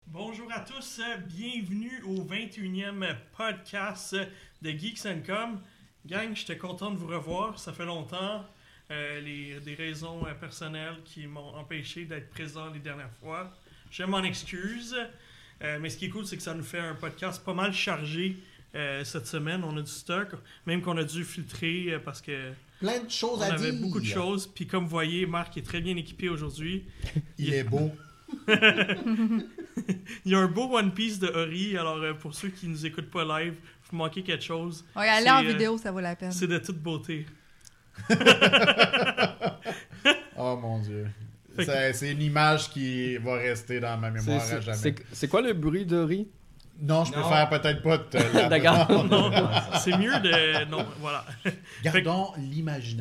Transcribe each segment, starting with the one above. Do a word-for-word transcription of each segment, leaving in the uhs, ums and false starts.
Bonjour à tous, bienvenue au vingt et unième podcast de Geeks and Com. Gang, j'étais content de vous revoir, ça fait longtemps. Euh, les, des raisons euh, personnelles qui m'ont empêché d'être présent les dernières fois. Je m'en excuse, euh, mais ce qui est cool, c'est que ça nous fait un podcast pas mal chargé euh, cette semaine. On a du stock, même qu'on a dû filtrer euh, parce que plein de choses on à avait dire. beaucoup de choses. Puis comme vous voyez, Marc est très bien équipé aujourd'hui. Il, Il est beau. Il y a un beau One Piece de Ori. Alors euh, pour ceux qui nous écoutent pas live, vous manquez quelque chose. Regardez en euh, vidéo, ça vaut la peine. C'est de toute beauté. Oh mon Dieu. C'est, c'est une image qui va rester dans ma mémoire c'est, à jamais. C'est, c'est quoi le bruit de riz? Non, je préfère peut-être pas te la... D'accord. Non, c'est mieux de... Non, voilà. Gardons fait... l'imaginaire.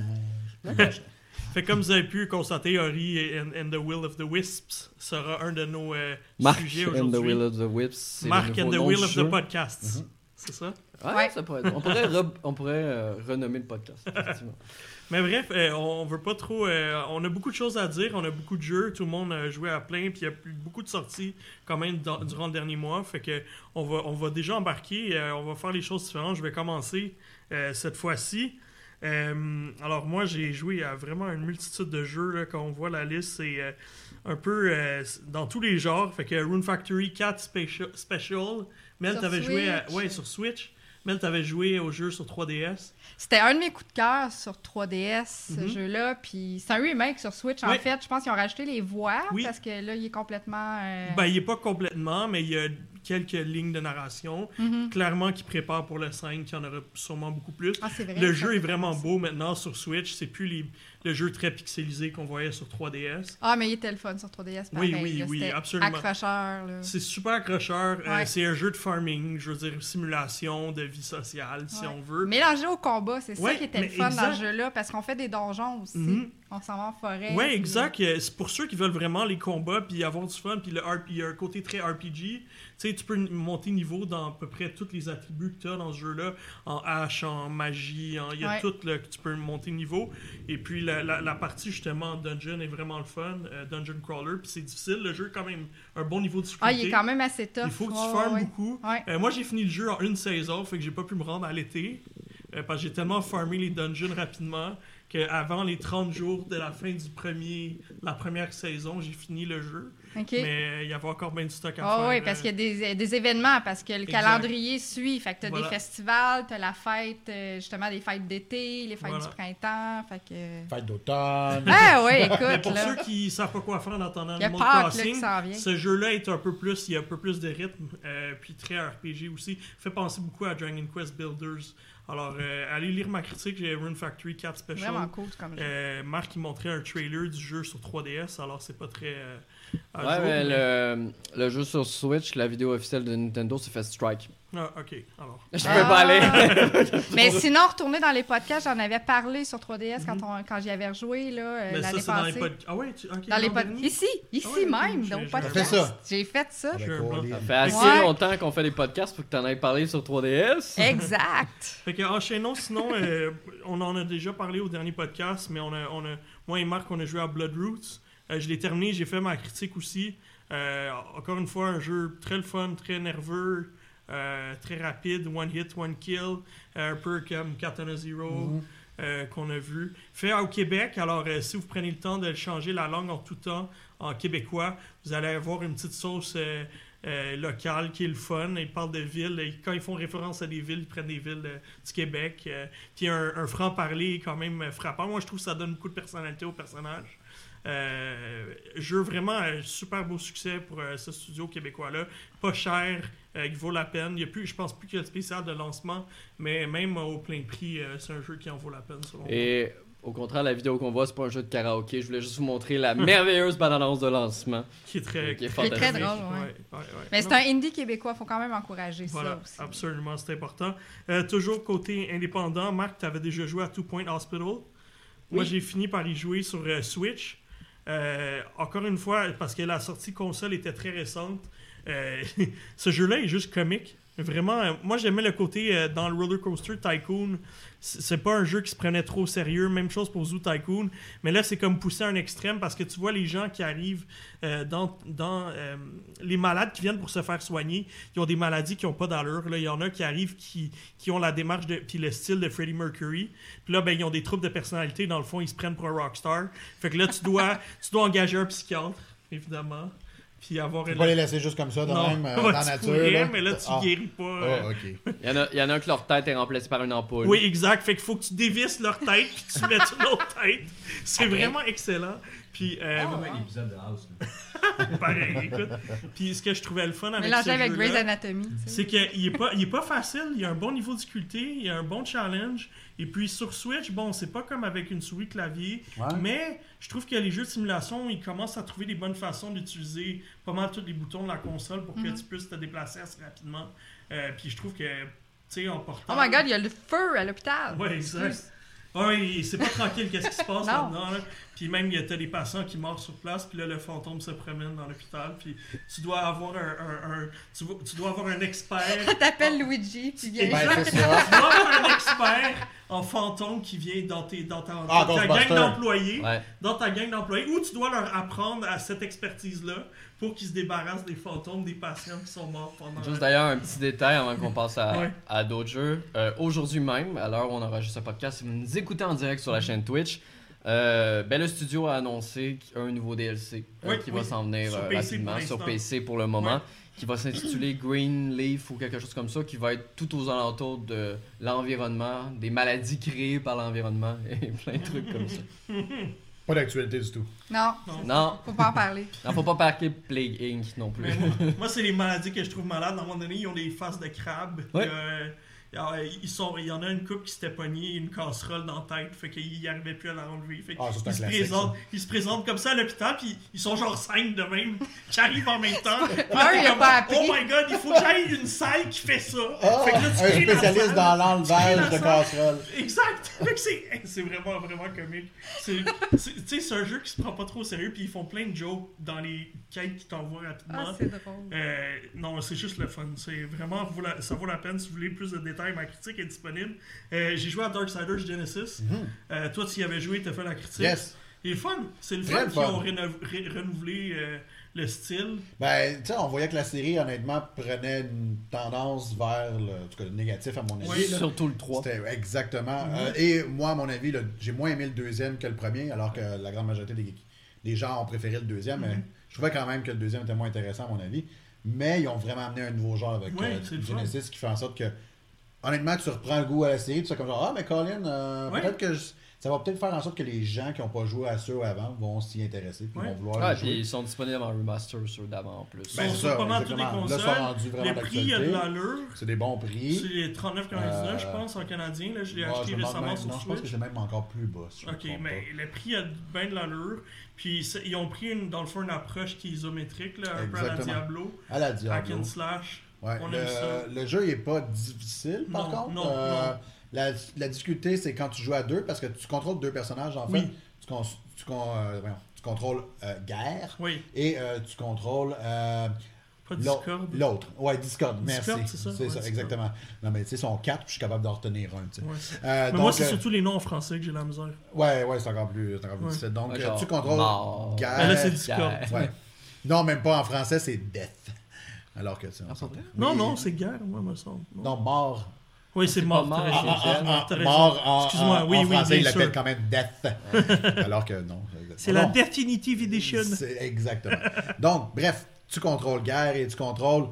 Fait comme vous avez pu constater, Ori and, and the Will of the Wisps sera un de nos euh, Mark sujets aujourd'hui. Mark and the Will of the Wisps. Mark and the Will of the Podcast. Mm-hmm. C'est ça? Ouais, ouais, ça pourrait être. On pourrait, re, on pourrait euh, renommer le podcast, effectivement. Mais bref, euh, on veut pas trop... Euh, on a beaucoup de choses à dire, on a beaucoup de jeux, tout le monde a joué à plein, puis il y a eu beaucoup de sorties quand même dans, durant le dernier mois. Fait que on va, on va déjà embarquer, euh, on va faire les choses différentes. Je vais commencer euh, cette fois-ci. Euh, alors moi, j'ai joué à vraiment une multitude de jeux. Là, quand on voit la liste, c'est euh, un peu euh, dans tous les genres. Fait que Rune Factory quatre Special... Special. Mel, t'avais joué à... Ouais, sur Switch. Mel, t'avais joué au jeu sur trois D S. C'était un de mes coups de cœur sur trois D S, mm-hmm. ce jeu-là. Puis c'est un remake sur Switch, en oui. fait. Je pense qu'ils ont rajouté les voix, oui. parce que là, il est complètement... Euh... Ben, il est pas complètement, mais il y a quelques lignes de narration. Mm-hmm. Clairement, qui prépare pour le cinq, il y en aura sûrement beaucoup plus. Ah, c'est vrai, le jeu est vraiment beau maintenant sur Switch. C'est plus les... le jeu très pixelisé qu'on voyait sur trois D S. Ah, mais il était le fun sur trois D S, pareil. Oui, oui, là, oui, c'était absolument. accrocheur. Là. C'est super accrocheur. Ouais. Euh, c'est un jeu de farming, je veux dire, simulation de vie sociale, si ouais. on veut. Mélangé au combat, c'est ouais, ça qui était le fun exact. dans ce jeu-là, parce qu'on fait des donjons aussi. Mm-hmm. On s'en va en forêt. Oui, exact. Puis... C'est pour ceux qui veulent vraiment les combats, puis avoir du fun, puis le R P... il y a un côté très R P G. Tu sais, tu peux monter niveau dans à peu près tous les attributs que tu as dans ce jeu-là, en hache, en magie, en... il y a ouais. tout là, que tu peux monter niveau. Et puis la, la, la partie justement dungeon est vraiment le fun, euh, dungeon crawler, puis c'est difficile. Le jeu a quand même un bon niveau de difficulté. Ah, il est quand même assez tough. Il faut que tu oh, farmes ouais. beaucoup. Ouais. Euh, moi, j'ai fini le jeu en une saison, fait que j'ai pas pu me rendre à l'été, euh, parce que j'ai tellement farmé les dungeons rapidement qu'avant les trente jours de la fin du premier, la première saison, j'ai fini le jeu. Okay. Mais il y avait encore bien du stock à oh, faire. Oui, parce qu'il y a des, des événements, parce que le exact. calendrier suit. Fait que t'as voilà. des festivals, t'as la fête, justement, des fêtes d'été, les fêtes voilà. du printemps. Fait que... Fête d'automne. Ah oui, écoute. Mais pour là. ceux qui savent pas quoi faire en attendant Animal Crossing, là, ce jeu-là est un peu plus, il y a un peu plus de rythme, euh, puis très R P G aussi. Fait penser beaucoup à Dragon Quest Builders. Alors, euh, allez lire ma critique, j'ai Rune Factory quatre Special. Vraiment cool comme jeu. Euh, Marc, il montrait un trailer du jeu sur trois D S, alors c'est pas très... Euh, ouais, jour, mais, mais... Le, le jeu sur Switch, la vidéo officielle de Nintendo, c'est fait Strike. Ah, ok, alors. Je peux ah. pas aller. Mais sinon, retourner dans les podcasts, j'en avais parlé sur trois D S mm-hmm. quand, on, quand j'y avais rejoué là, euh, mais l'année ça, c'est passée. Dans les pod... Ah ouais, tu... okay, dans les pod... Ici, ici ah ouais, même, okay, donc podcast. Fait ça. J'ai fait ça. Ça fait assez ouais. longtemps qu'on fait des podcasts pour que tu en aies parlé sur trois D S. Exact. Fait que enchaînons, sinon, euh, on en a déjà parlé au dernier podcast, mais on a, on a, moi et Marc, on a joué à Bloodroots. Euh, je l'ai terminé, j'ai fait ma critique aussi. Euh, encore une fois, un jeu très le fun, très nerveux, euh, très rapide, one hit, one kill, euh, un peu comme Katana Zero mm-hmm. euh, qu'on a vu. Fait au Québec, alors euh, si vous prenez le temps de changer la langue en tout temps en québécois, vous allez avoir une petite sauce euh, euh, locale qui est le fun. Ils parlent de villes, et quand ils font référence à des villes, ils prennent des villes euh, du Québec. Euh, puis un, un franc-parler quand même frappant. Moi, je trouve que ça donne beaucoup de personnalité au personnage. Euh, jeu vraiment un super beau succès pour euh, ce studio québécois-là. Pas cher, euh, qui vaut la peine. Il y a plus, je pense plus qu'il y a de spécial de lancement, mais même euh, au plein prix, euh, c'est un jeu qui en vaut la peine selon moi. Et au contraire, la vidéo qu'on voit, c'est pas un jeu de karaoké. Je voulais juste vous montrer la merveilleuse bande-annonce de lancement. Qui est très, qui est, qui est très drôle, ouais. Ouais, ouais, ouais. Mais c'est un indie québécois, il faut quand même encourager voilà, ça aussi. Absolument, c'est important. Euh, toujours côté indépendant, Marc, tu avais déjà joué à Two Point Hospital. Oui. Moi, j'ai fini par y jouer sur euh, Switch. Euh, encore une fois, parce que la sortie console était très récente, euh, ce jeu-là est juste comique. Vraiment, euh, moi j'aimais le côté euh, dans le Roller Coaster Tycoon, c- c'est pas un jeu qui se prenait trop au sérieux, même chose pour Zoo Tycoon, mais là c'est comme poussé à un extrême parce que tu vois les gens qui arrivent euh, dans, dans euh, les malades qui viennent pour se faire soigner, qui ont des maladies qui ont pas d'allure, là il y en a qui arrivent qui, qui ont la démarche de, puis le style de Freddie Mercury, puis là ben ils ont des troubles de personnalité, dans le fond ils se prennent pour un rockstar, fait que là tu dois, tu dois engager un psychiatre, évidemment. Puis avoir Tu peux pas les laisser juste comme ça, de non, même, euh, ouais, dans la tu nature. pourrais, là. mais là, tu Ah. guéris pas. euh. Oh, ok. Il y, en a, il y en a un que leur tête est remplacée par une ampoule. Oui, exact. Fait qu'il faut que tu dévisses leur tête puis que tu mettes une autre tête. C'est Okay. vraiment excellent. Puis, euh, C'est comme un épisode de House. Là. pareil, écoute. Puis, ce que je trouvais le fun avec Mélangé ce avec jeu-là, Grey's Anatomy. tu sais. c'est qu'il est pas, il est pas facile. Il y a un bon niveau de difficulté. Il y a un bon challenge. Et puis, sur Switch, bon, c'est pas comme avec une souris clavier. Ouais. Mais je trouve que les jeux de simulation, ils commencent à trouver des bonnes façons d'utiliser pas mal tous les boutons de la console pour que Mhm. tu puisses te déplacer assez rapidement. Euh, puis, je trouve que, tu sais, en portant... Oh my god, il y a le feu à l'hôpital. Ouais, exact. Oui, c'est pas tranquille qu'est-ce qui se passe Non. là-dedans. Là. Puis même, il y a t'as des patients qui meurent sur place, puis là, le fantôme se promène dans l'hôpital. Puis tu dois avoir un, un, un- tu, vo- tu dois avoir un expert. T'appelles Luigi, tu viens. Ben, c'est Tu ça. dois avoir un expert en fantôme qui vient dans, tes, dans ta, Ah, dans ta gang Ghostbuster. d'employés. Ouais. Dans ta gang d'employés, ou tu dois leur apprendre à cette expertise-là pour qu'ils se débarrassent des fantômes des patients qui sont morts pendant. Juste d'ailleurs, un petit détail avant qu'on passe à, Ouais. à d'autres jeux. Euh, Aujourd'hui même, à l'heure où on enregistre ce podcast, si vous nous écoutez en direct sur la chaîne Twitch, euh, ben le studio a annoncé un nouveau D L C euh, Oui, qui oui. va s'en venir Sur euh, P C rapidement pour sur l'instant. P C pour le moment, Ouais. qui va s'intituler Green Leaf ou quelque chose comme ça, qui va être tout aux alentours de l'environnement, des maladies créées par l'environnement et plein de trucs comme ça. Pas d'actualité du tout. Non, Non. Non, faut pas en parler. il faut pas parquer Plague Incorporated non plus. Mais moi, moi, c'est les maladies que je trouve malades. À un moment donné, ils ont des faces de crabe. Ouais. Il y a- il y a- ils sont, il y en a une couple qui s'était pogné une casserole dans la tête. Fait qu'ils n'arrivaient plus à la enlever. Fait Ah, ça, c'est un ils, se classique, présentent, ils se présentent comme ça à l'hôpital. Puis ils sont genre cinq de même qui arrivent en même temps. Puis là, Un, t'es il a comme, pas appris. oh my god, il faut que j'aille une salle qui fait ça. Ah, fait que là, tu un crées la spécialiste salle. dans Tu crées l'enlevage la de salle. casserole. Exact! Fait que c'est, c'est vraiment, vraiment comique. C'est, c'est, tu sais, c'est un jeu qui se prend pas trop au sérieux, puis ils font plein de jokes dans les quêtes qu'ils t'envoient rapidement. Ah, c'est drôle. Euh, non, c'est juste le fun. C'est vraiment, vaut la- ça vaut la peine. Si vous voulez plus de détails, ma critique est disponible. Euh, j'ai joué à Darksiders Genesis. Euh, toi, tu y avais joué, tu as fait la critique. Mhm. Yes. Il est fun. C'est le Très fun le qu'ils fun. ont rénov- ré- renouvelé euh, le style. Ben, tu sais, on voyait que la série, honnêtement, prenait une tendance vers le, en tout cas, le négatif, à mon avis. Oui, là. Surtout le trois. C'était exactement. Mhm. Euh, et moi, à mon avis, le- j'ai moins aimé le deuxième que le premier, alors que la grande majorité des, des gens ont préféré le deuxième. Mhm. Mais je trouvais quand même que le deuxième était moins intéressant, à mon avis. Mais ils ont vraiment amené un nouveau genre avec Oui, euh, c'est le Genesis qui fait en sorte que, honnêtement, tu reprends le goût à la série. Tu sais, comme genre, ah, mais Colin, euh, Ouais. peut-être que je- ça va peut-être faire en sorte que les gens qui n'ont pas joué à ceux avant vont s'y intéresser. Puis Ouais. vont vouloir Ah, y puis jouer. ils sont disponibles en remaster sur d'avant en plus. Ils Ben, sont c'est sur ça, pas mal toutes les exactement. Là, consoles. ça a rendu vraiment Le prix, il y a de d'actualité. l'allure. C'est des bons prix. C'est trente-neuf quatre-vingt-dix-neuf, Euh, je pense, en canadien. Là, je l'ai Ouais, acheté je me demande récemment même- sur non, je pense que Switch. c'est même encore plus bas. si je me Ok, trompe mais le prix a bien de l'allure. Puis c'est- ils ont pris une, dans le fond une approche qui est isométrique, là, un peu à la Exactement. Diablo. pas. À la Hack Diablo. and slash. Ouais, On le, aime ça. le jeu n'est pas difficile, par Non, contre. non, Euh, non. La, la difficulté, c'est quand tu joues à deux, parce que tu contrôles deux personnages, en fait. Oui. Tu, con- tu, con- euh, voyons, tu contrôles euh, Guerre Oui, et euh, tu contrôles euh, pas l'au- Discord. l'autre. Ouais, Discord, merci. Discord, c'est ça? Ouais, Discord. exactement. Non, mais tu sais, ils sont quatre, puis je suis capable d'en retenir un. tu sais. Ouais. Euh, Mais donc, moi, c'est euh, surtout les noms en français que j'ai la misère. Ouais, ouais, c'est encore plus, c'est encore plus Ouais. difficile. Donc, Ouais, euh, genre, tu contrôles mort. Guerre. Mais là, c'est Discord. Guerre. Ouais. Non, même pas en français, c'est Death. Alors que, tu sais, on Ah, s'entend. pas vrai? Non, Oui. non, c'est guerre, moi, me semble. Non. Non, mort. Oui, c'est C'est mort. pas t'as mort. raison. Ah, ah, Ah, T'as ah, raison. mort en, Excuse-moi, en- oui, en oui, français, il bien l'appelle sûr. quand même Death. Alors que non. C'est Non, la Definitive Edition. c'est exactement. Donc, bref, tu contrôles Guerre et tu contrôles.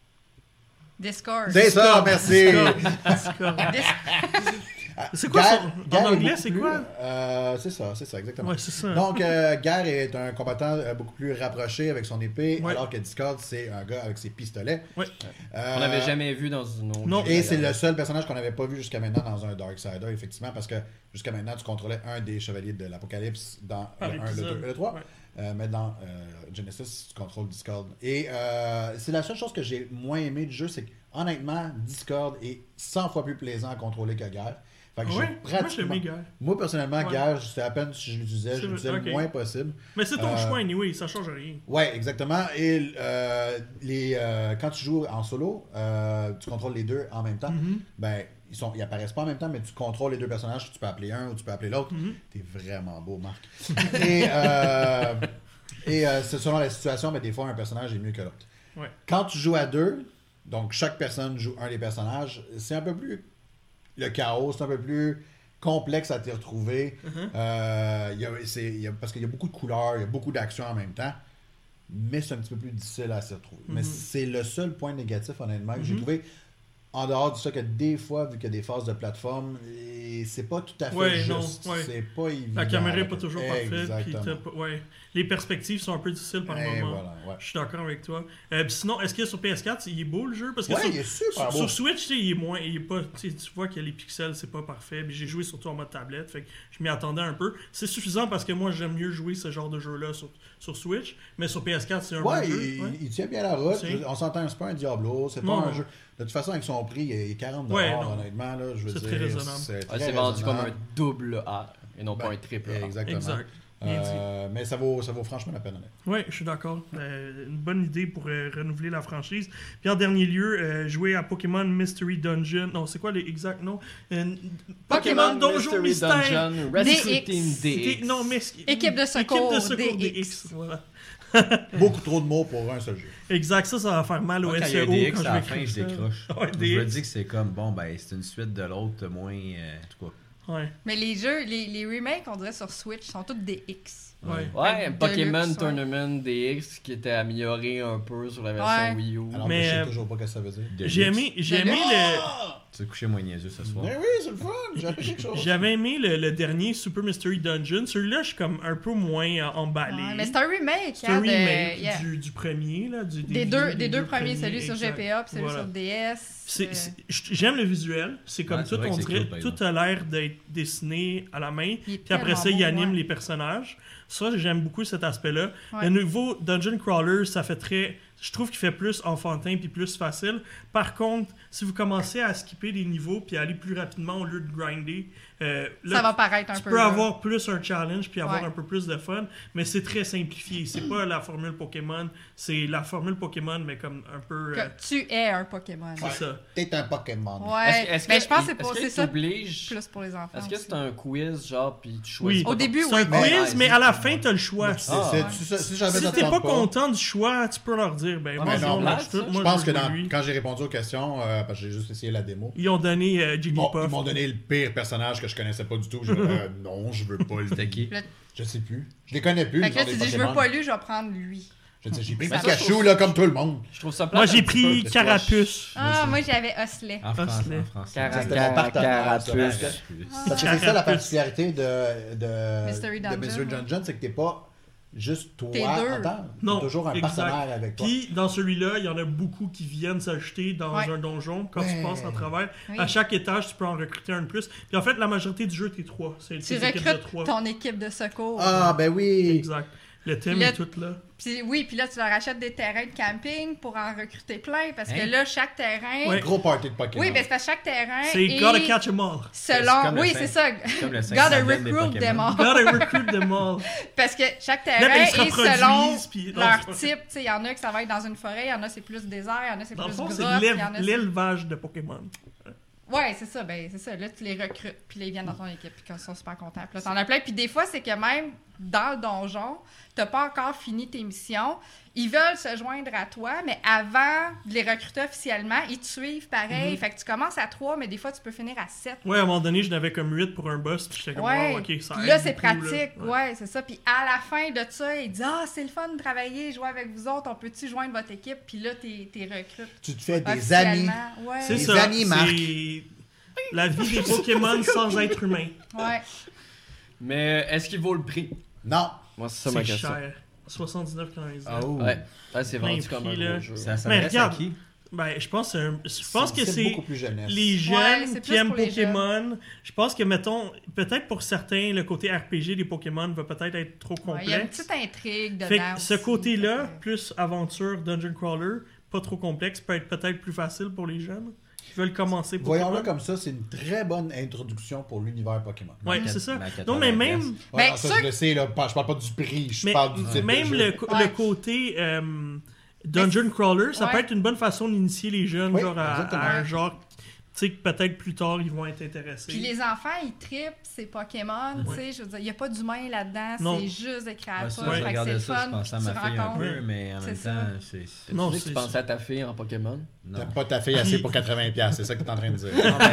Discord. C'est ça, merci. Discord. Dis- C'est quoi Guerre- son- en Guerre est anglais, beaucoup c'est plus- quoi? euh, C'est ça, c'est ça, exactement. Ouais, c'est ça. Donc, euh, Guerre est un combattant euh, beaucoup plus rapproché avec son épée, Ouais. alors que Discord, c'est un gars avec ses pistolets. Ouais. Euh, On n'avait jamais vu dans une autre. Non. jeu, Et c'est d'ailleurs. le seul personnage qu'on n'avait pas vu jusqu'à maintenant dans un Darksider, effectivement, parce que jusqu'à maintenant, tu contrôlais un des chevaliers de l'Apocalypse dans Par le un, le épisode. deux et le trois. Ouais. Euh, mais dans euh, Genesis, tu contrôles Discord. Et euh, c'est la seule chose que j'ai moins aimé du jeu, c'est que honnêtement, Discord est cent fois plus plaisant à contrôler que Guerre. Fait que Ouais, j'ai moi, j'ai pratiquement... aimé Guerre. Moi, personnellement, Ouais. Guerre, c'est à peine si je l'utilisais, C'est je l'utilisais vrai, le ok. moins possible. Mais c'est ton Euh, choix, anyway, ça change rien. Ouais, exactement. Et euh, les, euh, quand tu joues en solo, euh, tu contrôles les deux en même temps. Mhm. Ben, ils, sont, ils apparaissent pas en même temps, mais tu contrôles les deux personnages. Tu peux appeler un ou tu peux appeler l'autre. Mhm. T'es vraiment beau, Marc. et euh, et euh, c'est selon la situation, mais des fois, un personnage est mieux que l'autre. Ouais. Quand tu joues à deux, donc chaque personne joue un des personnages, c'est un peu plus le chaos, c'est un peu plus complexe à t'y retrouver. Mhm. Euh, il y a- c'est- il y a- parce qu'il y a beaucoup de couleurs, il y a beaucoup d'actions en même temps, mais c'est un petit peu plus difficile à s'y retrouver. Mais Mhm. c'est le seul point négatif, honnêtement, que j'ai Mhm. trouvé. En dehors du fait que des fois, vu qu'il y a des phases de plateforme, et c'est pas tout à fait Ouais, non, juste. ouais. C'est pas évident. La caméra n'est pas là. toujours parfaite. Puis Exactement. t'as pas- ouais. Les perspectives sont un peu difficiles par Et moment. voilà, ouais. Je suis d'accord avec toi. Euh, puis sinon, est-ce que sur P S quatre, il est beau le jeu? Parce que Ouais, sur, il est super sur, beau. sur Switch, tu sais, il est moins. Il est pas, tu sais, tu vois que les pixels, c'est pas parfait. Puis j'ai joué surtout en mode tablette. Fait que je m'y attendais un peu. C'est suffisant parce que moi, j'aime mieux jouer ce genre de jeu-là sur, sur Switch. Mais sur P S quatre, c'est un Ouais, bon jeu. il, Ouais. il tient bien la route. C'est- Je- On s'entend, c'est pas un Diablo, c'est pas Non, un non. jeu. De toute façon, avec son prix, il est quarante Ouais, dollars, non. honnêtement. Là, je veux C'est dire, très raisonnable. C'est Ouais, très c'est vendu comme un raisonnable. double A et non pas Ben, un triple A. Exactement. Exact. Bien dit. Euh, mais ça vaut, ça vaut franchement la peine. honnêtement. Oui, je suis d'accord. Euh, une bonne idée pour euh, renouveler la franchise. Puis en dernier lieu, euh, jouer à Pokémon Mystery Dungeon. Non, c'est quoi les exacts noms? Euh, Pokémon Donjon Mystery Mystère. Dungeon Rescue D X. Team D C'était- X. Non, mais... Équipe de secours, Équipe de secours D X. D X. Voilà. Beaucoup trop de mots pour un seul jeu. Exact, ça, ça va faire mal au Moi, quand il y S E a O des X quand je à la vais fin, écrire je ça. décroche. Ouais, Moi, D je me X. dis que c'est comme, bon, ben, c'est une suite de l'autre, moins. euh, en tout cas. Ouais, Mais les jeux, les, les remakes, on dirait sur Switch, sont tous des X. ouais. Ouais, Avec Pokémon Deluxe, ouais. Tournament D X qui était amélioré un peu sur la version Ouais. Wii U. Alors, Mais, je sais euh, toujours pas ce que ça veut dire. De J'ai luxe. aimé, j'ai De aimé luxe. le... Tu te coucher moins niaiseux ce soir. Ben oui, c'est le fun. J'ai appris quelque chose. J'avais aimé le, le dernier Super Mystery Dungeon. Celui-là, je suis comme un peu moins euh, emballé. Ouais, mais c'est un remake, C'est un hein, de- remake yeah. du, du premier, là. Du, Des, vieux- deux, des deux premiers, celui sur exact. G P A puis celui Voilà. sur D S. C'est- euh, c'est- J'aime le visuel. C'est comme Ouais, c'est tout, vrai on que c'est dirait, cool, par tout a l'air d'être dessiné à la main. Il est Puis après ça, tellement il beau, anime ouais. les personnages. Ça, j'aime beaucoup cet aspect-là. Ouais. Le nouveau Dungeon Crawler, ça fait très... Je trouve qu'il fait plus enfantin puis plus facile. Par contre, si vous commencez à skipper des niveaux puis à aller plus rapidement au lieu de grinder, euh, là, ça va paraître un tu peu. peux là. avoir plus un challenge puis avoir Ouais. un peu plus de fun, mais c'est très simplifié. C'est pas la formule Pokémon, c'est la formule Pokémon, mais comme un peu... euh, Que tu es un Pokémon. c'est ça. T'es un Pokémon. Ouais, Est-ce que- est-ce mais que- je pense que c'est est-ce pour- que c'est ça t'obliges- plus pour les enfants. Est-ce que aussi. c'est un quiz, genre, puis tu choisis Oui. pas Au ton- début, C'est oui. un quiz, Ouais, mais c'est- à la fin, t'as le choix. C'est- Ah, c'est- ouais. si, ça- si jamais Si ça te t'es tente pas content du choix, tu peux leur dire, ben, Ouais, moi, mais je non, veux mais tout, je moi, Je pense veux que dans- lui. quand j'ai répondu aux questions, euh, parce que j'ai juste essayé la démo, Ils ont donné euh, ils m'ont, Jigglypuff. ils m'ont donné le pire personnage que je connaissais pas du tout. Je euh, non, je veux pas le C'était qui? Le- Je sais plus. Je les connais plus. Fait les que là, gens tu des dis, je veux Pokémon. pas lui, je vais prendre lui. Je sais, j'ai pris Mais ça, Pikachu, je trouve- là, comme tout le monde. Je trouve ça plate Moi, un j'ai petit pris peu, parce que Carapuce. Ah, moi, j'avais Osley. En France, Osley. en France. Cara- C'était mon partenaire, ça, parce que- Carapuce. Parce que c'est ça la Carapuce. particularité de, de, Mystery de Dungeon, Mystery ouais. Dungeon, c'est que t'es pas juste toi T'es deux. en temps. Non, T'as toujours un exact. partenaire avec toi. Puis, dans celui-là, il y en a beaucoup qui viennent s'ajouter dans Ouais. un donjon quand Ouais. tu passes à travers. Oui. À chaque étage, tu peux en recruter un de plus. Puis, en fait, la majorité du jeu, t'es trois. C'est Tu des équipes de recrutes trois. ton équipe de secours. Ah, ben oui. Exact. Le thème Le- est tout là. Puis oui, puis là, tu leur achètes des terrains de camping pour en recruter plein. Parce que Hein? là, chaque terrain. Ouais. Gros party de Pokémon. Oui, ben c'est parce que chaque terrain. C'est est Gotta Catch 'em All. C'est Selon. comme le Oui, Saint- c'est ça. Comme le Gotta Saint-Sabine des recruit Pokémon. them all. Gotta recruit them all. Parce que chaque Là, terrain ben, ils se est selon reproduisent, puis- non, leur c'est pas- type. Tu sais, il y en a que ça va être dans une forêt, il y en a c'est plus désert, il y en a c'est Dans le plus fond, grotte. c'est il l'élève- y en a, c'est- l'élevage de Pokémon. Ouais, c'est ça. Ben, c'est ça. Là, tu les recrutes, puis là, ils viennent dans ton équipe, puis ils sont super contents. Puis là, t'en as plein. Puis des fois, c'est que même dans le donjon, t'as pas encore fini tes missions. Ils veulent se joindre à toi, mais avant de les recruter officiellement, ils te suivent pareil. Fait que tu commences à trois, mais des fois, tu peux finir à sept. Ouais, à un moment donné, je n'avais comme huit pour un boss, puis j'étais comme, Ouais. wow, ok, ça Puis aide là, c'est beaucoup, là. pratique. Ouais. Ouais, c'est ça. Puis à la fin de ça, ils disent ah, c'est le fun de travailler, jouer avec vous autres. On peut-tu joindre votre équipe? Puis là, t'es t'es recrutes. Tu te fais des amis. officiellement. Ouais. C'est Les ça. amis, Marc. C'est la vie des Pokémon sans être humain. Ouais. Mais est-ce qu'il vaut le prix? Non. Moi, c'est ça ma C'est question. cher. soixante-dix-neuf quatre-vingt-dix-neuf. Oh. Ouais, ouais c'est Plein vendu comme un prix, là. gros jeu. Ça Mais s'adresse à regarde, qui? Ben, je pense, que c'est un- je pense que C'est c'est beaucoup plus jeunesse. les Ouais, jeunes c'est qui plus aiment pour les Pokémon. Je pense que, mettons, peut-être pour certains, le côté R P G des Pokémon va peut-être être trop Ouais, il y a une complexe. petite intrigue dedans. Fait que ce aussi, côté-là, fait que- plus aventure, dungeon crawler, pas trop complexe, peut être peut-être plus facile pour les jeunes. qui veulent commencer Voyons-le Pokémon. comme ça, c'est une très bonne introduction pour l'univers Pokémon. Ouais, Ma c'est ça. ma Non, mais même, quatre-vingts Ouais, Ben, non, ça, ceux- je le sais, là, je parle pas du prix, je mais parle du type même de le, jeu. co- Ouais. le côté euh, Dungeon Crawler, ça Ouais. peut être une bonne façon d'initier les jeunes Oui, genre à, exactement. à un genre, tu sais, que peut-être plus tard ils vont être intéressés. Puis les enfants, ils trippent, c'est Pokémon, tu sais, je veux dire, il n'y a pas d'humain là-dedans, Non. c'est juste des Ouais, créatures, ça, fait je que regardais c'est le ça, fun, je pensais à puis ma tu fille un rencontres. peu, mais en C'est même ça. temps, c'est... c'est- Non, Tu dis que c'est tu pensais à ta fille en Pokémon. Non. T'as pas ta fille assez pour quatre-vingts dollars, c'est ça que t'es en train de dire.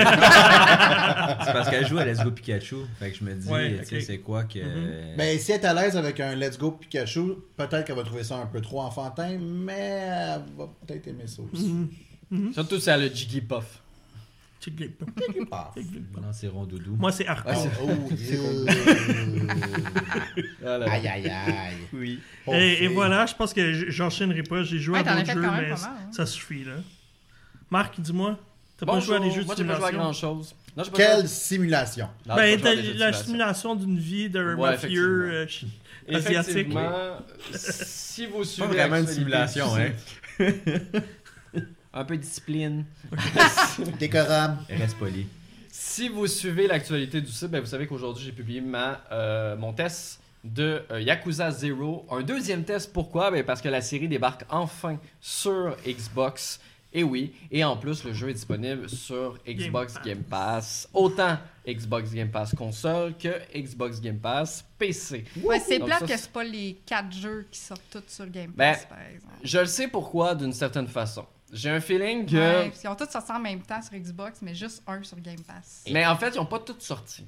C'est parce qu'elle joue à Let's Go Pikachu. Fait que je me dis, Ouais, tu sais, ok. c'est quoi que... Mhm. Ben, si elle est à l'aise avec un Let's Go Pikachu, peut-être qu'elle va trouver ça un peu trop enfantin, mais elle va peut-être aimer ça aussi. Mhm. Surtout si elle a le Jigglypuff. Jigglypuff. Ah. Non, c'est Rondoudou. Moi, c'est Arco. Ouais, c'est- Oh, euh, Voilà. Aïe, aïe, aïe. Oui. Pauvre Et, et fille. voilà, je pense que j- j'enchaînerai pas. J'ai joué Ouais, à t'en as d'autres fait jeux, quand même mais pas mal, hein. ça suffit, là. Marc, dis-moi, t'as pas Bonjour. joué à des jeux de Moi, j'ai pas joué à simulation? grand chose. Non, j'ai pas Quelle joué- simulation. Non, j'ai Ben, pas joué à t'as des jeux de la simulation. simulation d'une vie d'un Ouais, mafieux euh, chi- asiatique. Effectivement, si vous Pas suivez vraiment une l'actualité- simulation, hein. Un peu de discipline. Décorum. Reste poli. Si vous suivez l'actualité du site, ben vous savez qu'aujourd'hui j'ai publié ma, euh, mon test de euh, Yakuza Zero. Un deuxième test, pourquoi? Ben parce que la série débarque enfin sur Xbox. Et oui, et en plus le jeu est disponible sur Xbox Pass. Game Pass. Autant Xbox Game Pass console que Xbox Game Pass P C. Ouais, c'est Donc plate ça, que c'est- c'est pas les quatre jeux qui sortent tous sur Game Ben, Pass, par exemple. Je le sais pourquoi d'une certaine façon. J'ai un feeling que... Ouais, puis ils ont tous sorti en même temps sur Xbox, mais juste un sur Game Pass. Mais en fait, ils n'ont pas toutes sorti.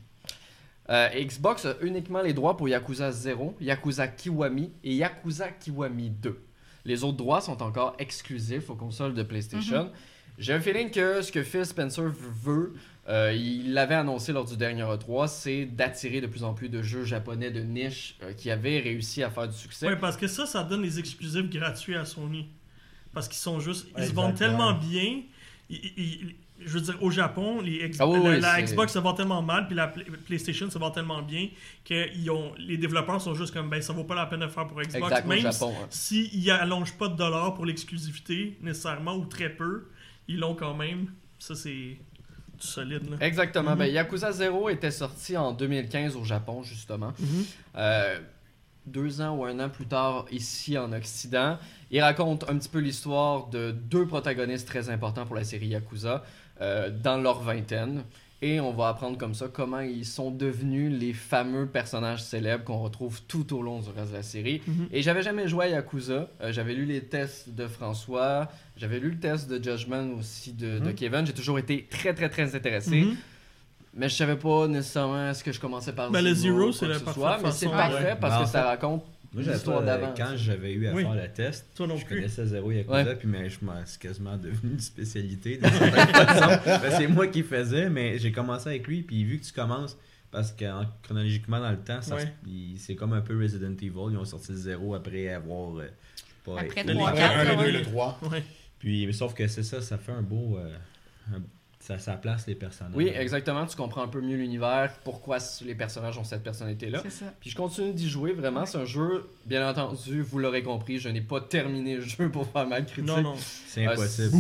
Euh, Xbox a uniquement les droits pour Yakuza Zero, Yakuza Kiwami et Yakuza Kiwami deux. Les autres droits sont encore exclusifs aux consoles de PlayStation. Mhm. J'ai un feeling que ce que Phil Spencer veut, euh, il l'avait annoncé lors du dernier E trois, c'est d'attirer de plus en plus de jeux japonais de niche euh, qui avaient réussi à faire du succès. Ouais, parce que ça, ça donne des exclusifs gratuits à Sony. Parce qu'ils sont juste. Ils se Exact, vendent tellement ouais. bien. Ils- ils- je veux dire, au Japon, les ex- Ah oui, la, oui, la c'est- Xbox se vend tellement mal, puis la Play- PlayStation se vend tellement bien que ils ont, les développeurs sont juste comme ben ça vaut pas la peine de faire pour Xbox. Exact, au Même Japon, hein. s'ils si, allongent pas de dollars pour l'exclusivité, nécessairement, ou très peu, ils l'ont quand même. Ça, c'est du solide. Là. Exactement. Mhm. Ben, Yakuza Zero était sorti en deux mille quinze au Japon, justement. Mhm. Euh, deux ans ou un an plus tard, ici en Occident. Il raconte un petit peu l'histoire de deux protagonistes très importants pour la série Yakuza euh, dans leur vingtaine. Et on va apprendre comme ça comment ils sont devenus les fameux personnages célèbres qu'on retrouve tout au long du reste de la série. Mhm. Et j'avais jamais joué à Yakuza. Euh, j'avais lu les tests de François. J'avais lu le test de Judgment aussi de, de Mhm. Kevin. J'ai toujours été très, très, très intéressé. Mhm. Mais je savais pas nécessairement est-ce que je commençais par Ben, le Zero, Zero, quoi c'est que la ce parfaite soit, mais c'est façon. parfait Ouais. parce Ben, que en ça fait, raconte Moi, j'avais l'histoire pas- d'avant. quand j'avais eu à Oui. faire le test, Toi non je plus. connaissais zéro Yakuza, Ouais. puis mais je m'en- c'est quasiment devenu une spécialité de certaine façon. Ben, c'est moi qui faisais, mais j'ai commencé avec lui, puis vu que tu commences, parce que en- chronologiquement dans le temps, ça, Ouais. se- il- c'est comme un peu Resident Evil, ils ont sorti le zéro après avoir, euh, je sais pas, Après écrit- trois, Après quatre, un, le ouais. deux, le trois. Ouais. Puis, mais sauf que c'est ça, ça fait un beau, euh, un- ça, ça place les personnages. Oui, exactement. Tu comprends un peu mieux l'univers, pourquoi les personnages ont cette personnalité-là. C'est ça. Puis je continue d'y jouer, vraiment. C'est un jeu, bien entendu, vous l'aurez compris, je n'ai pas terminé le jeu pour faire ma critique. Non, non. C'est Ah, impossible.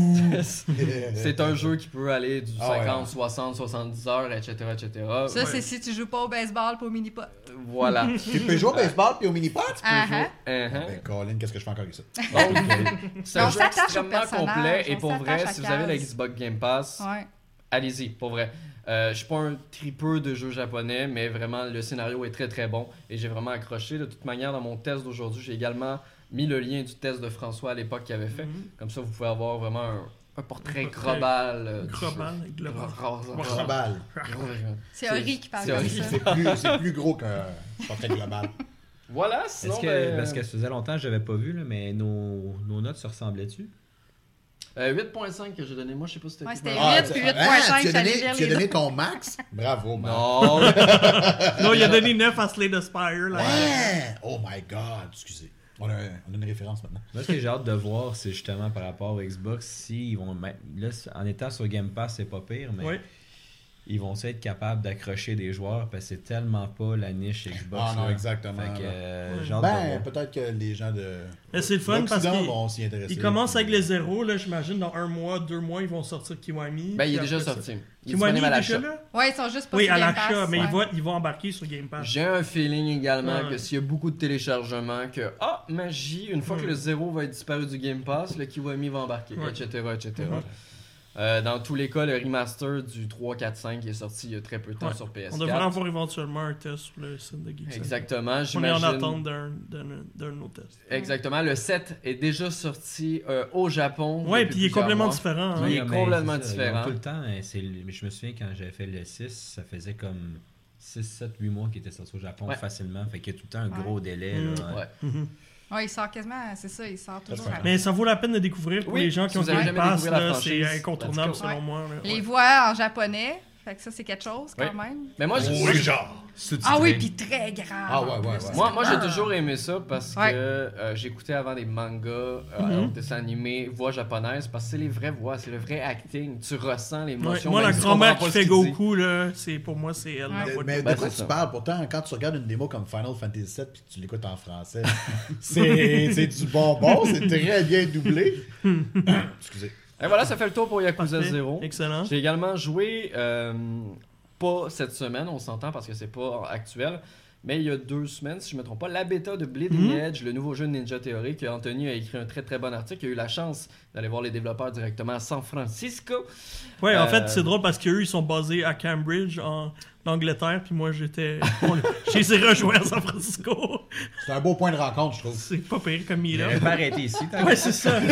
C'est un jeu qui peut aller du Ah ouais, cinquante, ouais. soixante, soixante-dix heures, et cetera, et cetera. Ça, Ouais. c'est si tu joues pas au baseball pas au mini-pot. Voilà. Tu peux jouer au baseball puis au mini-pot? Ah, jouer- ah. Uh-huh. Ben, Colin, qu'est-ce que je fais encore avec ça? Donc, c'est On un jeu s'attache au extrêmement personnage, complet et on pour vrai, s'attache à si vous avez la Kaz. Xbox Game Pass, Ouais. allez-y, pour vrai. Euh, je suis pas un tripeux de jeux japonais, mais vraiment le scénario est très très bon et j'ai vraiment accroché. De toute manière, dans mon test d'aujourd'hui, j'ai également mis le lien du test de François à l'époque qu'il avait fait. Mhm. Comme ça, vous pouvez avoir vraiment un, un portrait Un portrait global. euh, du Global, jeu. global. Ra- ra- ra- Trois balles. C'est C'est- Ori qui parle c'est comme Ori. ça. C'est plus, c'est plus gros qu'un portrait global. Voilà, sinon. Est-ce que, ben, parce que ça faisait longtemps que je n'avais pas vu, là, mais nos, nos notes se ressemblaient-tu? euh, huit virgule cinq que j'ai donné, moi, je sais pas si c'était Ouais, qui c'était m'a- huit, puis huit virgule cinq, tu as j'allais donné, lire tu as les donné autres. ton max? Bravo, Max. Non, Non, il a donné neuf à Slay the Spire. Là. Ouais! Oh my god, excusez. On a, on a une référence maintenant. Moi, ce que j'ai hâte de voir, c'est justement par rapport au Xbox, si ils vont mettre. Là, en étant sur Game Pass, c'est pas pire, mais Ouais. ils vont être capables d'accrocher des joueurs parce que c'est tellement pas la niche Xbox. Ah non, là. exactement. Fait que, là. euh, Ouais. j'ai hâte de Ben, voir. peut-être que les gens de Mais c'est le fun parce l'Occident qu'ils vont s'y intéresser. ils commencent puis- avec les zéros, là, j'imagine, dans un mois, deux mois, ils vont sortir Kiwami. Ben, il est puis déjà après ça- sorti. Il est Kiwami disponible à est déjà l'achat. là? Ouais, ils sont juste pas Oui, sur à Game l'achat, Pass, mais ouais. ils, vont, ils vont embarquer sur Game Pass. J'ai un feeling également Ouais. que s'il y a beaucoup de téléchargements, que ah, magie, une fois Ouais. que le zéro va être disparu du Game Pass, le Kiwami va embarquer, Ouais. et cetera, et cetera. Ouais. Euh, dans tous les cas, le remaster du trois, quatre, cinq est sorti il y a très peu de temps Ouais. sur P S On quatre. devrait avoir éventuellement un test sur le site de Geeks. Exactement, On est en j'imagine. attente d'un, d'un, d'un autre test. Exactement, le sept est déjà sorti euh, au Japon. Ouais, depuis puis il est plusieurs complètement mois. différent. hein. Il est Ouais, mais complètement c'est ça, différent. ils ont tout le temps, hein, c'est le- mais je me souviens quand j'avais fait le six, ça faisait comme six, sept, huit mois qu'il était sorti au Japon Ouais. facilement. Fait qu'il y a tout le temps un Ouais. gros délai. Mm. Là, Ouais. Mhm. Ouais, il sort quasiment, c'est ça, il sort toujours. Ça, après. Mais ça vaut la peine de découvrir pour Oui, les gens qui si ont vous avez Game jamais Pass, découvert la là, franchise, c'est incontournable let's go. selon moi. là, Les ouais. voix en japonais, fait que ça, c'est quelque chose quand Oui. même. Mais moi, j'ai- Oui, genre. Ah oui, puis très grand. Ah ouais, en ouais, plus. ouais. Moi, moi j'ai Ah. toujours aimé ça parce Ouais. que euh, j'écoutais avant des mangas, euh, Mhm. alors, dessins animés, voix japonaises, parce que c'est les vraies voix, c'est le vrai acting. Tu ressens Ouais, l'émotion. moi, même la si tu grand-mère comprends qui pas fait ce qu'il dit. Goku, là, c'est, pour moi, c'est elle. la Ouais. voix de Mais de Ben, quoi c'est tu ça. parles? Pourtant, quand tu regardes une démo comme Final Fantasy sept puis que tu l'écoutes en français, c'est c'est du bonbon, c'est très bien doublé. Excusez. Et voilà, ça fait le tour pour Yakuza Parfait. zéro. Excellent. J'ai également joué, euh, pas cette semaine, on s'entend parce que c'est pas actuel, mais il y a deux semaines, si je ne me trompe pas, la bêta de Bleeding Mhm. Edge, le nouveau jeu de Ninja Theory, que Anthony a écrit un très très bon article. Il a eu la chance d'aller voir les développeurs directement à San Francisco. Ouais, en Euh, fait, c'est drôle parce qu'eux, ils sont basés à Cambridge, en Angleterre, puis moi, j'étais. on- Je les ai rejoints à San Francisco. C'est un beau point de rencontre, je trouve. C'est pas pire comme il Il est aurait là. pas arrêté ici. tant Ouais, que- c'est ça.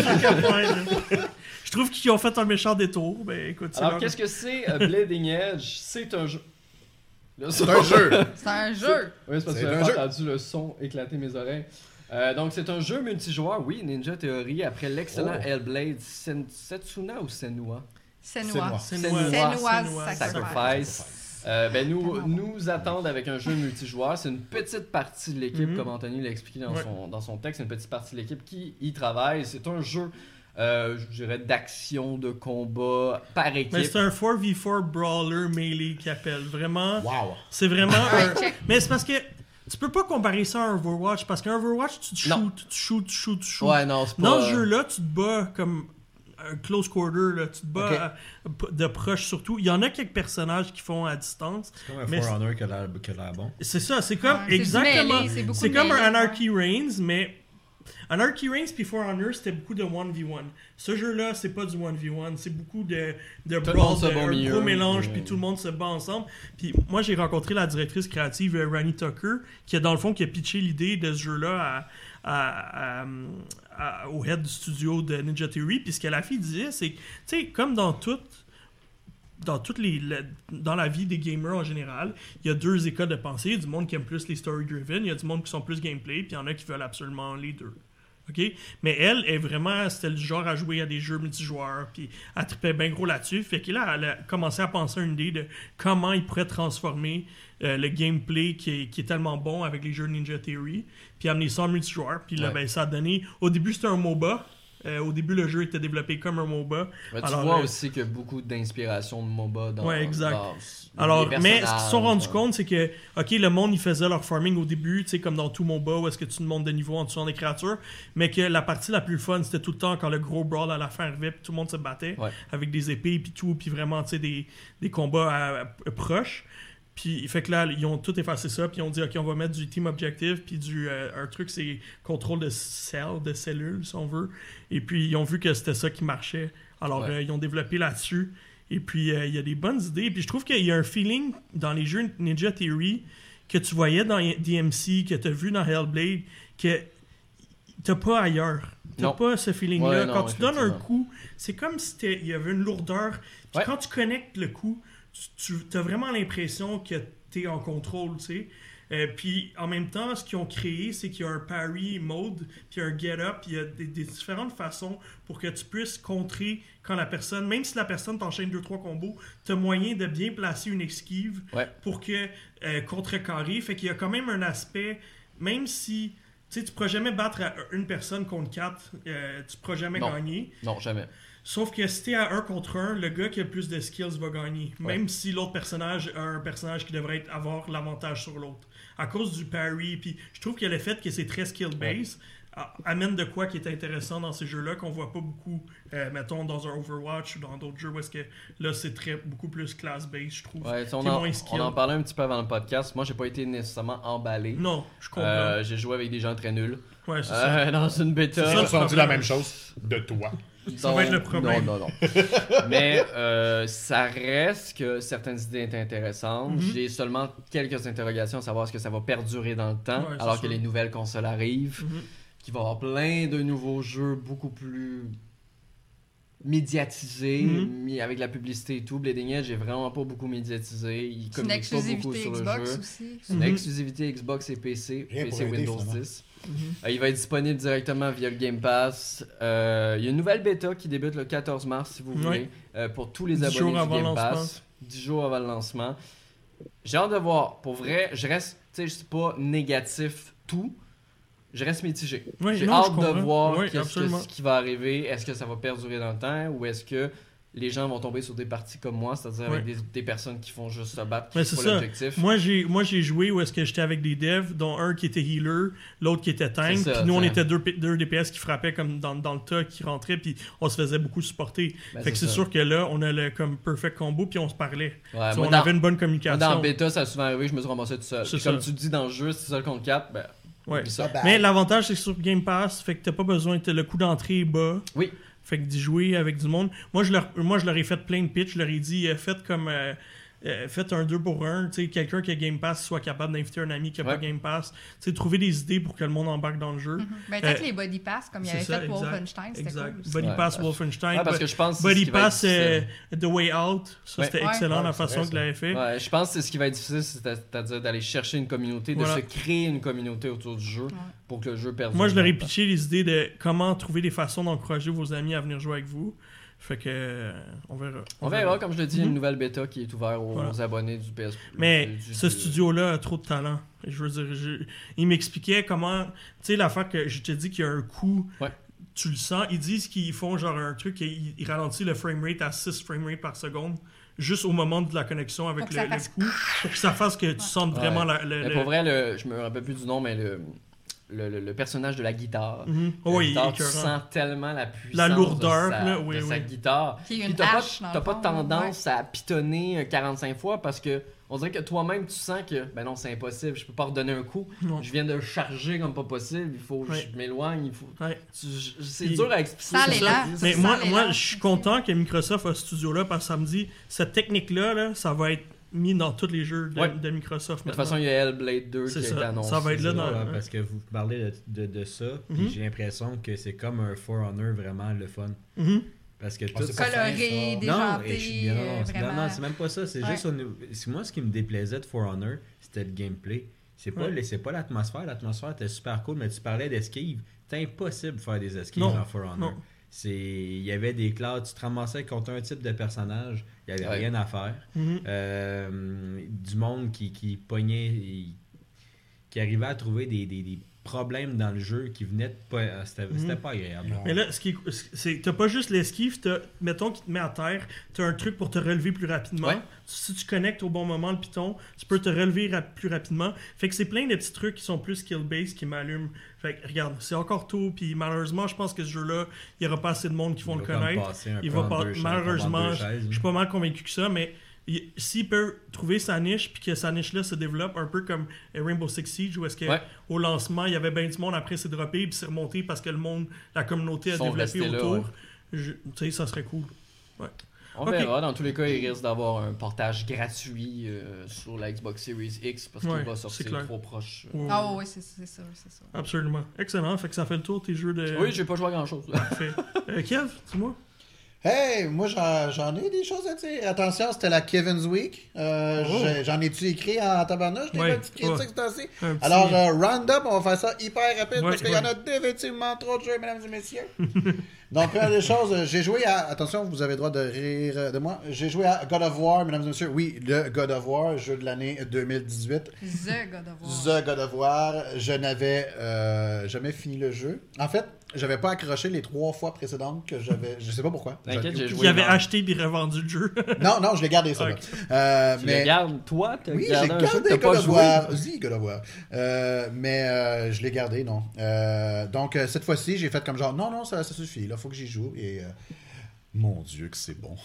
Je trouve qu'ils ont fait un méchant détour. Ben écoute, c'est Alors, leur- qu'est-ce que c'est euh, Bleeding Edge? C'est un jeu. Le C'est son- un jeu. C'est un jeu. Oui, c'est parce que C'est j'avais un pas jeu. entendu le son éclater mes oreilles. Euh, donc, c'est un jeu multijoueur, oui, Ninja Theory, après l'excellent Oh. Hellblade Sen- Setsuna ou Senua? Senua. C'est Senua. Senua Senua. Sacrifice. Euh, ben nous, Tellement bon. nous attendent avec un jeu multijoueur. C'est une petite partie de l'équipe, Mhm. comme Anthony l'a expliqué dans, Ouais. son, dans son texte. Une petite partie de l'équipe qui y travaille. C'est un jeu, euh, je dirais, d'action, de combat par équipe. Mais c'est un four v four brawler melee qu'ils appellent. Vraiment. Wow. C'est vraiment un. Ouais, check. Mais c'est parce que tu peux pas comparer ça à un Overwatch parce qu'un Overwatch, tu te Non. shoots, tu te shoots, tu shoots, tu shoots. Ouais, non, c'est pas... Dans ce jeu-là, tu te bats comme un close quarter, là. Tu te bats Ok. à- p- de proche surtout. Il y en a quelques personnages qui font à distance. C'est comme un Mais For Honor qui a l'air qui a l'air bon. C'est ça, c'est comme Ouais, c'est du exactement. mêlée, c'est beaucoup C'est de comme mêlée, un Anarchy Reigns, mais Anarchy Reigns puis For Honor, c'était beaucoup de one v one. Ce jeu-là, c'est pas du one v one, c'est beaucoup de, de Tout le brawl, monde se de- bat au un milieu, gros mélange, puis- puis tout le monde se bat ensemble. Puis moi, j'ai rencontré la directrice créative, euh, Rani Tucker, qui a dans le fond qui a pitché l'idée de ce jeu-là à, à- à- à- au head du studio de Ninja Theory. Puis ce que la fille disait, c'est que, tu sais, comme dans tout dans toutes les la- dans la vie des gamers en général, il y a deux écoles de pensée. Il y a du monde qui aime plus les story driven, il y a du monde qui sont plus gameplay, puis il y en a qui veulent absolument les deux. OK? Mais elle est vraiment, c'était le genre à jouer à des jeux multijoueurs, puis elle trippait bien gros là-dessus. Fait que là, elle a commencé à penser à une idée de comment il pourrait transformer euh, le gameplay qui est, qui est tellement bon avec les jeux Ninja Theory, puis amener ça en multijoueur. Puis là, Ouais. ben, ça a donné. Au début, c'était un MOBA. Euh, au début, le jeu était développé comme un MOBA. Ouais, tu Alors, vois euh, aussi qu'il y a beaucoup d'inspiration de MOBA dans, Ouais, exact. dans Alors, les mais ce qu'ils personnages, se sont rendus dans- compte, c'est que, OK, le monde, ils faisaient leur farming au début, tu sais, comme dans tout MOBA, où est-ce que tu montes de niveau en tuant des créatures, mais que la partie la plus fun, c'était tout le temps quand le gros brawl à la fin arrivait, puis tout le monde se battait, Ouais. avec des épées, puis tout, puis vraiment, tu sais, des, des combats à- à- proches. Puis, fait que là, ils ont tout effacé ça, puis ils ont dit, OK, on va mettre du team objective, puis du, euh, un truc, c'est contrôle de cells, de cellules, si on veut. Et puis, ils ont vu que c'était ça qui marchait. Alors, Ouais. euh, ils ont développé là-dessus. Et puis, euh, il y a des bonnes idées. Puis, je trouve qu'il y a un feeling dans les jeux Ninja Theory que tu voyais dans D M C, que tu as vu dans Hellblade, que t'as pas ailleurs. T'as Non. pas ce feeling-là. Ouais, non, quand tu donnes un effectivement. coup, c'est comme si il y avait une lourdeur. Puis Ouais. quand tu connectes le coup, tu, tu as vraiment l'impression que tu es en contrôle, tu sais. Euh, puis en même temps, ce qu'ils ont créé, c'est qu'il y a un parry mode, puis un get-up, puis il y a des, des différentes façons pour que tu puisses contrer quand la personne, même si la personne t'enchaîne deux trois combos, tu as moyen de bien placer une esquive Ouais. pour que euh, contrecarrer. Fait qu'il y a quand même un aspect, même si tu sais, tu pourras jamais battre à une personne contre quatre, euh, tu pourras jamais Non. gagner. Non, jamais. Sauf que si t'es à un contre un, le gars qui a le plus de skills va gagner. Même Ouais. si l'autre personnage a un personnage qui devrait être- avoir l'avantage sur l'autre. À cause du parry, puis je trouve que le fait que c'est très skill-based a- amène de quoi qui est intéressant dans ces jeux-là, qu'on voit pas beaucoup, euh, mettons, dans un Overwatch ou dans d'autres jeux où est-ce que là, c'est très beaucoup plus class-based, je trouve. Ouais, tu sais, on, Qui est en, moins on skill. en parlait un petit peu avant le podcast. Moi, j'ai pas été nécessairement emballé. Non, je comprends. Euh, j'ai joué avec des gens très nuls. ouais, c'est ça. Euh, dans une bêta. C'est Ils ça, se sont dit problème. la même chose de toi. Ça va être le problème. Non, non, non. Mais euh, ça reste que certaines idées étaient intéressantes. Mhm. J'ai seulement quelques interrogations à savoir est-ce que ça va perdurer dans le temps, Ouais, c'est alors sûr. que les nouvelles consoles arrivent, Mhm. qu'il va y avoir plein de nouveaux jeux beaucoup plus médiatisés, Mhm. mis avec la publicité et tout. Bleeding Edge est vraiment pas beaucoup médiatisé. Il C'est une communique pas beaucoup exclusivité sur le Xbox jeu. aussi. C'est une Mhm. exclusivité Xbox et P C, Rien P C pour aider, Windows finalement. dix. Mhm. Euh, il va être disponible directement via le Game Pass. Euh, il y a une nouvelle bêta qui débute le quatorze mars, si vous Ouais. voulez, euh, pour tous les Dix abonnés jours du avant Game le Pass. lancement. dix jours avant le lancement. J'ai hâte de voir. Pour vrai, je reste, tu sais, je suis pas négatif tout. Je reste mitigé. Oui, J'ai non, je hâte de comprends. voir Oui, qu'est-ce que- absolument. ce qui va arriver. Est-ce que ça va perdurer dans le temps ou est-ce que les gens vont tomber sur des parties comme moi, c'est-à-dire avec Ouais. des, des personnes qui font juste se battre, qui Mais c'est c'est pas ça. l'objectif. Moi, j'ai moi j'ai joué où est-ce que j'étais avec des devs, dont un qui était healer, l'autre qui était tank. C'est ça, Puis nous, on t'sais. était deux, P- deux D P S qui frappaient comme dans, dans le tas, qui rentraient, puis on se faisait beaucoup supporter. Ben, fait que c'est ça. sûr que là, on a le comme perfect combo, puis on se parlait. Ouais, T'sais, moi, on dans- avait une bonne Moi, communication. dans bêta, ça a souvent arrivé, je me suis ramassé tout seul. C'est Puis comme ça. tu dis dans le jeu, si c'est seul contre quatre, ben. Ouais. oublie ça. Bye. Mais l'avantage, c'est que sur Game Pass, fait que t'as pas besoin, t'as le coût d'entrée est bas. Oui. Fait que d'y jouer avec du monde. Moi, je leur, moi, je leur ai fait plein de pitch. Je leur ai dit, euh, faites comme. euh, euh, faites un deux pour un. Tu sais, quelqu'un qui a Game Pass soit capable d'inviter un ami qui a Ouais. pas Game Pass. Tu sais, trouver des idées pour que le monde embarque dans le jeu. Mhm. Ben, peut-être Euh, les body pass, comme il c'est avait ça, fait pour exact, Wolfenstein, c'était Exact. cool aussi. Body Ouais. Pass Wolfenstein. Ouais, parce que je pense que c'est ce Body qui va être Pass euh, difficile. The Way Out. Ça, Ouais. c'était Ouais. excellent Ouais, la c'est façon vrai, qu'il l'avait fait. Ouais, je pense que c'est ce qui va être difficile, c'est- c'est-à-dire d'aller chercher une communauté, de Voilà. se créer une communauté autour du jeu pour que le jeu perdure. Moi, je leur ai longtemps. pitché les idées de comment trouver des façons d'encourager vos amis à venir jouer avec vous. Fait que, euh, on verra. On verra, comme je le dis, Mhm. une nouvelle bêta qui est ouverte aux Voilà. abonnés du P S. Mais du- du- ce du- studio-là a trop de talent. Je veux dire, je- il m'expliquait comment. Tu sais, l'affaire que je te dis qu'il y a un coup, Ouais. tu le sens. Ils disent qu'ils font genre un truc, ils, ils ralentissent le framerate à six framerates par seconde, juste au moment de la connexion avec Pour que le, ça le fasse- coup, pour que ça fasse que tu sentes vraiment la. le- Mais le- pour vrai, le, je me rappelle plus du nom, mais le, le, le- le personnage de la guitare. Mhm. La Oh, il est guitare, tu écœurant. sens tellement la puissance La lourdeur, de sa, là, oui, de sa oui. guitare. Qui est Puis une t'as pas, hache, dans t'as le pas fond, tendance à pitonner euh, quarante-cinq fois parce que on dirait que toi-même tu sens que ben non, c'est impossible, je peux pas redonner un coup. Non. Je viens de charger comme pas possible, il faut que Ouais. je m'éloigne, il faut Ouais. tu- je- c'est Puis- dur à expliquer. Sans c'est les ça. lents. Mais Ça moi, sent les moi lampes je suis aussi. content que Microsoft a ce studio-là parce que ça me dit, cette technique-là, là, ça va être mis dans tous les jeux de, Ouais. de Microsoft. De toute maintenant. façon, il y a Hellblade deux C'est qui a ça. été annoncé. Ça va être là dans- Ouais, ouais. parce que vous parlez de, de, de ça, puis Mhm. j'ai l'impression que c'est comme un For Honor vraiment le fun. Mhm. Parce que Ah, tout c'est pas ça- Coloré, fin, ça. déjanté, Non, et je suis bien- non, euh, non, c'est- vraiment. non, non, c'est même pas ça. C'est Ouais. juste au niveau- c'est- moi, ce qui me déplaisait de For Honor, c'était le gameplay. C'est pas, Ouais. le- c'est pas l'atmosphère. L'atmosphère était super cool, mais tu parlais d'esquive. C'était impossible de faire des esquives Non, dans For Honor. non. C'est, il y avait des classes, tu te ramassais contre un type de personnage, il n'y avait Ouais. rien à faire. Mhm. Euh, du monde qui, qui pognait, et- qui arrivait à trouver des, des, des problèmes dans le jeu qui venaient de pas. C'était, Mhm. c'était pas agréable. Non. Mais là, ce qui est, c'est, t'as pas juste l'esquive, t'as, mettons qu'il te met à terre, t'as un truc pour te relever plus rapidement. Ouais. Si tu connectes au bon moment le piton, tu peux te relever rap- plus rapidement. Fait que c'est plein de petits trucs qui sont plus skill-based qui m'allument. Fait que regarde, c'est encore tôt, puis malheureusement, je pense que ce jeu-là, il y aura pas assez de monde qui vont Il le va comme connaître. passer un Il peu va entre pas, deux chaises, malheureusement, entre deux je chaises, je suis pas mal convaincu que ça, mais il- s'il peut trouver sa niche, puis que sa niche-là se développe un peu comme Rainbow Six Siege, où est-ce que Ouais. au lancement, il y avait bien du monde, après c'est droppé, puis c'est remonté parce que le monde, la communauté a Ils sont développé restés là, autour. ouais. Je- Tu sais, ça serait cool. On Ok. verra. Dans tous les cas, il risque d'avoir un portage gratuit euh, sur la Xbox Series X parce qu'il Ouais, va c'est sortir clair. trop proche. Ouais. Ah oui, c'est c'est ça, c'est ça. Absolument. Excellent. Fait que ça fait le tour de tes jeux de. Oui, j'ai pas joué à grand chose. Parfait. Euh, Kev, dis-moi. Hey, moi j'en, j'en ai des choses à dire. Attention, c'était la Kevin's Week. Euh, Oh. j'ai- J'en ai-tu écrit en tabarnouche, des Ouais, petites critiques ouais. ce temps-ci? Un petit- Alors, euh, round-up, on va faire ça hyper rapide Ouais, parce qu'il y ouais. en a définitivement trop de jeux, mesdames et messieurs. Donc, première des choses, j'ai joué à... Attention, vous avez le droit de rire de moi. J'ai joué à God of War, mesdames et messieurs. Oui, le God of War, jeu de l'année deux mille dix-huit. The God of War. The God of War. Je n'avais euh, jamais fini le jeu. En fait, j'avais pas accroché les trois fois précédentes que j'avais... Je sais pas pourquoi. T'inquiète, j'ai joué. Il avait dans- acheté et revendu le jeu. Non, non, je l'ai gardé, ça. Ok. là. Euh, Tu mais... le gardes, toi, t'as Oui, j'ai gardé un jeu que gardé t'as God pas of joué. War. Si, God of War. Euh, mais euh, je l'ai gardé, non. Euh, donc, euh, cette fois-ci, j'ai fait comme genre, non, non, ça, ça suffit, là, faut que j'y joue. Et, euh, mon Dieu, que c'est bon.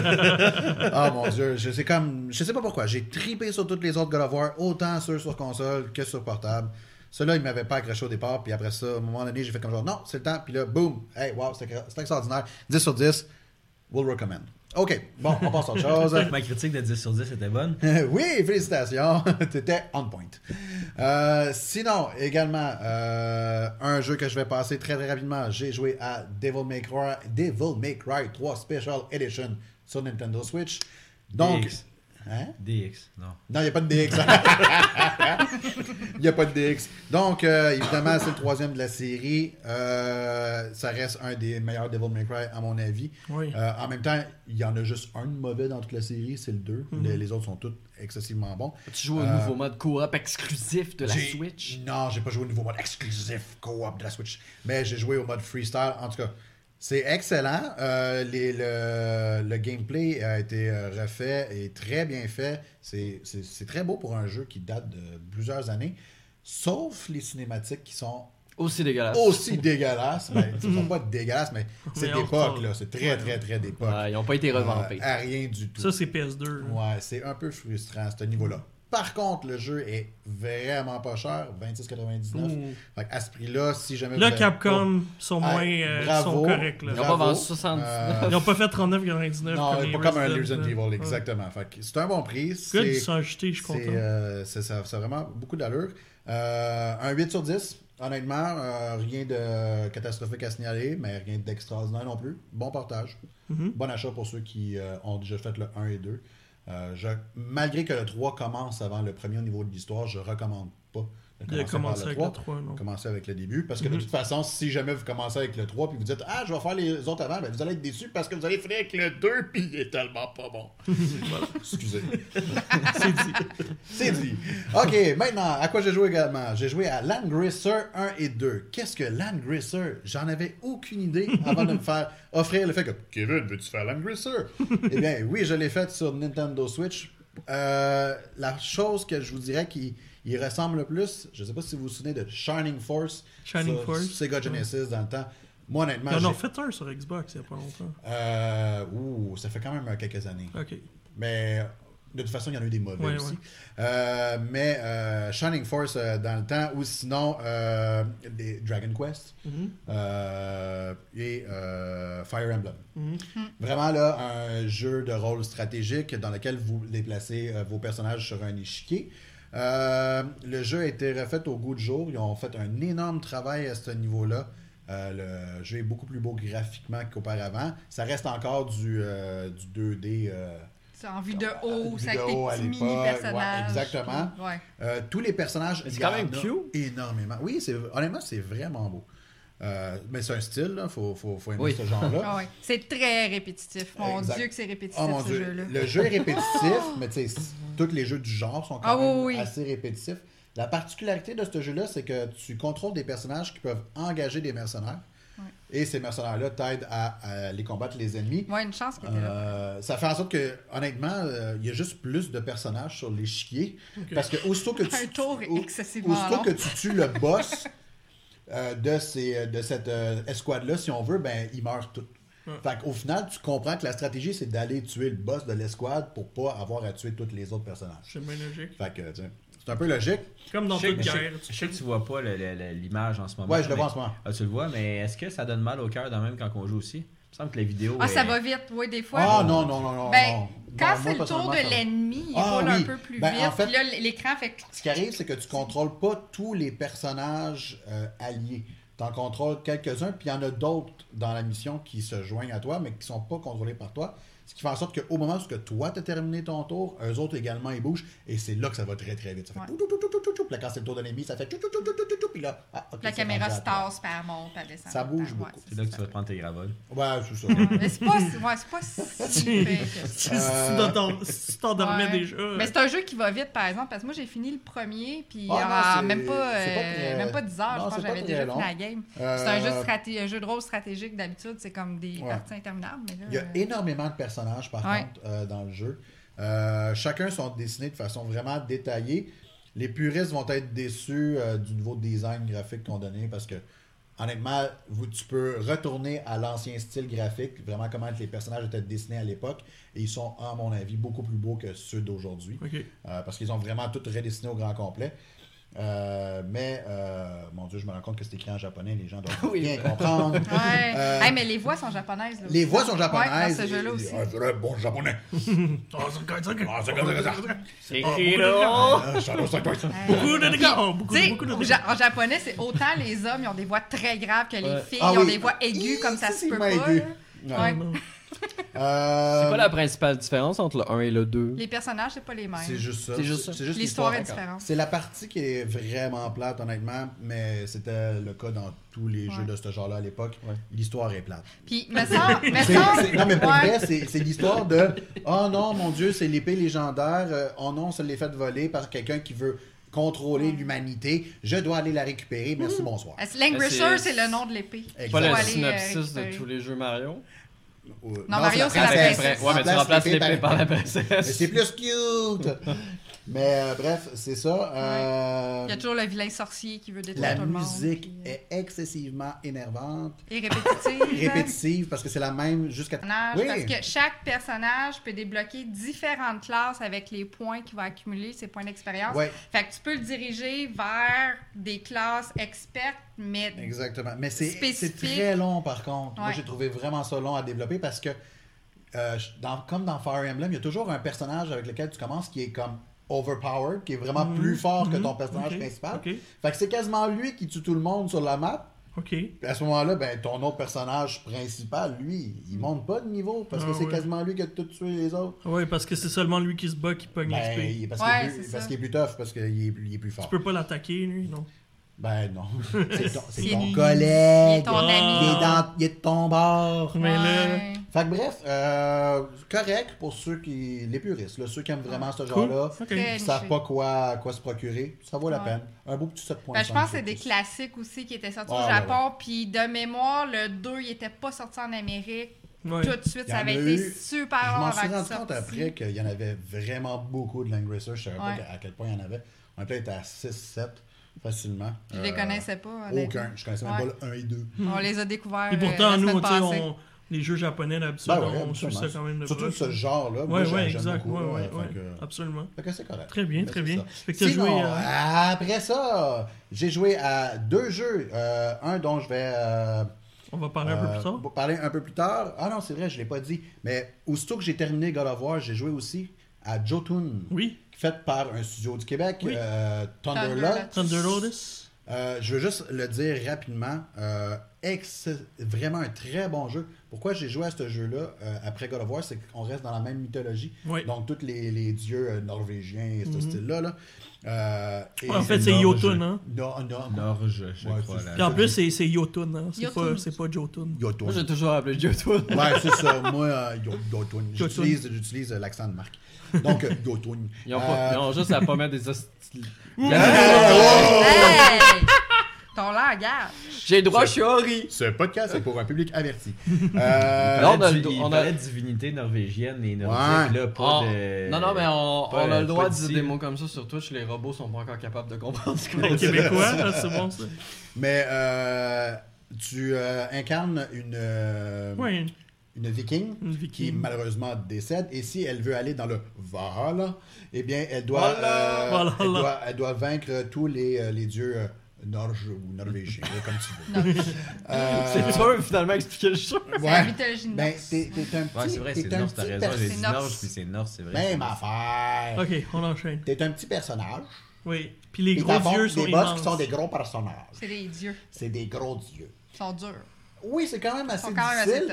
Ah, mon Dieu, je sais comme, je sais pas pourquoi, j'ai tripé sur toutes les autres God of War, autant ceux sur console que sur portable. Ceux-là, ils m'avaient pas accroché au départ, puis après ça, à un moment donné, j'ai fait comme genre, non, c'est le temps, puis là, boum, hey, wow, c'était c'était extraordinaire. dix sur dix, we'll recommend. OK, bon, on passe à autre chose. Ma critique de dix sur dix était bonne. Oui, félicitations, t'étais on point. Euh, sinon, également, euh, un jeu que je vais passer très très rapidement, j'ai joué à Devil May Cry, Devil May Cry trois Special Edition sur Nintendo Switch. Donc, D X. hein? D X, non. Non, il n'y a pas de D X. Il n'y a pas de D X. Donc, euh, évidemment, c'est le troisième de la série. Euh, ça reste un des meilleurs Devil May Cry, à mon avis. Oui. Euh, en même temps, il y en a juste un de mauvais dans toute la série, c'est le deux. Mhm. les, les autres sont tous excessivement bons. Tu joues au Euh, nouveau mode coop exclusif de la J'ai- Switch. Non, j'ai pas joué au nouveau mode exclusif co-op de la Switch. Mais j'ai joué au mode freestyle. En tout cas, c'est excellent. Euh, les- le, le gameplay a été euh, refait et très bien fait. C'est c'est- c'est très beau pour un jeu qui date de plusieurs années. Sauf les cinématiques qui sont Aussi dégueulasse. aussi dégueulasses. Ben, ils sont pas dégueulasses, mais c'est Mais en d'époque. retard. là. C'est très, très, très d'époque. Ouais, ils n'ont pas été revampés. Euh, à rien du tout. Ça, c'est P S deux. là. Ouais, c'est un peu frustrant à ce niveau-là. Par contre, le jeu est vraiment pas cher, vingt-six quatre-vingt-dix-neuf. Ouh. Fait à ce prix-là, si jamais Là, vous avez Capcom sont Ah, moins euh, bravo. sont corrects. Là. Ils n'ont Bravo. pas vendu soixante-dix-neuf. Euh, Ils n'ont pas fait trente-neuf quatre-vingt-dix-neuf. Non, les pas comme un Resident Resident Evil, Ouais. exactement. Fait que c'est un bon prix. Good, C'est ils sont ajoutés, je suis c'est, content. euh, c'est- ça, ça a vraiment beaucoup d'allure. Euh, un huit sur dix, honnêtement, euh, rien de catastrophique à signaler, mais rien d'extraordinaire non plus. Bon portage. Mhm. Bon achat pour ceux qui euh, ont déjà fait le un et deux. Euh, je, malgré que le trois commence avant le premier au niveau de l'histoire, je recommande pas de De commencer, commencer par le avec trois. le trois, non. Commencer avec le début. Parce que de Mhm. toute façon, si jamais vous commencez avec le trois puis vous dites Ah, je vais faire les autres avant, ben, vous allez être déçus parce que vous allez finir avec le deux puis il est tellement pas bon. Voilà. Excusez. C'est dit. C'est dit. OK, maintenant, à quoi j'ai joué également? J'ai joué à Land Gracer un et deux. Qu'est-ce que Land Gracer? J'en avais aucune idée avant de me faire offrir le fait que Kevin, veux-tu faire Land Gracer? Eh bien, oui, je l'ai fait sur Nintendo Switch. Euh, la chose que je vous dirais qui il ressemble le plus, je ne sais pas si vous vous souvenez de Shining Force Shining sur Force. Sega Genesis dans le temps. Moi, honnêtement, Ils en ont j'ai- fait un sur Xbox il n'y a pas longtemps. euh, ouh, ça fait quand même euh, quelques années. Ok. Mais de toute façon, il y en a eu des mauvais Ouais, aussi. ouais. Euh, mais euh, Shining Force euh, dans le temps, ou sinon euh, des Dragon Quest Mhm. euh, et euh, Fire Emblem. Mhm. Vraiment là, un jeu de rôle stratégique dans lequel vous déplacez euh, vos personnages sur un échiquier. Euh, le jeu a été refait au goût du jour. Ils ont fait un énorme travail à ce niveau-là. Euh, le jeu est beaucoup plus beau graphiquement qu'auparavant. Ça reste encore du, euh, du deux D. euh, C'est en vue de haut, Vue c'est avec de tes haut à petits l'époque, mini-personnages. ouais, exactement. Ouais. Euh, tous les personnages, Mais c'est il y quand en même a cute. énormément. Oui, c'est, honnêtement, c'est vraiment beau. Euh, mais c'est un style, il faut, faut, faut aimer Oui. ce genre-là. Ah ouais. C'est très répétitif. Mon Exact. Dieu que c'est répétitif, Oh mon ce Dieu, jeu-là. le jeu est répétitif, mais tu sais, tous les jeux du genre sont quand Ah même oui, oui. assez répétitifs. La particularité de ce jeu-là, c'est que tu contrôles des personnages qui peuvent engager des mercenaires. Ouais. Et ces mercenaires-là t'aident à, à les combattre les ennemis. Ouais, une chance qu'il était là. Euh, ça fait en sorte que, honnêtement, euh, il y a juste plus de personnages sur l'échiquier. Ok. Parce que aussitôt que tu, Un tour au- excessivement aussitôt long. que tu tues le boss euh, de, ces, de cette euh, escouade-là, si on veut, ben ils meurent tous. Ouais. Fait qu'au final, tu comprends que la stratégie, c'est d'aller tuer le boss de l'escouade pour pas avoir à tuer tous les autres personnages. C'est bien logique. Fait que, tu sais, c'est un peu logique. Comme dans Je sais- toute je sais- guerre. Je sais que tu vois pas le- le- le- l'image en ce moment. Ouais, je le mais- vois en ce moment. Ah, tu le vois, mais est-ce que ça donne mal au cœur quand même quand on joue aussi? Il me semble que la vidéo. Ah, ça est- va vite, oui, des fois. Ah non, non, non, non. Ben, non. Quand Non, c'est moi, le tour personnellement, de ça va. l'ennemi, il Ah roule oui. un peu plus Ben, vite. en fait- Puis là, l'écran fait. Ce qui arrive, c'est que tu contrôles pas tous les personnages euh, alliés. Tu en contrôles quelques-uns, puis il y en a d'autres dans la mission qui se joignent à toi, mais qui sont pas contrôlés par toi. Ce qui fait en sorte qu'au moment où toi, tu as terminé ton tour, eux autres également, ils bougent. Et c'est là que ça va très, très vite. Ça fait Ouais. tout, tout, tout, tout, tout, tout. Puis là, quand c'est le tour de l'ennemi, ça fait tout, tout, tout, tout, tout, tout. Puis là, ah, ok, La c'est caméra rendu à se toi. tasse, puis elle monte, puis elle descend. Ça bouge Ouais, beaucoup. c'est C'est là que ça. tu vas prendre tes gravoles. Ouais, c'est ça. Mais c'est pas, ouais, c'est pas si pire que Si ça. si tu t'endors- si tu t'endormais Ouais. déjà. Mais c'est un jeu qui va vite, par exemple, parce que moi, j'ai fini le premier, puis Ah, non, en c'est- même pas, c'est pas euh, très- même pas dix heures, non, je pense c'est que pas j'avais très déjà long. fini la game. Euh, C'est un jeu, de straté- un jeu de rôle stratégique, d'habitude, c'est comme des Ouais. parties interminables. Mais là, Il y a euh, énormément de personnages, par Ouais. contre, euh, dans le jeu. Euh, chacun sont dessinés de façon vraiment détaillée. Les puristes vont être déçus euh, du nouveau design graphique qu'on donnait parce que, honnêtement, vous, tu peux retourner à l'ancien style graphique, vraiment comment les personnages étaient dessinés à l'époque, et ils sont, à mon avis, beaucoup plus beaux que ceux d'aujourd'hui. Ok. Euh, parce qu'ils ont vraiment tout redessiné au grand complet. Euh, mais, euh, mon Dieu, je me rends compte que c'est écrit en japonais, les gens doivent Oui. bien comprendre. Ouais. Euh, Hey, mais les voix sont japonaises. Là, Les aussi. voix sont Ouais, japonaises. dans ce jeu-là et- aussi. Un vrai bon japonais. Oh, c'est comme ça que- Ah, c'est comme ça que ça. C'est Oh, Hiro! Ah, ça doit être toi. Beaucoup de dégâts. Oh, beaucoup, Tu sais, beaucoup de au dégâts. ja- en japonais, c'est autant les hommes, ils ont des voix très graves que les Ouais. filles, Ah ils ont oui. des voix aiguës comme ça se peut pas. Excessivement là. aigu. Ouais. Non. Euh, C'est quoi la principale différence entre le un et le deux? Les personnages, c'est pas les mêmes. C'est juste ça. C'est juste ça. C'est juste L'histoire est l'histoire. différente. C'est la partie qui est vraiment plate, honnêtement, mais c'était le cas dans tous les Ouais. jeux de ce genre-là à l'époque. Ouais. L'histoire est plate. Puis, me semble. me C'est- semble- c'est- non, mais pour ouais. vrai, c'est c'est l'histoire de oh non, mon Dieu, c'est l'épée légendaire. euh, oh non, ça l'est fait voler par quelqu'un qui veut contrôler l'humanité. Je dois aller la récupérer. Merci, bonsoir. Euh, Languisher, Mais c'est c'est- le nom de l'épée. Exact. Pas Faut le aller, synopsis euh, de récupérer. tous les jeux Mario? Euh, Mario, c'est la Après, princesse. après, ouais, mais tu remplaces l'épée par la Mais princesse. c'est plus cute. Mais euh, bref, c'est ça. Euh, Il y a toujours le vilain sorcier qui veut détruire la tout le monde. musique puis, euh, est excessivement énervante, Et répétitive. répétitive, parce que c'est la même jusqu'à... Personnage, Oui. Parce que chaque personnage peut débloquer différentes classes avec les points qu'il va accumuler, ses points d'expérience. Ouais, Fait que tu peux le diriger vers des classes expertes, mais exactement. Mais c'est c'est Spécifique. très long, par contre. Moi, Ouais. j'ai trouvé vraiment ça long à développer parce que, euh, dans, comme dans Fire Emblem, il y a toujours un personnage avec lequel tu commences qui est comme overpowered, qui est vraiment Mhm, plus fort que mhm, ton personnage ok, principal. Ok. Fait que c'est quasiment lui qui tue tout le monde sur la map. Ok. Puis à ce moment-là, ben, ton autre personnage principal, lui, il monte pas de niveau parce que Ah, c'est ouais. quasiment lui qui a tout tué les autres. Ouais, parce que c'est seulement lui qui se bat qui pogne Ben, l'X P. il est- parce Ouais, qu'il est, plus- c'est parce ça. qu'il est plus tough, parce qu'il est, plus- il est plus fort. Tu peux pas l'attaquer, lui, non? Ben non. C'est ton, c'est Il est- ton il est collègue. ton Ah. ami. Il est, dans, il est de ton bord. Mais là... Ouais. Fait que bref, euh, correct pour ceux qui. Les puristes, là, ceux qui aiment vraiment ce genre-là, Ok. Très qui savent niché. pas quoi, quoi se procurer, ça vaut la Ouais. peine. Un beau petit sept virgule cinq. Ben, je pense que c'est sur des dix. classiques aussi qui étaient sortis Ouais, au ouais, Japon. Puis de mémoire, le deux, il était pas sorti en Amérique. Ouais. Tout de suite, Il y ça en avait a été eu- super Je long m'en avant suis qu'il rendu sorte compte ici. après qu'il y en avait vraiment beaucoup de Lang Racer. Je savais Ouais. pas à quel point il y en avait. On était à six sept facilement. Je les Euh, connaissais pas. honnêtement. Aucun. Je connaissais même Ouais. pas le un et deux. On les a découverts. Et euh, pourtant, la nous, semaine tu sais, passée. on... les jeux japonais, d'habitude, Ben ouais, on suit absolument. ça quand même de Surtout de proche. ce genre-là. moi, Ouais, j'ai- ouais, j'aime exact. beaucoup, Ouais, là, ouais, fait ouais. que- Absolument. Fait que c'est correct. Très bien, Ben, très c'est bien. ça. Fait que t'as Sinon, joué à... après ça, j'ai joué à deux jeux. Euh, un dont je vais euh, On va parler un peu euh, plus tard. parler un peu plus tard. Ah non, c'est vrai, je l'ai pas dit. Mais aussitôt que j'ai terminé God of War, j'ai joué aussi à Jotun, Oui, fait par un studio du Québec, Oui. euh, Thunderlord. Thunderlord. Thunder Lotus. Euh, je veux juste le dire rapidement. Euh, ex- vraiment un très bon jeu. Pourquoi j'ai joué à ce jeu-là euh, après God of War, c'est qu'on reste dans la même mythologie. Oui. Donc, tous les, les dieux euh, norvégiens et ce Mhm. style-là. Là. Euh, et- Ouais, en fait, c'est c'est Norge. Jotun, hein. Non, non. Norge, je Ouais, crois. c'est- là. Puis en plus, c'est c'est Jotun, hein. C'est Jotun. pas, c'est pas Jotun. Jotun. Moi, j'ai toujours appelé Jotun. Ouais, c'est ça. Moi, euh, Yo- Jotun. Jotun. J'utilise, j'utilise euh, l'accent de marque. Donc, euh, Jotun. Ils ont, pas, ils ont juste à pas mettre des hosties. Hey! Ton langage. J'ai droit, je suis Ori. Ce podcast est pour un public averti. Euh, Non, on a Il le- parlait on de- a- il parlait de divinité norvégienne et nordique, là, pas On- de... Non, non, mais on, pas- on a le droit pas de dire d'ici. des mots comme ça sur Twitch. Les robots sont pas encore capables de comprendre ce qu'on Les dit. Québécois, là, c'est bon, ça. mais euh, tu euh, incarnes une, euh, Ouais, une viking une qui viking. malheureusement décède. Et si elle veut aller dans le Valhalla, eh bien, elle doit, Valhalla! euh, Valhalla. elle doit, elle doit vaincre tous les, euh, les dieux euh, norges ou norvégiens, là, comme tu veux. Euh, C'est dur, finalement, expliquer le jeu. C'est ouais. la mythologie de Ben, Norse. t'es, t'es un petit, Ouais, c'est vrai, t'es c'est un Norse, t'as petit raison. J'ai pers- dit Norse. Norge, puis c'est Norse, c'est vrai. Même c'est- affaire. Ok, on enchaîne. T'es un petit personnage. Oui. Puis les Et gros t'affrontes yeux sont des boss immenses. qui sont des gros personnages. C'est des dieux. C'est des gros dieux. Ils sont durs. Oui, c'est quand même Ils assez sont quand même assez difficile. tough.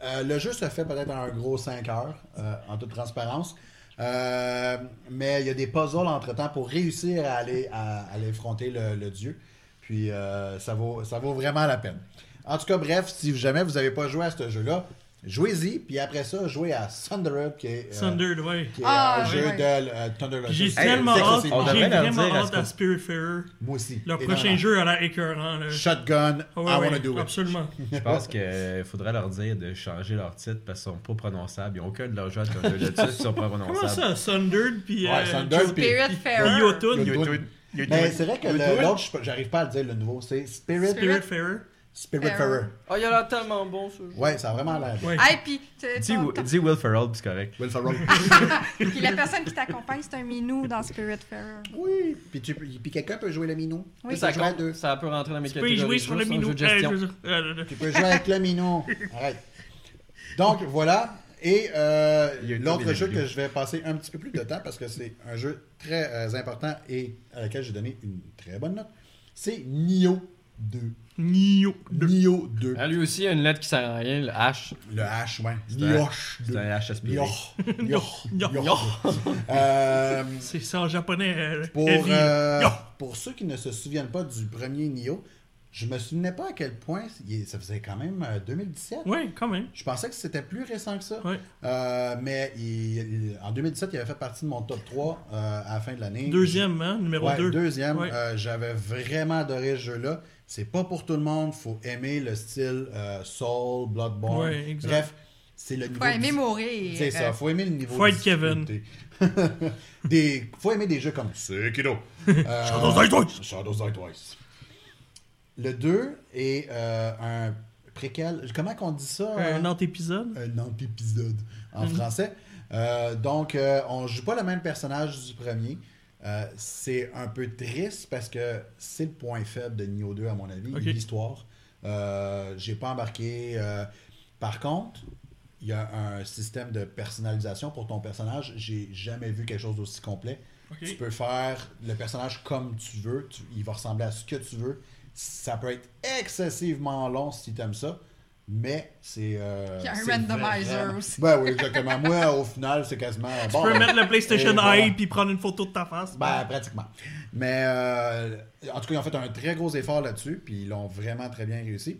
euh, le jeu se fait peut-être en un gros cinq heures, euh, en toute transparence. Euh, mais il y a des puzzles entre-temps pour réussir à aller, à, à aller affronter le, le dieu. Puis euh, ça, vaut, ça vaut vraiment la peine. En tout cas, bref, si jamais vous n'avez pas joué à ce jeu-là, jouez-y, puis après ça, jouez à Sundered, qui est, euh, Sundered, ouais. qui est Ah, un jeu ouais. de euh, Thunder Lotus. J'ai Hey, tellement c'est- hâte, on j'ai devrait leur vraiment dire à hâte ce à qu'on- Spiritfarer. Moi aussi. Leur Et prochain non, non. jeu a l'air écœurant. Là. Shotgun, Ah ouais, I ouais, wanna do it. absolument. Je pense qu'il faudrait leur dire de changer leur titre parce qu'ils sont pas prononçables. Il n'y a aucun de leurs jeux de Thunder Lotus qui sont pas Comment prononçables. ça, Sundered, puis Ouais, euh, Sundered, puis- Spiritfarer. Yotun. Yotun. Mais c'est vrai que le- l'autre, je- j'arrive pas à le dire le nouveau, c'est Spirit, Spiritfarer. Spiritfarer. Oh, il a l'air tellement bon ce jeu. Ouais, ça a vraiment l'air. Ouais. Hey, puis, tu- Dis, ton- ton- dis Will Ferrell, puis c'est correct. Will Ferrell. puis la personne qui t'accompagne, c'est un minou dans Spiritfarer. Oui, puis, tu, puis quelqu'un peut jouer le minou. Oui. Tu Ça, peux jouer à compte, deux. ça peut rentrer dans mes Tu peux y catégories. jouer sur le juste un minou. jeu de Euh, gestion. je veux dire, euh, Tu peux jouer avec le minou. Arrête. Donc, voilà. Et euh, Il y a une l'autre tonne jeu de que vidéos. je vais passer un petit peu plus de temps parce que c'est un jeu très euh, important et à laquelle j'ai donné une très bonne note, c'est Nioh deux. Nioh. Nioh deux. Ah, lui aussi, il y a une lettre qui sert à rien, le H. Le H, ouais. C'est Nioh un- C'est deux. un H aspiré. Nioh. Nioh. Nioh. Nioh. Euh, C'est ça en japonais. euh, Pour, heavy. euh, Yo. pour ceux qui ne se souviennent pas du premier Nioh, je me souvenais pas à quel point il- ça faisait quand même euh, deux mille dix-sept. Ouais, quand même. Je pensais que c'était plus récent que ça. Ouais. Euh, mais il- il- en deux mille dix-sept, il avait fait partie de mon top trois euh, à la fin de l'année. Deuxième, hein, numéro Ouais, deux. deuxième. Ouais. Euh, J'avais vraiment adoré ce jeu-là. C'est pas pour tout le monde. Faut aimer le style euh, Soul, Bloodborne. Ouais, exact. Bref, c'est le niveau. Faut aimer de- mourir. C'est ça. Faut aimer le niveau. Faut de être Kevin. difficulté. des... Faut aimer des jeux comme Sekiro. Euh, Shadows Die Twice. Shadows Die Twice. Le deux est euh, un préquel. Comment qu'on dit ça? Un hein? antépisode. Un antépisode en Mhm. français. Euh, donc, euh, on joue pas le même personnage du premier. Euh, c'est un peu triste parce que c'est le point faible de Nioh deux, à mon avis, Ok. l'histoire. Euh, j'ai pas embarqué. euh, Par contre, il y a un système de personnalisation pour ton personnage. J'ai jamais vu quelque chose d'aussi complet. Ok. Tu peux faire le personnage comme tu veux. Tu- il va ressembler à ce que tu veux. Ça peut être excessivement long si tu aimes ça. Mais c'est. Euh, Il y a un c'est randomizer vraiment- aussi. Ben oui, exactement. Moi, au final, c'est quasiment. Tu bon, peux ben, mettre le PlayStation et voilà. Eye puis prendre une photo de ta face. Ben, pratiquement. Mais euh, en tout cas, ils ont fait un très gros effort là-dessus, puis ils l'ont vraiment très bien réussi.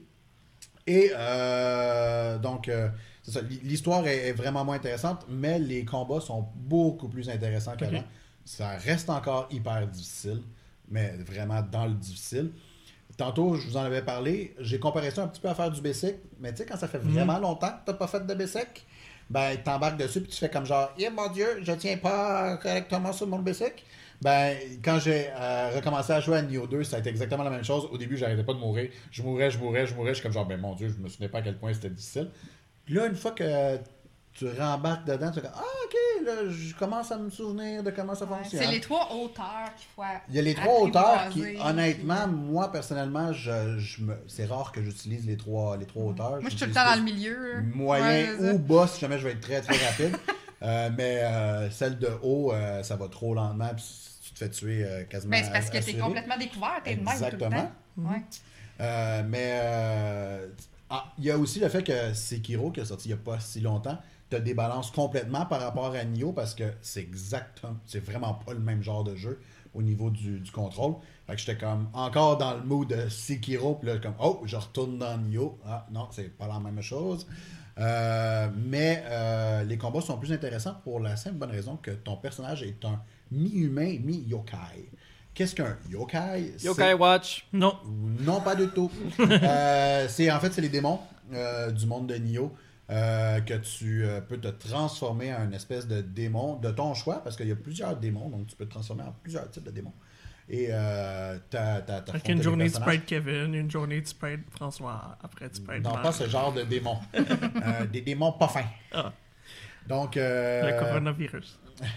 Et euh, donc, euh, c'est ça. L'histoire est, est vraiment moins intéressante, mais les combats sont beaucoup plus intéressants qu'avant. Ok. Ça reste encore hyper difficile, mais vraiment dans le difficile. Tantôt, je vous en avais parlé, j'ai comparé ça un petit peu à faire du basic, mais tu sais, quand ça fait vraiment longtemps que tu n'as pas fait de basic, ben, tu t'embarques dessus puis tu fais comme genre, eh mon Dieu, je tiens pas correctement sur mon basic. Ben, quand j'ai euh, recommencé à jouer à Nioh deux, ça a été exactement la même chose. Au début, j'arrêtais pas de mourir. Je mourais, je mourais, je mourais. Je suis comme genre, ben mon Dieu, je me souvenais pas à quel point c'était difficile. Puis là, une fois que tu rembarques dedans, tu es comme, ah, ok, là, je commence à me souvenir de comment ça Ouais, fonctionne. c'est les trois hauteurs qu'il faut. Il y a les trois hauteurs qui, apprivoiser, honnêtement, puis- moi, personnellement, je, je me... c'est rare que j'utilise les trois, les trois hauteurs. Moi, je suis tout le J'utilise temps dans plus le milieu. là. moyen Ouais, c'est ça. ou bas si jamais je vais être très, très rapide. Euh, mais euh, celle de haut, euh, ça va trop lentement, puis tu te fais tuer euh, quasiment. Ben, c'est parce que t'es assuré. complètement découvert, t'es de même tout le Exactement. temps. Ouais. Euh, mais euh, ah, il y a aussi le fait que Sekiro, qui est sorti il n'y a pas si longtemps, te débalance complètement par rapport à Nioh parce que c'est exactement, c'est vraiment pas le même genre de jeu au niveau du, du contrôle. Fait que j'étais comme encore dans le mood de Sekiro, puis là, comme oh, je retourne dans Nioh. Ah non, c'est pas la même chose. Euh, mais euh, les combats sont plus intéressants pour la simple bonne raison que ton personnage est un mi-humain, mi-yokai. Qu'est-ce qu'un yokai? C'est- Yokai Watch. Non. non, pas du tout. Euh, c'est, en fait, c'est les démons euh, du monde de Nioh euh, que tu euh, peux te transformer en une espèce de démon de ton choix, parce qu'il y a plusieurs démons, donc tu peux te transformer en plusieurs types de démons. Et euh, t'as, t'as, t'as Fait qu'une journée, tu peux être Kevin, une journée, tu peux être François, après, tu peux être Non, Marc. pas ce genre de démons. Euh, des démons pas fins. Ah, Donc, euh, le coronavirus.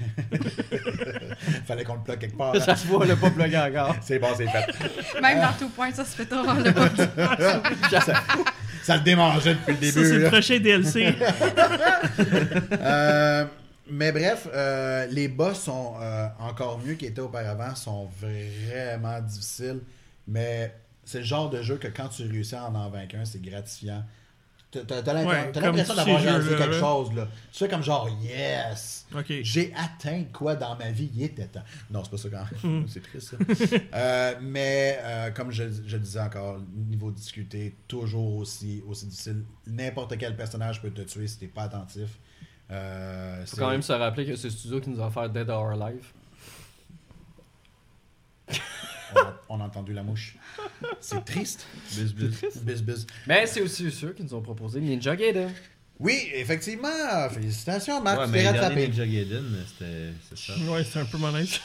fallait qu'on le plug quelque part. Ça se voit, le pas plugué encore. C'est bon, c'est fait. Même dans tout point, ça se fait trop le pas. ça, ça le démangeait depuis le Ça, début. c'est le là. prochain D L C. Euh, mais bref, euh, les boss sont euh, encore mieux qu'ils étaient auparavant, sont vraiment difficiles. Mais c'est le genre de jeu que quand tu réussis à en en vaincre un, c'est gratifiant. T'as, t'as, t'as l'impression, Ouais, t'as comme l'impression tous d'avoir ces réalisé jeux-là, quelque là. chose, là. Tu fais comme genre, yes! Ok. J'ai atteint quoi dans ma vie? Il était temps. Non, c'est pas ça quand même. Mm. C'est triste, ça. Euh, mais, euh, comme je, je disais encore, niveau de difficulté, toujours aussi, aussi difficile. N'importe quel personnage peut te tuer si t'es pas attentif. Euh, Faut c'est- quand même se rappeler que c'est le studio qui nous a offert Dead or Alive. on, a, on a entendu la mouche. C'est triste. Bus, bus. Bis, bis. Mais c'est aussi ceux qui nous ont proposé Ninja Gaiden. Oui, effectivement. Félicitations, Marc. Ouais, tu mais t'es le dernier rattrapé. Ninja Gaiden, c'était c'est ça. Ouais, c'est un peu malaise.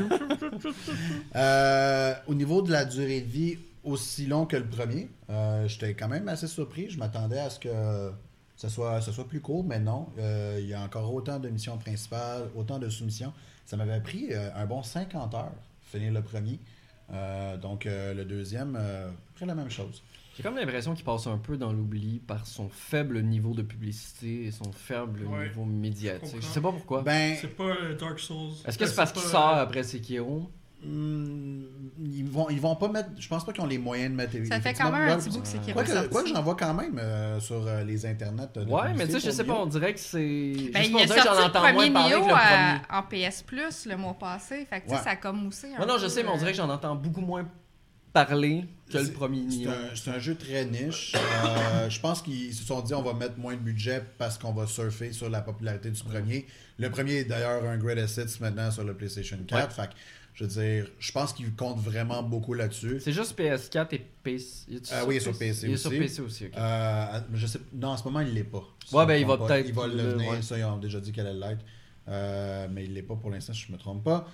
Euh, au niveau de la durée de vie, aussi long que le premier, euh, j'étais quand même assez surpris. Je m'attendais à ce que ce soit, ce soit plus court, mais non. Euh, il y a encore autant de missions principales, autant de sous-missions. Ça m'avait pris euh, un bon cinquante heures finir le premier. Euh, donc euh, le deuxième, euh, à peu près la même chose. J'ai comme l'impression qu'il passe un peu dans l'oubli par son faible niveau de publicité et son faible Ouais, niveau je médiatique. comprends. Je sais pas pourquoi. Ben, C'est pas euh, Dark Souls. Est-ce que Euh, c'est parce qu'il pas, sort euh, après Sekiro? hmm, ils vont, ils vont pas mettre. Je pense pas qu'ils ont les moyens de mettre. Ça fait quand effectivement, même un là, petit bout que c'est qui est Quoi que, ressorti. quoi que j'en vois quand même euh, sur euh, les internets. de Ouais, mais publicité tu sais, je pour sais pas, Nioh. on dirait que c'est. je Ben, sais il pas, on est dirait que sorti j'en le entends premier moins parler que Nioh le à- premier. en P S Plus le mois passé. Fait que tu sais, Ouais. ça a comme moussé un Non, non, peu, je sais, mais on euh, dirait que j'en entends beaucoup moins parler que le C'est- premier C'est Nioh. un, c'est un jeu très niche. Euh, je pense qu'ils se sont dit on va mettre moins de budget parce qu'on va surfer sur la popularité du premier. Le premier est d'ailleurs un great asset maintenant sur le PlayStation quatre. Fait que, je veux dire, je pense qu'ils comptent vraiment beaucoup là-dessus. C'est juste P S quatre et P C. Il est Ah oui, sur P C Il est aussi. sur P C aussi, ok. Euh, mais je sais, non, en ce moment, il l'est pas. Si Ouais, je ben, me il va trompe pas. peut-être Il va le le- devenir. ouais. Ça, ils ont déjà dit qu'elle allait l'être. Euh, mais il l'est pas pour l'instant, si je me trompe pas.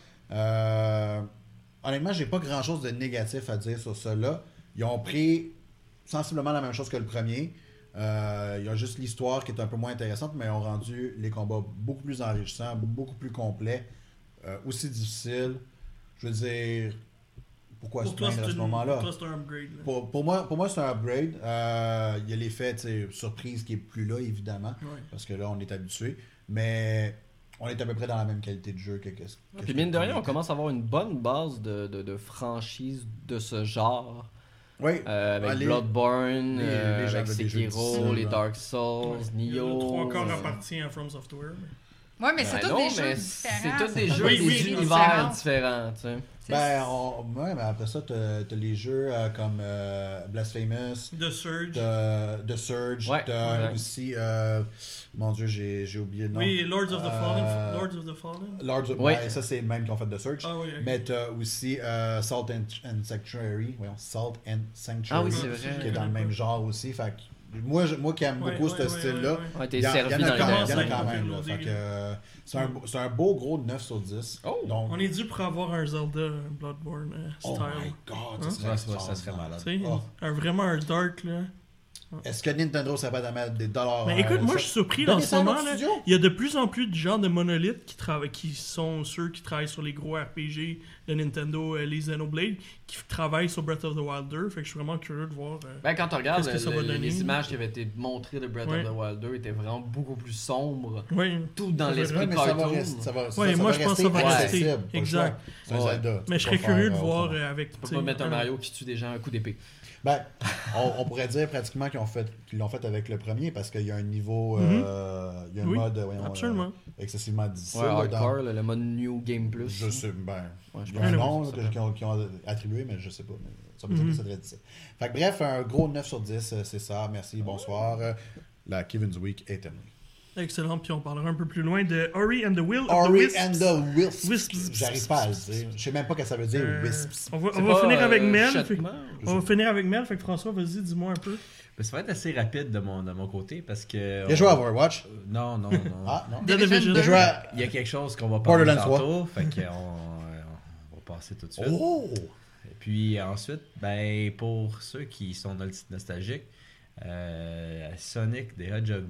Euh, honnêtement, j'ai pas grand-chose de négatif à dire sur cela. Ils ont pris sensiblement la même chose que le premier. Euh, il y a juste l'histoire qui est un peu moins intéressante, mais ils ont rendu les combats beaucoup plus enrichissants, beaucoup plus complets, euh, aussi difficiles. Je veux dire, pourquoi Pour se toi, plaindre c'est à ce une- moment-là? pour toi, c'est un upgrade. là. Pour, pour moi, pour moi c'est un upgrade. Euh, Il y a l'effet tu sais, surprise qui est plus là, évidemment, Ouais. parce que là, on est habitué. Mais on est à peu près dans la même qualité de jeu que. que, que Puis mine de rien, on commence à avoir une bonne base de, de, de franchise de ce genre. Oui, Euh, avec Ah, les- Bloodborne, les- euh, les gens avec veulent des jeux Sekiro, difficiles, les là. Dark Souls, Ouais. Il y a Nioh. trois quarts euh, appartient à From Software. mais- Ouais, mais c'est Ben tous non, des jeux mais différents. c'est tous des tous jeux, Oui, des oui, univers différents. différents, tu sais. C'est- ben, on, ouais, mais après ça, t'as as les jeux euh, comme euh, Blasphemous, The Surge. t'as The Surge, Ouais, t'as ouais. aussi. euh, mon Dieu, j'ai j'ai oublié le nom. Oui, Lords of the Euh, Fallen. Lords of the Fallen. Lords of Ouais. ouais, ça, c'est le même qui ont fait The Surge. Ah oui, ok. Mais t'as aussi euh, Salt and, and Sanctuary. Voyons, Salt and Sanctuary. Ah oui, c'est Ouais, vrai. Qui est dans le même genre aussi. Fait que moi, je- moi qui aime Ouais, beaucoup ouais, ce ouais, style-là, ouais, ouais. Ouais, t'es il y, en- il y servi en dans a les quand, commence il y en a à quand être même. Là, uploadé, fait que, là. euh, c'est un, beau- c'est un beau gros neuf sur dix. Oh! Donc, On est dû pour avoir un Zelda oh Bloodborne euh, my style. god, Hein? ça serait, Ouais, ça, ça serait malade. Tu sais, Oh. un, vraiment un dark là. Est-ce que Nintendo serait pas de mettre des dollars Mais euh, écoute, moi ça- je suis surpris Donnez dans ce ça à moment notre là. studio. Il y a de plus en plus de gens de monolithes qui travaillent, qui sont ceux qui travaillent sur les gros R P G de Nintendo, euh, les Xenoblade, qui travaillent sur Breath of the Wild deux. Fait que je suis vraiment curieux de voir. euh, Ben, quand tu regardes, Qu'est-ce que ça le- va le- donner? les images qui avaient été montrées de Breath Ouais. of the Wild deux étaient vraiment beaucoup plus sombres. Ouais. Tout dans C'est l'esprit Ouais, de mais ça va cartoon. rester. Ça va, ça, Ouais, ça moi, va je pense que rester ça va rester. accessible, pas le Exact. choix. C'est un Ouais. Zelda. Tu Mais peux je serais pas curieux de faire voir autrement. euh, avec. Tu peux pas mettre un Mario qui tue des gens à un coup d'épée. Ben, on, on pourrait dire pratiquement qu'ils ont fait, qu'ils l'ont fait avec le premier parce qu'il y a un niveau, euh, il y a un Oui, mode voyons, Absolument. euh, excessivement difficile. Ouais, là, dans- hardcore, le, le mode New Game Plus. Je sais, ben, Ouais, je il y a pense un que nom ça là, s'appelle. qu'ils ont, qu'ils ont attribué, mais je sais pas. Mais ça veut dire Mhm. que ça devrait être ça. Fait que bref, un gros neuf sur dix, euh, c'est ça. Merci, bonsoir. Euh, La Kevin's Week est terminée. Excellent. Puis on parlera un peu plus loin de Ori and the Will of the Ori Wisps. and the Wisps. Wisps. J'arrive pas à le dire. Je sais même pas ce que ça veut dire, Euh, Wisps. on va, C'est on va pas, finir avec euh, Mel. fait- Chattement? on va finir avec Mel. Fait que François, vas-y, dis-moi un peu. Ben, ça va être assez rapide de mon, de mon côté parce que. Il a on- joué à Overwatch. Euh, Non, non, non. Ah, non. The Division Division. Il a joué à... Il y a quelque chose qu'on va parler Borderlands trois. tantôt. Fait qu'on euh, on va passer tout de suite. Oh! Et puis ensuite, ben, pour ceux qui sont nol- nostalgiques, euh, Sonic the Hedgehog deux.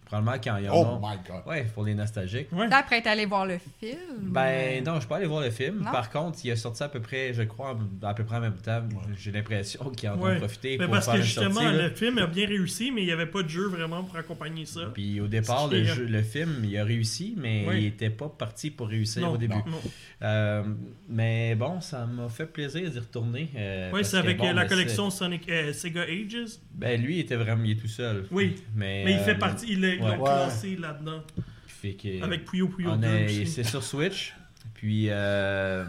Probablement quand il y en Oh a. my god. Ouais, pour les nostalgiques. Ouais. Après être allé voir le film. Ben non, je suis pas allé voir le film. Non? Par contre, il a sorti à peu près, je crois, à peu près en même temps. J'ai l'impression qu'il en Ouais. a profité Mais pour parce faire que une justement, sortie, là. le film a bien réussi, mais il n'y avait pas de jeu vraiment pour accompagner ça. Puis au départ, Ce qui le, est- jeu- le film, il a réussi, mais Oui. il était pas parti pour réussir Non, au début. non. Euh, mais bon, ça m'a fait plaisir d'y retourner. euh, Oui, parce c'est que, avec bon, euh, la ben, collection Sonic, euh, Sega Ages. c'est- Ben lui, il était vraiment il est tout seul. Oui, Mais, mais il euh, fait partie, il est ouais. classé là-dedans. Fait que, Avec Puyo Puyo on deux a- aussi. c'est sur Switch. Puis euh,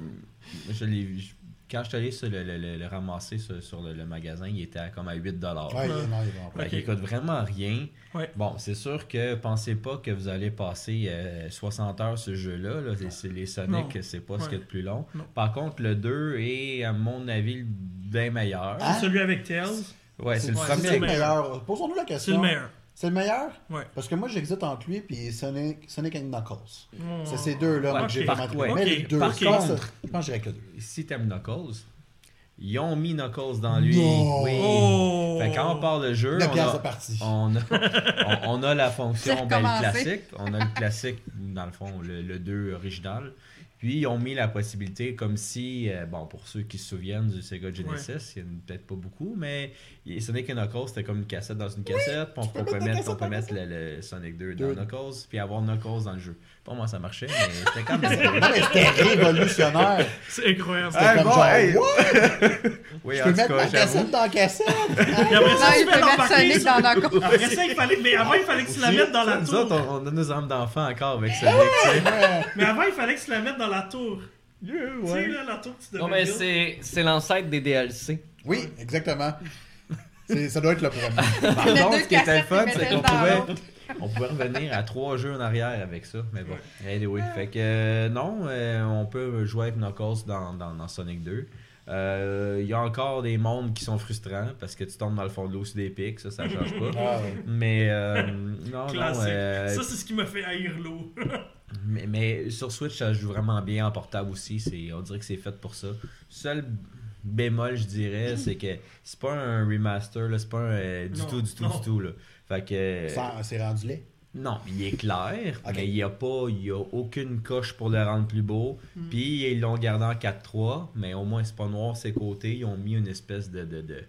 je l'ai vu- quand je suis allé sur le, le- le- le ramasser sur, sur le, le magasin, il était à comme à huit dollars. Ouais, il Ouais. est- non, il est vraiment pas. Fait qu'il coûte vraiment rien. Ouais. Bon, c'est sûr que pensez pas que vous allez passer euh, soixante heures ce jeu-là. Là. C'est, c'est les Sonic, Non. c'est pas ce Ouais. qu'il y a de plus long. Non. Par contre, le deux est, à mon avis, bien meilleur. Ah, Celui avec Tails, Ouais, c'est le Ouais, C'est premier. le le meilleur. Posons-nous la c'est question. le meilleur. C'est le meilleur? Ouais. Parce que moi, j'hésite entre lui et Sonic, Sonic and Knuckles. Oh. C'est ces deux-là Ouais, moi, que j'ai ok. vraiment Par- trouvé. ouais. Mais Ok. les deux, Par je pense, contre- je pense que j'irais avec le deux. Si t'aimes Knuckles, ils ont mis Knuckles dans lui. Non. Oui. Oh. Fait que quand on parle de jeu, La on pièce a, de partie. on, a, on, on a la fonction, C'est ben, le recommencé. classique. On a le classique, dans le fond, le, le deux original. Puis, ils ont mis la possibilité, comme si, euh, bon, pour ceux qui se souviennent du Sega Genesis, il y en a peut-être pas beaucoup, mais il- Sonic et Knuckles, c'était comme une cassette dans une cassette. Puis on, on peut mettre la mettre, cassette on peut dans la mettre le, le Sonic deux Deux. dans Knuckles, puis avoir Knuckles dans le jeu. Pas moi, ça marchait, mais c'était quand même. Non, mais c'était révolutionnaire. C'est incroyable. C'était Ah, comme bon, genre, hey. what? Oui, Je en peux tout mettre cas, ma j'avoue. cassette dans la cassette. Et après Non, ça, tu il peux peut mettre l'embarquer Sonic sur- dans Knuckles. Après ça, il fallait... Mais avant, il fallait que tu la mettes dans la Nous tour. autres, on, on a nos armes d'enfant encore avec Sonic, tu sais. Ouais. Mais avant, il fallait que tu la mettes dans la tour. Tu sais, Ouais. là, la tour que tu devais Non, mais build. c'est, c'est l'ancêtre des D L C. Oui, exactement. C'est- Ça doit être le premier. Par mettre contre, deux ce qui était le cassettes fun, et c'est mettre qu'on une dans pouvait, l'autre. on pouvait revenir à trois jeux en arrière avec ça. Mais bon, anyway. Fait que euh, non, euh, on peut jouer avec Knuckles dans, dans, dans Sonic deux. Euh, Il y a encore des mondes qui sont frustrants parce que tu tombes dans le fond de l'eau sur des pics, ça, ça change pas. Ah, ouais. Mais euh, non, non. Classique. euh, Ça, c'est ce qui me fait haïr l'eau. mais, mais sur Switch, ça joue vraiment bien en portable aussi. C'est, on dirait que c'est fait pour ça. Seul bémol, je dirais, c'est que c'est pas un remaster, là, c'est pas un, euh, du Non, tout, du tout, non. du tout. Là. Fait que. Ça- C'est rendu laid. Non, il est clair, Ok. mais il n'y a pas, il y a aucune coche pour le rendre plus beau. Mm. Puis ils l'ont gardé en quatre trois, mais au moins c'est pas noir ses côtés. Ils ont mis une espèce de, de, de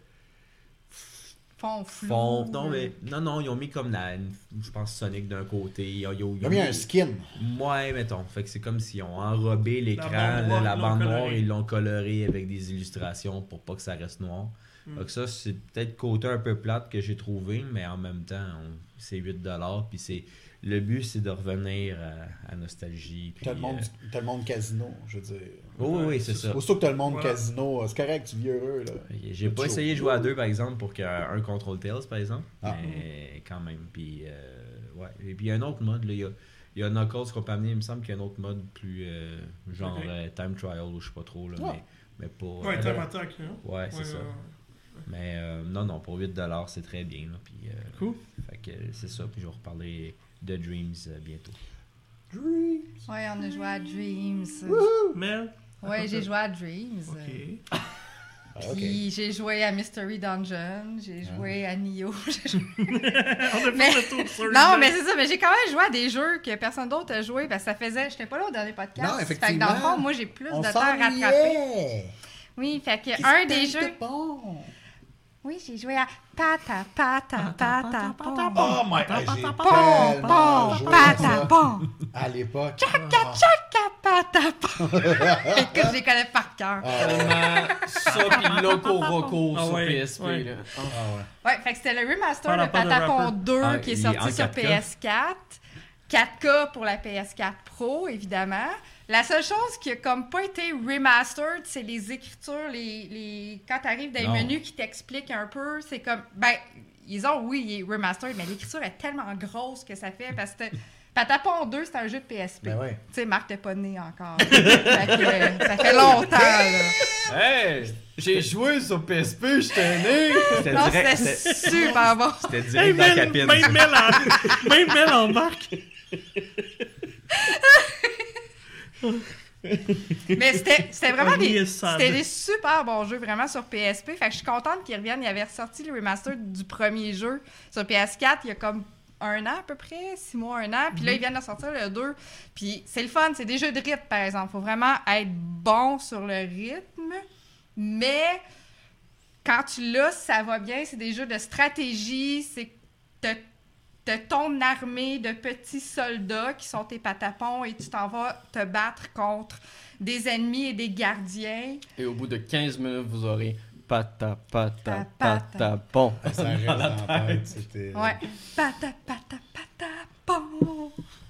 Fond flou. fond. Non, mais non, non, ils ont mis comme la, une- je pense Sonic d'un côté. Ils ont, ils ont- Il a mis un skin. Ouais, mettons. Fait que c'est comme s'ils ont enrobé l'écran, La bande là, noire, la ils l'ont bande coloré. noire, ils l'ont coloré avec des illustrations pour pas que ça reste noir. Mm. Donc ça, c'est peut-être le côté un peu plate que j'ai trouvé, mais en même temps, on- c'est huit dollars. Puis c'est le but, c'est de revenir à, à nostalgie. Puis, T'as le, monde, euh, t'as le monde casino, je veux dire. Oui, oui, oui, c'est c'est ça. Aussitôt que t'as le monde Voilà. casino, c'est correct, tu vis heureux, là. J'ai pas Chaud. essayé de jouer à deux, par exemple, pour qu'un contrôle Tails, par exemple. Ah. Mais quand même. Puis, euh, ouais. Et puis, il y a un autre mode. Là, il, y a, il y a Knuckles qu'on peut amener. Il me semble qu'il y a un autre mode plus euh, genre Ok. euh, Time Trial ou je sais pas trop. Là, Ah. mais, mais pas. Ouais, euh, Time Attack. Hein? ouais, c'est Ouais, ça. ouais, ouais. Mais euh, non, non, pour huit dollars, c'est très bien. Là, puis, euh, Cool. Fait que euh, c'est ça. Puis, je vais reparler de Dreams euh, bientôt. Dreams. Ouais, on a joué à Dreams. Mel? Ouais, j'ai joué à Dreams. Ok. Ah, ok. Puis j'ai joué à Mystery Dungeon, j'ai joué à Nioh. j'ai joué- On a Mais- fait le tour sur non, le- mais c'est ça, mais j'ai quand même joué à des jeux que personne d'autre a joué parce que ça faisait. J'étais pas là au dernier podcast. Non, Fait que effectivement. dans le fond, moi j'ai plus On de temps à rattraper. s'ennuyait. Oui, fait que Qu'est-ce un que des t'as jeux. de bon? Oui, j'ai joué à Pata Pata Pata Pon. Oh my god, j'ai Pon, tellement pon, joué à pata ça pon. à l'époque. Tchaka pata pon. Écoute, je les connais par cœur. Ah, ouais. Vraiment, ça pis Loco Roco Ah sur ouais, P S P. ouais. Là. Ah, ouais. Ouais, fait que c'était le remaster Parle de pas de Patapon rapper. deux Ah, qui est il est en sorti sur quatre K. P S quatre. quatre K pour la P S quatre Pro, évidemment. La seule chose qui a comme pas été remastered, c'est les écritures, les, les... quand tu arrives dans les Non. menus qui t'expliquent un peu, c'est comme... Ben, ils ont, oui, il est remastered, mais l'écriture est tellement grosse que ça fait, parce que Patapon deux, c'est un jeu de P S P. Ben ouais. Tu sais, Marc, t'es pas né encore. Fait que, euh, ça fait longtemps, là. Hey, j'ai joué sur P S P, j'étais né. C'était Non, direct. c'était C'était super bon. c'était Hey, direct dans la Mel, cabine. même Mel en, même Mel en marque. Mais c'était c'était vraiment Un des, yes sad. c'était des super bons jeux vraiment sur P S P. Fait que je suis contente qu'ils reviennent. Ils avaient ressorti le remaster du premier jeu sur P S quatre il y a comme un an à peu près, six mois, un an. Puis là, ils viennent de sortir le deux. Puis c'est le fun, c'est des jeux de rythme, par exemple. Faut vraiment être bon sur le rythme. Mais quand tu l'as, ça va bien. C'est des jeux de stratégie. C'est t'as, t'as ton armée de petits soldats qui sont tes patapons et tu t'en vas te battre contre des ennemis et des gardiens. Et au bout de quinze minutes, vous aurez pata, pata, Pata. patapon. Ça reste en tête. C'était... Ouais. Pata, pata, patapon.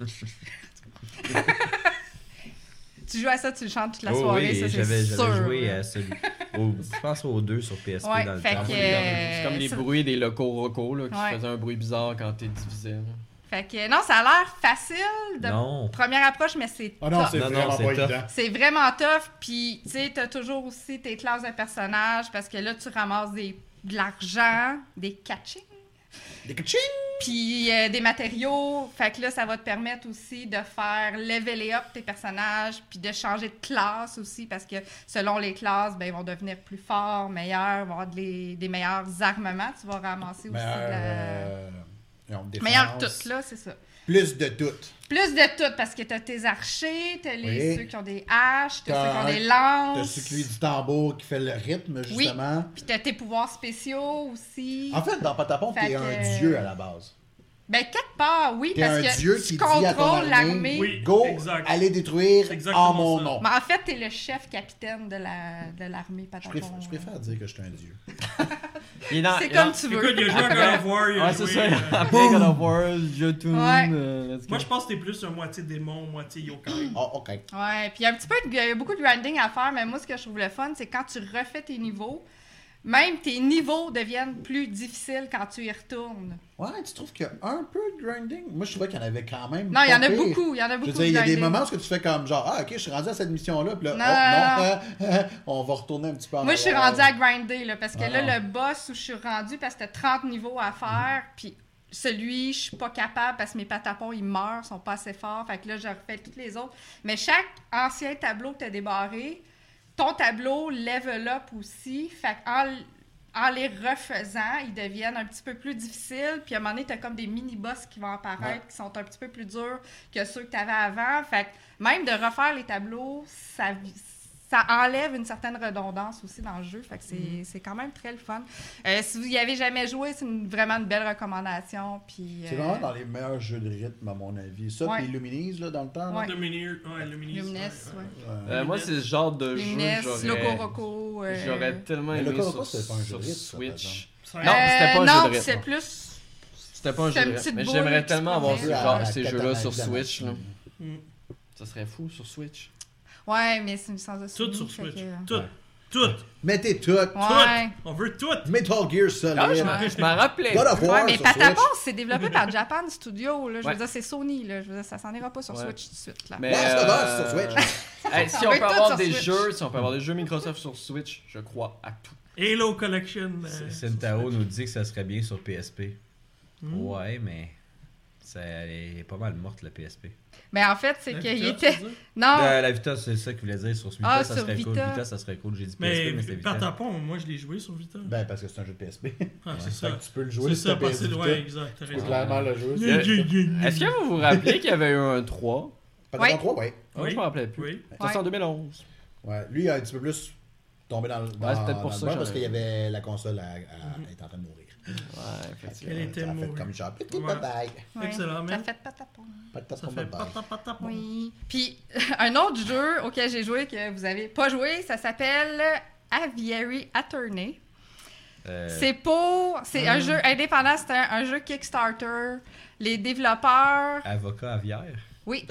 Tu joues à ça, tu le chantes toute la Oh soirée, oui, ça, c'est j'avais, sûr. j'avais joué à celui. au- je pense au deux sur P S P Ouais, dans le fait temps. que- C'est comme les ça- bruits des locaux rocos là, qui Ouais. faisaient un bruit bizarre quand t'es divisé. là. Fait que non, ça a l'air facile de Non. première approche, mais c'est Ah non, tough. c'est Non, non, vraiment c'est pas tough. évident. C'est vraiment tough, puis tu sais, t'as toujours aussi tes classes de personnages, parce que là, tu ramasses des, de l'argent, des catchings, Des kaching! puis euh, des matériaux. Fait que là, ça va te permettre aussi de faire leveler up tes personnages, puis de changer de classe aussi, parce que selon les classes, ben, ils vont devenir plus forts, meilleurs, vont avoir des, des meilleurs armements. Tu vas ramasser aussi Meilleur, de la... euh, non, défense. Meilleur tout, là, c'est ça. Plus de tout. Plus de tout, parce que t'as tes archers, t'as les, Oui. ceux qui ont des haches, t'as T'as ceux qui ont un- des T'as lances. celui du tambour qui fait le rythme, Oui. justement. Puis t'as tes pouvoirs spéciaux aussi. En fait, dans Patapon, Fait t'es que- un dieu à la base. Ben, quelque part, oui, T'es parce un que dieu tu qui dit à ton contrôles armée, l'armée. Oui. Go, exact. allez détruire C'est exactement en mon ça. nom. Mais en fait, t'es le chef capitaine de la de l'armée Je Patapon. préfère, je préfère dire que je suis un dieu. Il est dans- C'est il est comme dans- tu veux. Écoute, il a joué à God of War, il a Ouais, c'est joué... ça. euh, Après God of War, Jotun. Ouais. euh, let's go. Moi, je pense que t'es plus un moitié démon, moitié yokai. Oh, ok. Ouais, puis il y a un petit peu de, il y a beaucoup de grinding à faire, mais moi, ce que je trouve le fun, c'est quand tu refais tes niveaux, même tes niveaux deviennent plus difficiles quand tu y retournes. Ouais, tu trouves qu'il y a un peu de grinding? Moi, je trouvais qu'il y en avait quand même. Non, il y en pas a pire. beaucoup, il y en a Je beaucoup veux dire, il y de a des grinding. moments où tu fais comme genre, ah, ok, je suis rendu à cette mission-là, puis là, Non, oh, non, euh, on va retourner un petit peu en Moi, je suis arrière. rendue à grinder, là, parce que Ah là, non. le boss où je suis rendue, parce que t'as trente niveaux à faire, puis celui, je suis pas capable parce que mes patapons, ils meurent, sont pas assez forts, fait que là, je refais tous les autres. Mais chaque ancien tableau que t'as débarré, ton tableau level up aussi, fait qu'en en les refaisant, ils deviennent un petit peu plus difficiles, puis à un moment donné, t'as comme des mini-boss qui vont apparaître, Ouais. qui sont un petit peu plus durs que ceux que t'avais avant, fait que même de refaire les tableaux, ça... ça enlève une certaine redondance aussi dans le jeu. Fait que c'est, c'est quand même très le fun. Euh, si vous y avez jamais joué, c'est une- vraiment une belle recommandation. Puis, C'est euh, vraiment dans les meilleurs jeux de rythme, à mon avis. Ça, Ouais. puis Lumines, là, dans le temps. là. Ouais. Lumineer, ouais, Luminis. Lumines, ouais, ouais. Euh, Euh, moi, c'est ce genre de jeu. Lumines, j'aurais- Loco Roco. euh, J'aurais tellement Mais aimé Loco sur, Roco, c'était pas un jeu sur de rythme, ça, par Switch. Ça- Non, c'était pas un euh, jeu non, de rythme. c'est plus... C'était pas un C'est jeu une de petite rythme. Mais boule j'aimerais qui tellement se avoir promène. ce à genre, la ces tête jeux-là à sur la Switch. Là. Mm. Ça serait fou sur Switch. Ouais, mais c'est une licence de Tout Sony, sur fait Switch. que- Tout. Ouais. Tout. Mettez tout. Ouais. Tout. On veut tout. Metal Gear Solid. Ah, je m'en- je m'en rappelais. God of War Ouais, mais sur Patapon, Switch. c'est développé par Japan Studio. Là. Je Ouais. veux dire, c'est Sony. Là. Je veux dire, ça s'en ira pas sur Ouais. Switch tout de suite. Là. Mais, Last of Us euh, sur Switch. hey, si On on veut peut tout avoir sur des Switch. jeux, si on peut avoir des jeux Microsoft sur Switch, je crois à tout. Halo Collection. euh, Sentao sur Switch. nous dit que ça serait bien sur P S P. Mm. Ouais, mais ça, elle est pas mal morte, la P S P. Mais en fait, c'est La qu'il Vita, était. tu veux dire? Non, La, la Vita, c'est ça qu'il voulait dire. Sur Vita, Ah, ça sur serait cool. Vita. Vita, ça serait cool. J'ai dit P S Mais, P, mais c'était Vita. Patapon, moi je l'ai joué sur Vita. Ben, parce que c'est un jeu de P S P. Ah, c'est Fait ça. que tu peux le jouer C'est sur ça, ta parce que P S c'est Vita. ouais, exact. T'as Tu peux raison. clairement le jouer. Yeah, yeah, yeah, yeah. Est-ce que vous vous rappelez qu'il y avait eu un trois? Patapon Ouais. trois, ouais. Moi, je me rappelais plus. Oui. C'est sorti en deux mille onze. Ouais. Lui, il a un petit peu plus tombé dans le dans, Ouais, c'est peut-être pour dans le ça bas que parce j'en qu'il y ai- avait la console à, à, être en train de mourir. Ouais, effectivement. Elle était Ça a fait mourir. comme genre, petit Ouais. bye-bye. ouais, Excellent, ça man. fait Patapon. Ça Patapon, fait bye-bye. pata pata pon. Oui. Puis, un autre jeu auquel j'ai joué que vous avez pas joué, ça s'appelle Aviary Attorney. Euh, C'est pour. C'est un jeu indépendant, c'est un, un jeu Kickstarter. Les développeurs. Avocat aviaire. Oui.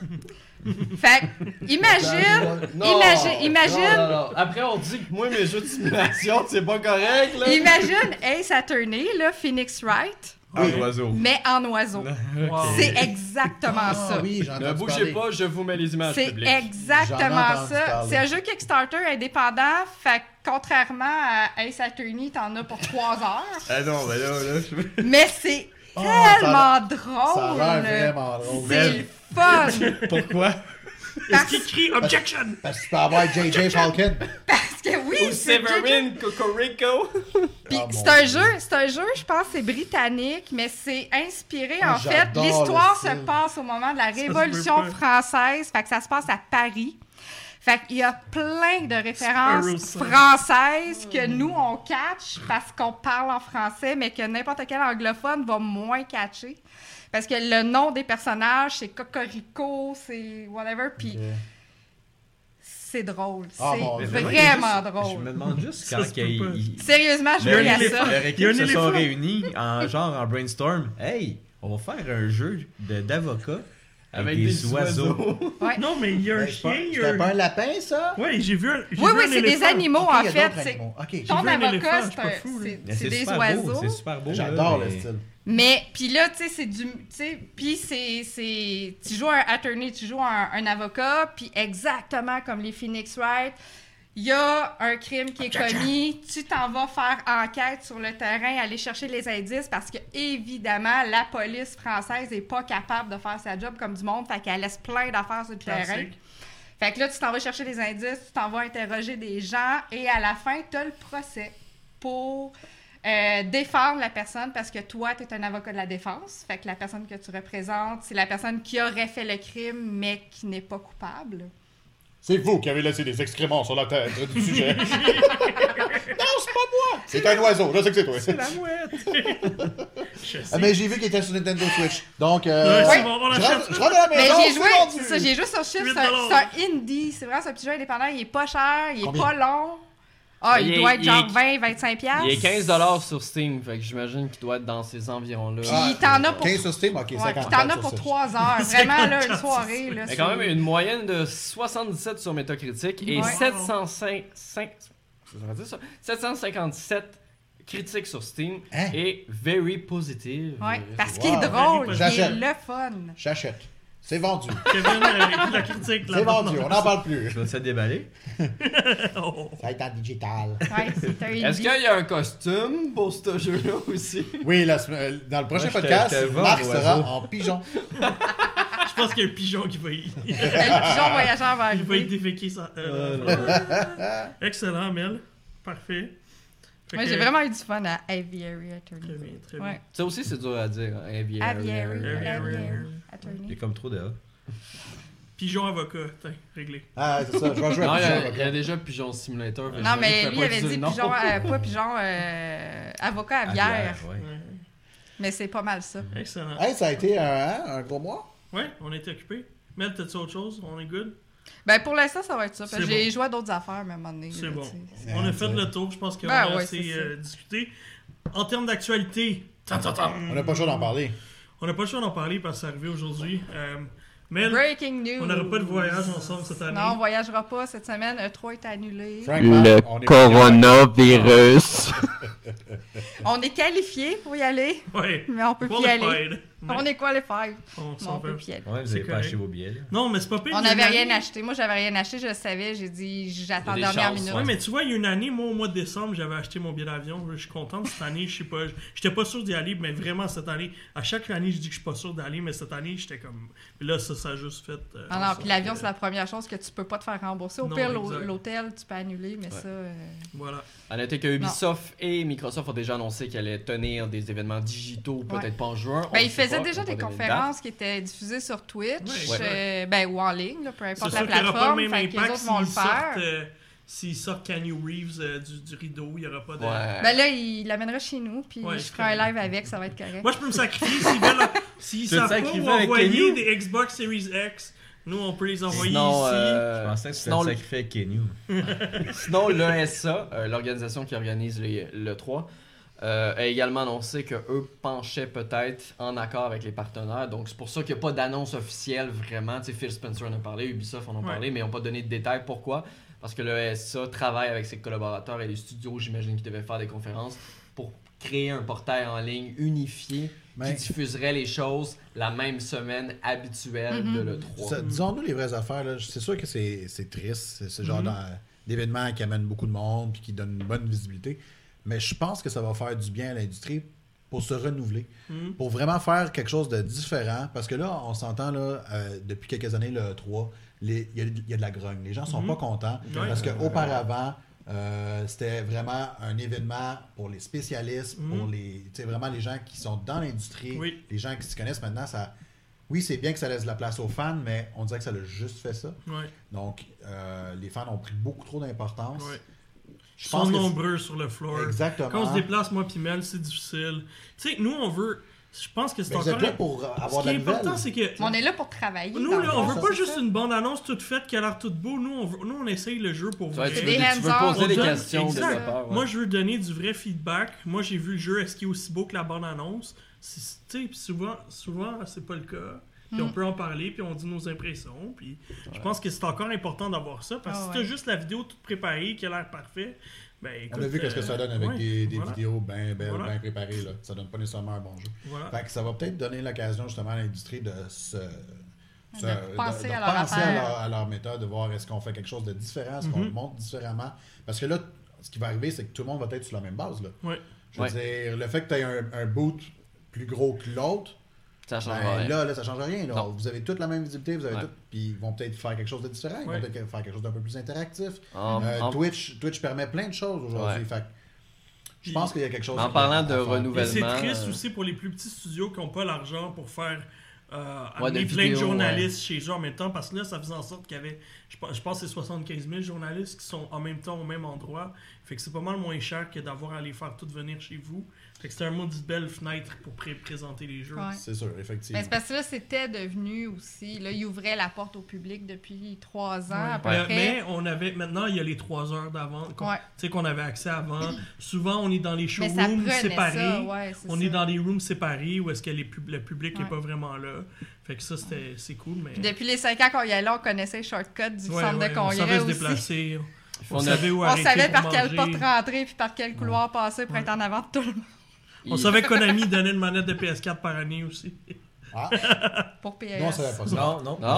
Fait que, imagine. Imagine- imagine- Non, non, non. Après, on dit que moi, mes jeux de simulation, c'est pas correct, là. Imagine Ace Attorney, là, Phoenix Wright, Un oiseau. mais en oiseau. Wow. C'est exactement Ah ça. oui, j'ai Ne entendu bougez parler. pas, je vous mets les images C'est publiques. J'en ai exactement entendu ça. parler. C'est un jeu Kickstarter indépendant. Fait que contrairement à Ace Attorney, t'en as pour trois heures. Ah non, mais là, là, je... Mais c'est Oh, tellement Ça a drôle. l'air vraiment drôle. C'est le fun. Pourquoi? Est-ce qu'il crie Objection? Parce que tu peux avoir J J Falcon. Parce que Oui, Ou c'est Severin Cocorico. Puis Ah, c'est mon un Dieu. jeu, c'est un jeu, je pense, c'est britannique, mais c'est inspiré Ah, en fait. j'adore L'histoire le se style. passe au moment de la se Révolution peut pas. française, fait que ça se passe à Paris. Fait qu'il y a plein de références Sparrow Sam. françaises que nous on catch parce qu'on parle en français, mais que n'importe quel anglophone va moins catcher. Parce que le nom des personnages, c'est Cocorico, c'est whatever, puis Ok. c'est drôle. Ah, c'est mon Dieu. vraiment Je drôle. me demande juste Ça quand se peut qu'il- pas. il- Sérieusement, je leur veux à équipe, ça. leur Il y a équipe un se sont éléphant. réunis en genre en brainstorm. Hey, on va faire un jeu de- d'avocats avec, Avec des, des oiseaux. oiseaux. Ouais. Non, mais il y a un Ben, je chien, pense- il y a C'était un... pas un lapin, ça? Ouais, j'ai vu un j'ai Oui, vu oui, un c'est des éléphant. animaux Ok, en il y a fait. d'autres c'est- animaux. Ok. Ton vu un avocat, éléphant, je c'est suis pas un- fou, là. c'est- Mais c'est des super oiseaux. beau, c'est super beau. J'adore là, le mais- style. Mais, puis là, tu sais, c'est du. Tu sais, puis c'est, c'est. Tu joues un attorney, tu joues un, un avocat, puis exactement comme les Phoenix Wright, il y a un crime qui est commis, tu t'en vas faire enquête sur le terrain, aller chercher les indices, parce que, évidemment, la police française n'est pas capable de faire sa job comme du monde, fait qu'elle laisse plein d'affaires sur le terrain. Classique. Fait que là, tu t'en vas chercher des indices, tu t'en vas interroger des gens, et à la fin, tu as le procès pour euh, défendre la personne parce que toi, tu es un avocat de la défense. Fait que la personne que tu représentes, c'est la personne qui aurait fait le crime, mais qui n'est pas coupable. C'est vous qui avez laissé des excréments sur la tête du sujet. Non, c'est pas moi! C'est un oiseau, je sais que c'est toi. C'est la mouette. Je sais. Ah, mais j'ai vu qu'il était sur Nintendo Switch. Donc, euh, Ouais, c'est Ouais. bon, on je, l'achète. rentre, je rentre à la Mais maison. j'ai c'est joué, vendu. c'est ça, j'ai joué sur Shift, huit c'est un, dollars. c'est un indie, c'est vraiment c'est un petit jeu indépendant, il est pas cher, il est Combien? pas long. Ah, il, Il est- doit être il genre est- vingt à vingt-cinq piastres. Il est quinze dollars sur Steam, fait que j'imagine qu'il doit être dans ces environs-là. Puis Ah, t'en as pour, quinze sur Steam, ok, ouais, cinquante. puis t'en as pour trois heures. Vraiment, là, une soirée. Là, Mais sur- quand même une moyenne de soixante-dix-sept sur Metacritic et Ouais. sept cent cinq, cinq, ça veut dire ça? sept cent cinquante-sept critiques sur Steam Hein? et very positive. Ouais, Euh, parce Wow. qu'il est drôle, il est J'achète. le fun. J'achète. C'est vendu. Kevin, euh, la critique. C'est vendu, on n'en parle plus. Je vais te déballer. Oh. Ça va être en digital. Ouais, c'est un Est-ce indie. qu'il y a un costume pour ce jeu-là aussi? Oui, la semaine- dans le prochain Moi, je te- podcast, je te vends, Marc l'oiseau. sera en pigeon. Je pense qu'il y a un pigeon qui va y... Le pigeon voyageur va Il va y arriver. déféquer ça. Euh, Euh, Excellent, Mel. Parfait. Fait Moi, que- j'ai vraiment eu du fun à Aviary Très Attorney. bien, très bien. Ouais. Ça aussi, c'est dur à dire. Hein, Aviary. Aviary, Aviary. Aviary Il y a Attorney. comme trop de A. Pigeon avocat, tiens, réglé. Ah, c'est ça, je vais jouer Non, à il y, pigeon. a, il y a déjà Pigeon Simulator. fait que Non, mais j'imagine lui, qu'il il fait avait pas dit le nom. pigeon, euh, pas pigeon, euh, avocat à bière. ouais. Ouais. Mais c'est pas mal ça. Excellent. Hey, ça a été un, hein, un gros mois. Ouais, on était occupés. Mel, t'as-tu autre chose? On est good? Ben, pour l'instant, ça va être ça. Parce que C'est j'ai bon. joué à d'autres affaires, mais à un moment donné. C'est là, bon. tu sais. Ouais, On a c'est fait vrai. le tour, je pense qu'on Ben a ouais, assez c'est ça. euh, discuté. En termes d'actualité, tan, tan, tan. On n'a pas le choix d'en parler. On n'a pas le choix d'en parler parce que c'est arrivé aujourd'hui. Euh, Mel, Breaking news. on n'aura pas de voyage ensemble cette année. Non, on voyagera pas cette semaine. E trois est annulé. Frankement, Le on est coronavirus. On est qualifié pour y aller, Ouais. mais on peut plus y aller. Qualified. On est qualified, On mais s'en on peut fait. plus y aller. Ouais, vous C'est avez pas correct. acheté vos billets. là. Non, mais c'est pas pire. On il y a une n'avait rien année- acheté. Moi, j'avais rien acheté. Je le savais. J'ai dit, j'attends Il y a des dernière chances, minute. Ouais, mais tu vois, il y a une année, moi, au mois de décembre, j'avais acheté mon billet d'avion. Je suis content. Cette année, je sais pas. J'étais pas sûr d'y aller, mais vraiment, cette année, à chaque année, je dis que je suis pas sûr d'aller, mais cette année, j'étais comme. Puis là, ça, ça a juste fait. euh, Ah en non, sorte puis l'avion, que- c'est la première chose que tu peux pas te faire rembourser. Au Non, pire, l'hô- exact. l'hôtel, tu peux annuler, mais ça. euh, Voilà. À noter que Ubisoft et Microsoft ont déjà annoncé qu'ils allaient tenir des événements digitaux, peut-être Ouais. pas en juin. on Ben, le ils sait faisaient pas, déjà ils ont des pas donné de conférences qui étaient diffusées sur Twitch, Ouais, euh, ben, ou en ligne, là, peu C'est importe sûr la qu'il n'y aura pas plateforme. le même Fait que les impact autres vont le s'ils faire. sortent, euh, s'ils sortent Keanu Reeves euh, du, du rideau. Il n'y aura pas de. date. Ouais. Ben là, il l'amènera chez nous, puis Ouais, je c'est ferai un correct. live avec, ça va être correct. Moi, je peux me sacrifier s'ils veulent. S'ils Tu te savent pas sacrifies où avec envoyer Keanu? des Xbox Series X, nous, on peut les envoyer Sinon, ici. euh, Je pensais que tu sinon, te sacrifier avec Kenyu. Sinon, l'E S A, euh, l'organisation qui organise les- le trois, euh, a également annoncé qu'eux penchaient peut-être en accord avec les partenaires. Donc, c'est pour ça qu'il n'y a pas d'annonce officielle vraiment. Tu sais, Phil Spencer en a parlé, Ubisoft en a Ouais. parlé, mais ils n'ont pas donné de détails. Pourquoi? Parce que l'E S A travaille avec ses collaborateurs et les studios, j'imagine, qui devaient faire des conférences pour créer un portail en ligne unifié Ben, qui diffuserait les choses la même semaine habituelle Mhm. de l'E trois. ça- disons-nous les vraies affaires. là. C'est sûr que c'est c'est triste. C'est ce genre Mhm. d'en- d'événement qui amène beaucoup de monde puis qui donne une bonne visibilité. Mais je pense que ça va faire du bien à l'industrie pour se renouveler. Hmm. Pour vraiment faire quelque chose de différent. Parce que là, on s'entend, là, euh, depuis quelques années, le E trois, les- il y, a- il y a de la grogne. Les gens sont Mhm. pas contents Ouais. parce qu'auparavant, Euh, c'était vraiment un événement pour les spécialistes, Mhm. pour les, tu sais, vraiment les gens qui sont dans l'industrie, Oui. les gens qui se connaissent maintenant. Ça, oui, c'est bien que ça laisse de la place aux fans, mais on dirait que ça a juste fait ça. Ouais. Donc, euh, les fans ont pris beaucoup trop d'importance. Ouais. Je Ils sont pense que nombreux sur le floor. Exactement. Quand on se déplace, moi puis Mel, c'est difficile. Tu sais, nous, on veut... Je pense que c'est Mais vous encore... êtes là pour euh, Ce avoir qui de est la nouvelle. important, c'est que... On est là pour travailler. Nous, dans là, le on fond, veut ça, pas c'est juste ça. une bande-annonce toute faite qui a l'air toute beau. Nous, on, veut- nous, on essaye le jeu pour Tu, vrai. vois, tu, C'est veux, des tu veux hands-on. poser On des donne- questions aux exact. développeurs. ouais. Moi, je veux donner du vrai feedback. Moi, j'ai vu le jeu, est-ce qu'il est aussi beau que la bande-annonce? C'est- Tu sais, puis souvent, souvent, c'est pas le cas. Puis Mm. on peut en parler, puis on dit nos impressions. Puis je pense que c'est encore important d'avoir ça. Parce que Ah si t'as ouais. juste la vidéo toute préparée, qui a l'air parfait, ben écoute... On a vu qu'est-ce que ça donne avec euh, des, des voilà. vidéos bien bien Voilà. préparées. Là. Ça donne pas nécessairement un bon jeu. Voilà. Fait que ça va peut-être donner l'occasion justement à l'industrie de se... se- De penser à leur penser affaire. à leur, à leur méthode, de voir est-ce qu'on fait quelque chose de différent, est-ce qu'on Mhm. le montre différemment. Parce que là, ce qui va arriver, c'est que tout le monde va être sur la même base. Là. Ouais. Je veux Ouais. dire, le fait que tu aies un, un boot plus gros que l'autre, Ça change ben, rien. là, là, ça change rien. Là. Non. Vous avez toute la même visibilité, vous avez Ouais. tout, puis ils vont peut-être faire quelque chose de différent, ils Ouais. vont peut-être faire quelque chose d'un peu plus interactif. En, Euh, en- Twitch, Twitch permet plein de choses aujourd'hui. Ouais. Fait que je pense qu'il y a quelque chose En à- parlant à de faire. renouvellement, Et c'est triste euh, aussi pour les plus petits studios qui n'ont pas l'argent pour faire euh, Ouais, amener de plein de vidéos, journalistes chez eux en même temps, parce que là, ça faisait en sorte qu'il y avait, je pense, je pense que c'est soixante-quinze mille journalistes qui sont en même temps au même endroit. Fait que c'est pas mal moins cher que d'avoir à les faire toutes venir chez vous. Fait que c'était un maudit belle fenêtre pour pré- présenter les jeux. Ouais. C'est sûr, effectivement. Mais c'est parce que là, c'était devenu aussi. Là, ils ouvraient la porte au public depuis trois ans Ouais. à peu Mais- près. Mais on avait maintenant il y a les trois heures d'avant qu'on Ouais. tu sais, qu'on avait accès avant. Souvent on est dans les Mais ça showrooms prenait séparés. ça, ouais, c'est on ça. est dans des rooms séparés où est-ce que les pub- le public n'est Ouais. pas vraiment là. Fait que ça c'était c'est cool mais Puis depuis les cinq ans qu'on y allait, on connaissait les shortcuts du Ouais, centre ouais, de on congrès savait se aussi. déplacer. On, On a- savait où On arrêter savait pour par quelle manger. porte rentrer puis par quel couloir passer pour être en avant de tout le monde On il- savait que Konami donnait une manette de P S quatre par année aussi. Ah, pour P S. non, on savait pas ça. Non, non. Non.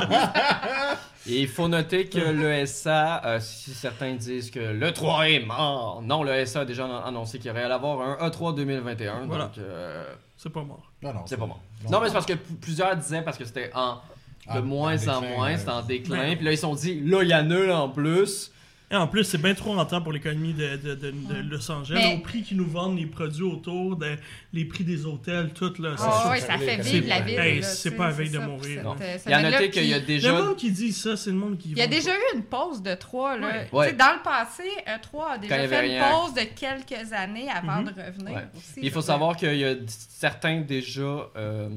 Et il faut noter que l'E S A, euh, si certains disent que le trois est mort, non, l'E S A a déjà annoncé qu'il y aurait à avoir un E trois deux mille vingt et un, Voilà. donc euh, C'est pas mort. Non, non. c'est pas mort. Non. Non, mais c'est parce que p- plusieurs disaient parce que c'était en de En- moins en en déclin, moins, euh, c'était en déclin, ben- puis là ils se sont dit, là il y en a en plus. Et en plus, c'est bien trop rentable pour l'économie de, de, de, de Los Angeles. Mais- Au prix qu'ils nous vendent les produits autour, de, les prix des hôtels, tout là. c'est Ah sûr. ouais, ça fait C'est- vivre la c'est- ville. hey, là, c'est tu pas à sais, veille c'est de ça, mourir, pour non. cette- Il y a semaine-là, noté qu'il y a puis déjà... Le monde qui dit ça, c'est le monde qui Il y a vend déjà pas. eu une pause de trois. Là. Ouais. Tu sais, Ouais. Dans le passé, E trois a Quand il y déjà avait fait une rien. pause de quelques années avant Mhm. de revenir Ouais. aussi. Il faut Fait que- savoir qu'il y a d- certains déjà euh,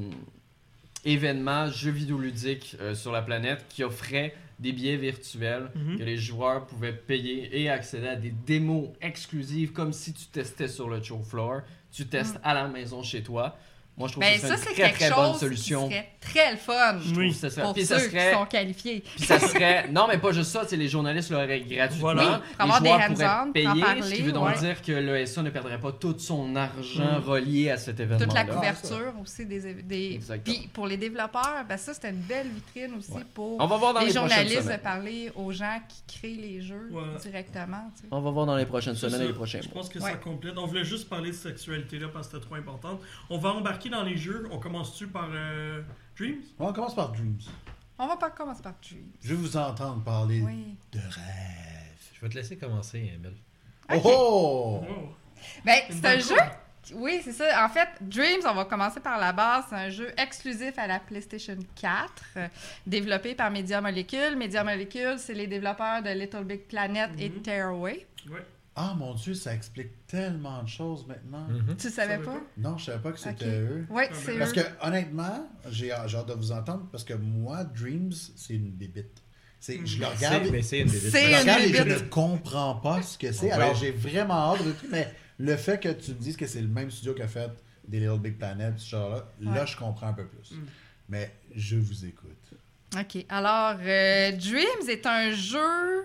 événements, jeux vidéoludiques euh, sur la planète qui offraient des billets virtuels Mhm. que les joueurs pouvaient payer et accéder à des démos exclusives comme si tu testais sur le show floor. Tu testes à la maison chez toi. Moi, je trouve Ben, que c'est ça, une c'est très quelque très bonne chose solution. qui serait très le fun Je trouve Oui. que ça serait- pour Puis ceux ça serait... qui sont qualifiés. Puis ça serait... Non, mais pas juste ça, tu sais, les journalistes l'auraient gratuitement. Voilà. Oui, pour avoir les joueurs des pourraient hands-on, pour payer, en ce parler, qui veut donc ouais. dire que l'E S A ne perdrait pas tout son argent Mm. relié à cet événement. Toute la couverture aussi des, éve- des... Exactement. Puis pour les développeurs, ben ça c'était une belle vitrine aussi Ouais. pour On va voir dans les, les prochaines journalistes de semaines. parler aux gens qui créent les jeux Ouais. directement. tu sais. On va voir dans les prochaines C'est semaines ça. et les prochains Je mois. pense que Ouais. ça complète. On voulait juste parler de cette sexualité-là parce que c'était trop important. On va embarquer dans les jeux. On commence-tu par euh, Dreams? On commence par Dreams. On va pas commencer par Dream. Je vais vous entendre parler Oui. de rêve. Je vais te laisser commencer, Emile. Ok. Oh! Oh. Ben, Une c'est bonne un chose. jeu. Oui, c'est ça. En fait, Dreams, on va commencer par la base. C'est un jeu exclusif à la PlayStation quatre, euh, développé par Media Molecule. Media Molecule, c'est les développeurs de Little Big Planet et Mhm. Tearaway. Ouais. Ah mon Dieu, ça explique tellement de choses maintenant. Mhm. Tu savais savais pas? pas? Non, je savais pas que c'était Ok. eux. Oui, Ah, c'est ben, Parce eux. que honnêtement, j'ai j'ai hâte de vous entendre parce que moi, Dreams, c'est une bébite. C'est, je le regarde, C'est- mais c'est une des C'est je le une regarde et je bébite. ne comprends pas ce que c'est. On Alors va- j'ai vraiment hâte de tout, mais le fait que tu me dises que c'est le même studio qui a fait des Little Big Planet, ce genre-là, là Ouais. je comprends un peu plus. Mm. Mais je vous écoute. OK. Alors, euh, Dreams est un jeu...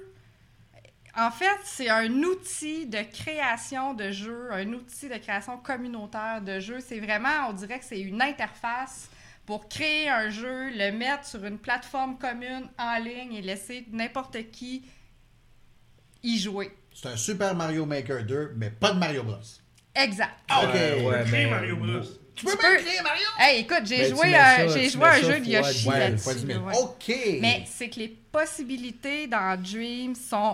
En fait, c'est un outil de création de jeux, un outil de création communautaire de jeux. C'est vraiment, on dirait que c'est une interface pour créer un jeu, le mettre sur une plateforme commune en ligne et laisser n'importe qui y jouer. C'est un Super Mario Maker deux, mais pas de Mario Bros. Exact. Ah, ok. Ouais, ouais, Créer mais- Mario Bros. Tu peux Tu même peux- créer Mario? Hey, écoute, j'ai Ben, tu joué, mets à, ça- j'ai tu joué mets à un ça jeu de Yoshi fois Ouais, là-dessus. fois dix mille. là, ouais. OK. Mais c'est que les possibilités dans Dreams sont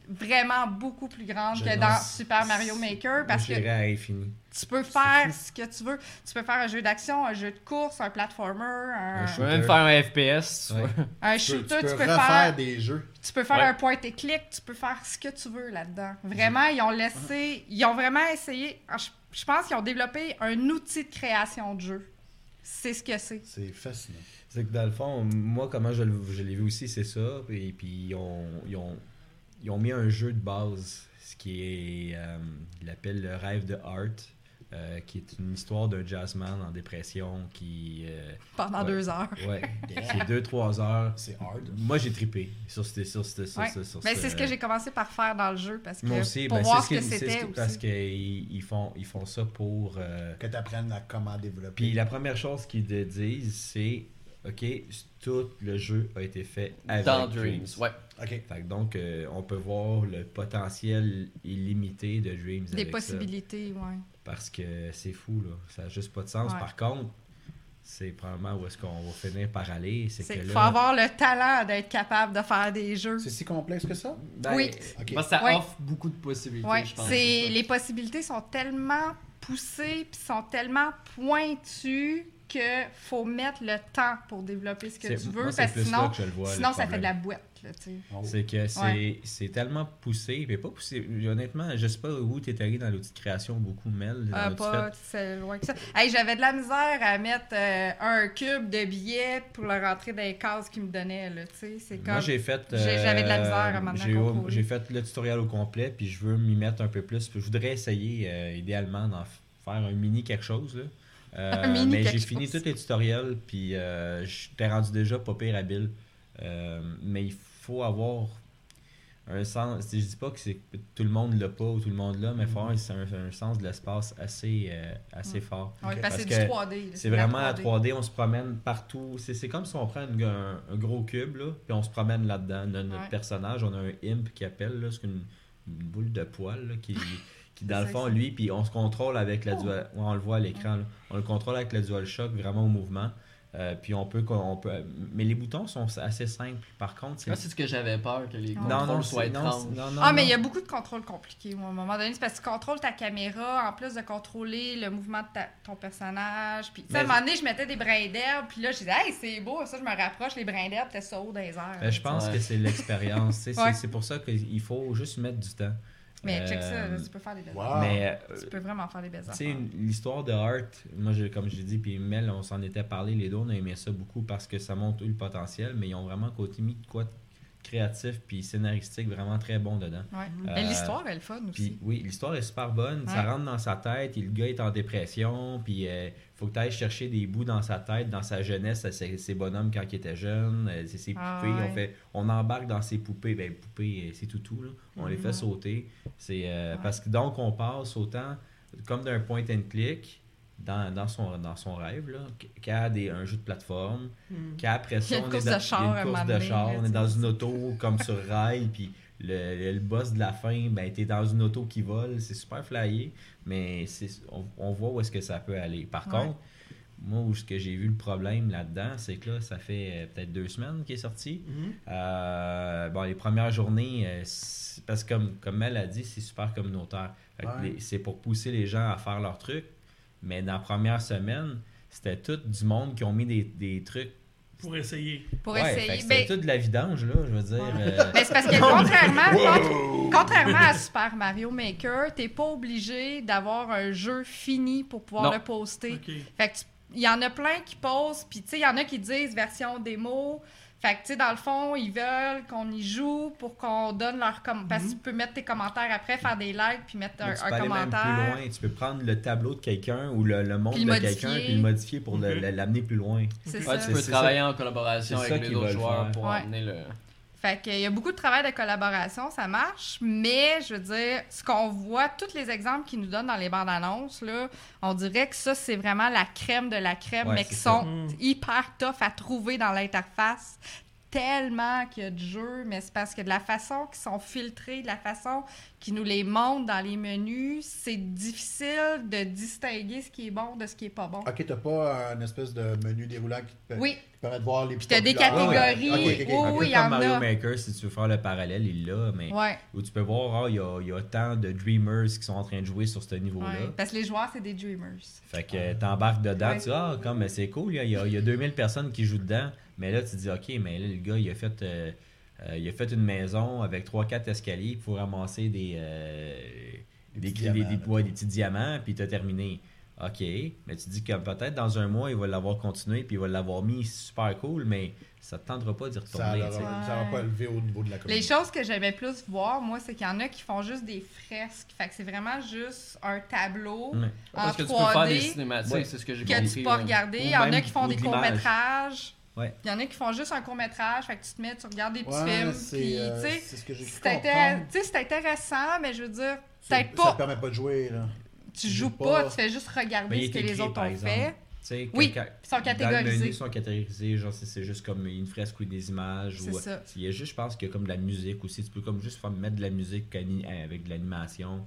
vraiment beaucoup plus grande Je que lance- dans Super Mario Maker parce Moi, que j'irais à infini. tu peux faire ce que tu veux. Tu peux faire un jeu d'action, un jeu de course, un platformer, un, Un Tu peux même faire un F P S, tu Ouais. vois. un Tu peux, shooter, tu peux tu peux refaire faire, des jeux. tu peux faire Ouais. un point et click, tu peux faire ce que tu veux là-dedans. Vraiment, ils ont laissé, ils ont vraiment essayé. Je, je pense qu'ils ont développé un outil de création de jeu. C'est ce que c'est. C'est fascinant. C'est que dans le fond, moi, comment je, le- je l'ai vu aussi, c'est ça. Et puis, ils ont, ils, ont, ils ont mis un jeu de base, ce qui est. Euh, ils l'appellent le rêve de Art, euh, qui est une histoire d'un jazzman en dépression qui. euh, Pendant Ouais. deux heures. ouais, c'est deux trois heures. C'est hard. Moi, j'ai trippé sur ce. Sur ce, sur Ouais. ce- sur Ben, ce- c'est ce que j'ai commencé par faire dans le jeu parce que Moi aussi, pour ben, voir c'est ce que c'est c'était ce aussi. Parce qu'ils ils font, ils font ça pour. euh, Que tu apprennes à comment développer. Puis la première chose qu'ils te disent, c'est OK, tout le jeu a été fait avec Dans Dreams. Dreams, ouais. OK. Fait que donc, euh, on peut voir le potentiel illimité de Dreams Des avec possibilités, ouais. ça. Parce que c'est fou, là. Ça n'a juste pas de sens. Ouais. Par contre, c'est probablement où est-ce qu'on va finir par aller. C'est Il que faut là... avoir le talent d'être capable de faire des jeux. C'est si complexe que ça? Ben, Oui. OK. Parce que ça Ouais. offre beaucoup de possibilités, Ouais, je pense. c'est ça. les possibilités sont tellement poussées puis sont tellement pointues que faut mettre le temps pour développer ce que c'est- tu veux moi, c'est parce que plus là sinon que je le vois, le sinon ça fait problème. de la boîte là, tu sais. Oh. C'est que c'est Ouais. c'est tellement poussé, mais pas poussé. Honnêtement, je sais pas où t'es allé dans l'outil de création beaucoup, Mel. Euh, As-tu pas fait- c'est loin que ça. Hey, j'avais de la misère à mettre euh, un cube de billets pour le rentrer dans les cases qu'ils me donnaient là, tu sais, c'est comme Moi, j'ai fait. J'ai- j'avais de la misère à euh, maintenant j'ai- contrôler. J'ai fait le tutoriel au complet, puis je veux m'y mettre un peu plus. Puis je voudrais essayer, euh, idéalement, d'en f- faire un mini quelque chose. Là. Euh, Un mini mais j'ai quelque fini chose. tous les tutoriels, puis euh, j'étais rendu déjà pas pire habile. Euh, mais il faut avoir un sens. Je dis pas que c'est tout le monde l'a pas ou tout le monde l'a, mais il faut avoir un, un sens de l'espace assez, euh, assez Ouais. fort. ouais, parce Parce que c'est que du trois D. là, C'est de la vraiment à trois D, on se promène partout. C'est c'est comme si on prend une- un, un gros cube, là, puis on se promène là-dedans. Notre, notre Ouais. personnage, on a un imp qui appelle, là, c'est une, une boule de poil là, qui, qui dans C'est le ça fond, que c'est. lui, puis on se contrôle avec la Oh. dual... ouais, on le voit à l'écran, là. On le contrôle avec le DualShock vraiment au mouvement. Euh, puis on peut, on peut... Mais les boutons sont assez simples. Par contre, c'est... Moi, c'est ce que j'avais peur, que les Non, contrôles non, soient c'est- non, étranges. c'est- non, non, Ah, mais non. il y a beaucoup de contrôles compliqués. Moi, à un moment donné, c'est parce que tu contrôles ta caméra en plus de contrôler le mouvement de ta- ton personnage. Puis, tu sais, à un Mais- moment donné, je mettais des brins d'herbe, puis là, je disais, hey, c'est beau, ça, je me rapproche, les brins d'herbe, t'es ça haut dans les airs. Ben, je pense Ouais. que c'est l'expérience. tu sais, c'est- Ouais. C'est pour ça qu'il faut juste mettre du temps. Mais check ça, Euh, là, tu peux faire des belles wow. affaires. Mais euh, Tu peux vraiment faire des belles tu sais, affaires. une- l'histoire de Art, moi, je- comme je l'ai dit, puis Mel, on s'en était parlé, les deux, on a aimé ça beaucoup parce que ça montre le potentiel, mais ils ont vraiment côté mis de quoi de créatif puis scénaristique vraiment très bon dedans. Ouais. Euh, Mais l'histoire, elle est fun aussi. Puis oui, l'histoire est super bonne, ça Ouais. rentre dans sa tête, et le gars est en dépression, puis il faut que tu ailles chercher des bouts dans sa tête, dans sa jeunesse, ses, ses bonhommes quand il était jeune, euh, c'est ses Ah, poupées, ouais. on, fait, on embarque dans ses poupées, ben poupées, euh, c'est tout tout, là. On les fait Mhm. sauter. C'est euh, Ouais. parce que donc on passe autant comme d'un point and click dans, dans, son, dans son rêve, là, qu'à des, un jeu de plateforme, Hmm. qu'après Il y ça, a une on course est dans de char il y a à une un course moment de donné, char, là, on est tu dans sais. une auto comme sur rail, puis le, le, le boss de la fin, ben t'es dans une auto qui vole, c'est super flyé, mais c'est, on, on voit où est-ce que ça peut aller. Par Ouais. contre, moi, où ce que j'ai vu le problème là-dedans, c'est que là, ça fait euh, peut-être deux semaines qu'il est sorti. Mhm. Euh, bon, les premières journées, euh, c'est- parce que comme, comme elle a dit, c'est super communautaire. Fait que Ouais. les- c'est pour pousser les gens à faire leurs trucs. Mais dans la première semaine, c'était tout du monde qui ont mis des, des trucs. Pour essayer. Pour Ouais, fait essayer. que c'était Ben, tout de la vidange, là, je veux dire. Ouais. euh, mais c'est parce que contrairement, contra- contrairement à Super Mario Maker, t'es pas obligé d'avoir un jeu fini pour pouvoir Non. le poster. Ok. Fait que tu- il y en a plein qui posent, puis tu sais, il y en a qui disent version démo. Fait que tu sais, dans le fond, ils veulent qu'on y joue pour qu'on donne leur com- parce que tu peux mettre tes commentaires après, faire des likes, puis mettre un, mais tu un peux aller même commentaire. plus loin. Tu peux prendre le tableau de quelqu'un ou le, le monde Puis de le quelqu'un modifier. puis le modifier pour le- Ok. le- l'amener plus loin. C'est Ok. ça. Ouais, tu C'est- peux c'est travailler en collaboration c'est ça avec les qu'ils autres veulent joueurs faire. pour Ouais. amener le... Fait qu'il y a beaucoup de travail de collaboration, ça marche, mais je veux dire, ce qu'on voit, tous les exemples qu'ils nous donnent dans les bandes annonces, là, on dirait que ça, c'est vraiment la crème de la crème, Ouais, mais c'est qui ça. sont Mm. hyper tough à trouver dans l'interface. Tellement qu'il y a de jeux, mais c'est parce que de la façon qu'ils sont filtrés, de la façon qui nous les montre dans les menus, c'est difficile de distinguer ce qui est bon de ce qui est pas bon. Ok, t'as pas un espèce de menu déroulant qui te, Oui. qui te permet de voir les Puis t'as des populaires? catégories. Ouais, ouais. Ok, ok, ok. Oui, Un peu oui, il y comme en Mario a. Maker, si tu veux faire le parallèle, il l'a, mais Ouais. où tu peux voir, ah, il y, a, il y a tant de Dreamers qui sont en train de jouer sur ce niveau-là. Ouais. Parce que les joueurs, c'est des dreamers. Fait que t'embarques dedans, Ouais. tu dis, ah, comme c'est cool, il y a, il y a deux mille personnes qui jouent dedans, mais là, tu te dis, ok, mais là, le gars, il a fait, euh, euh, il a fait une maison avec trois quatre escaliers pour ramasser des, euh, Des des, petits des, diamants, des- mettons. ouais, des petits diamants, puis t'as terminé. Ok, mais tu dis que peut-être dans un mois, il va l'avoir continué, puis il va l'avoir mis super cool, mais ça te tentera pas d'y Ça retourner. n'aura tu sais. Ouais. pas élevé au niveau de la Les communauté. choses que j'aimais plus voir, moi, c'est qu'il y en a qui font juste des fresques. Fait que c'est vraiment juste un tableau Ouais. en Parce que tu peux faire des trois D cinématiques, Ouais. c'est ce que j'ai que compris. tu peux ouais. regarder. Ou Il y en a même qui font ou des de l'image. courts-métrages. Ouais. Il y en a qui font juste un court-métrage. Fait que tu te mets, tu regardes des petits Ouais, films. c'est, Puis, euh, tu sais, c'est ce que j'ai cru c'est intér- comprendre. tu sais, c'est intéressant, mais je veux dire, Ça- peut-être Ça te pas. permet pas de jouer, là. Tu tu joues joues pas, pas. tu fais juste Mais regarder il ce que est les écrit, autres par ont exemple. fait. Tu sais, Oui, quand- ils sont Dans le menu, catégorisés. ils sont catégorisés, genre c'est c'est juste comme une fresque ou des images. C'est ou, ça. Il y a juste, je pense qu'il y a comme de la musique aussi. Tu peux comme juste faire mettre de la musique ani- avec de l'animation.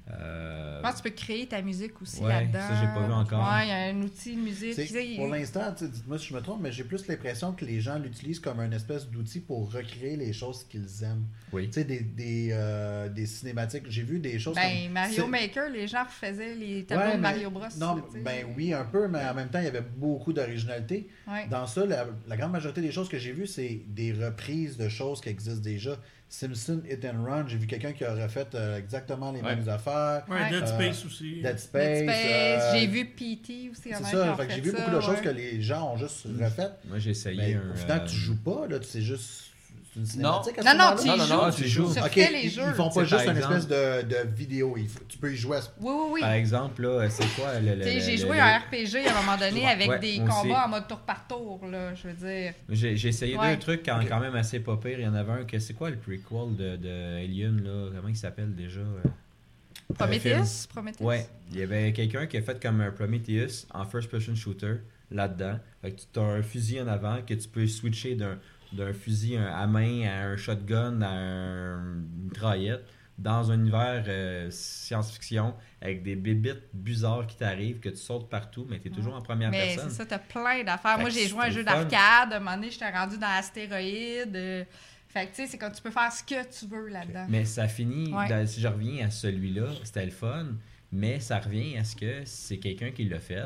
Euh, Je pense que tu peux créer ta musique aussi Ouais, là-dedans. ça, j'ai pas vu encore. Ouais, il y a un outil de musique. C'est- tu sais, Pour l'instant, tu sais, dites-moi si je me trompe, mais j'ai plus l'impression que les gens l'utilisent comme un espèce d'outil pour recréer les choses qu'ils aiment. Oui. Tu sais, des, des, euh, des cinématiques. J'ai vu des choses Ben, comme... Mario c'est- Maker, les gens refaisaient les tableaux Ouais, de mais- Mario Bros. Non, là, tu sais. ben oui, un peu, mais en même temps, il y avait beaucoup d'originalité. Ouais. Dans ça, la, la grande majorité des choses que j'ai vues, c'est des reprises de choses qui existent déjà. Simpson Hit and Run, j'ai vu quelqu'un qui a refait euh, exactement les Ouais. mêmes affaires. Ouais, Ouais. Dead Euh, Space aussi. Dead Space. Dead Space, euh, j'ai vu P T aussi. il y en C'est a ça, qui ont fait que j'ai fait vu ça, beaucoup de choses ouais. que les gens ont juste refaites. Moi, j'ai essayé Mais un. au final, euh, tu joues pas, là, c'est juste c'est une cinématique à ce Non, non, moment-là? tu y Non, non, joues. non, tu joues. Tu Ok, refais les ils, jeux. ils font Tu pas sais, juste par une exemple- espèce de, de vidéo. Il faut- tu peux y jouer à ce... Oui, oui, oui. Par exemple, là, c'est quoi le. le- Tu sais, le- j'ai le- joué le- un R P G à un moment donné avec Ouais, des moi aussi. combats en mode tour par tour, là, je veux dire. J'ai j'ai essayé Ouais. deux trucs quand, Ok. quand même assez pas pire. Il y en avait un que c'est quoi le prequel de, de Alien là? Comment il s'appelle déjà? euh? Prometheus? Prometheus? Ouais, il y avait quelqu'un qui a fait comme un Prometheus en first person shooter là-dedans. Fait que tu as un fusil en avant que tu peux switcher d'un d'un fusil à main à un shotgun à un- une mitraillette dans un univers euh, science-fiction avec des bébites bizarres qui t'arrivent, que tu sautes partout, mais tu es toujours en première Mais c'est personne. ça, t'as plein d'affaires. Fait Moi, que j'ai joué à un c'était jeu le fun. d'arcade. À un moment donné, j'étais rendu dans Astéroïde. euh, Fait que, tu sais, c'est comme tu peux faire ce que tu veux là-dedans. Mais ça finit, Ouais. dans- si je reviens à celui-là, c'était le fun, mais ça revient à ce que c'est quelqu'un qui l'a fait.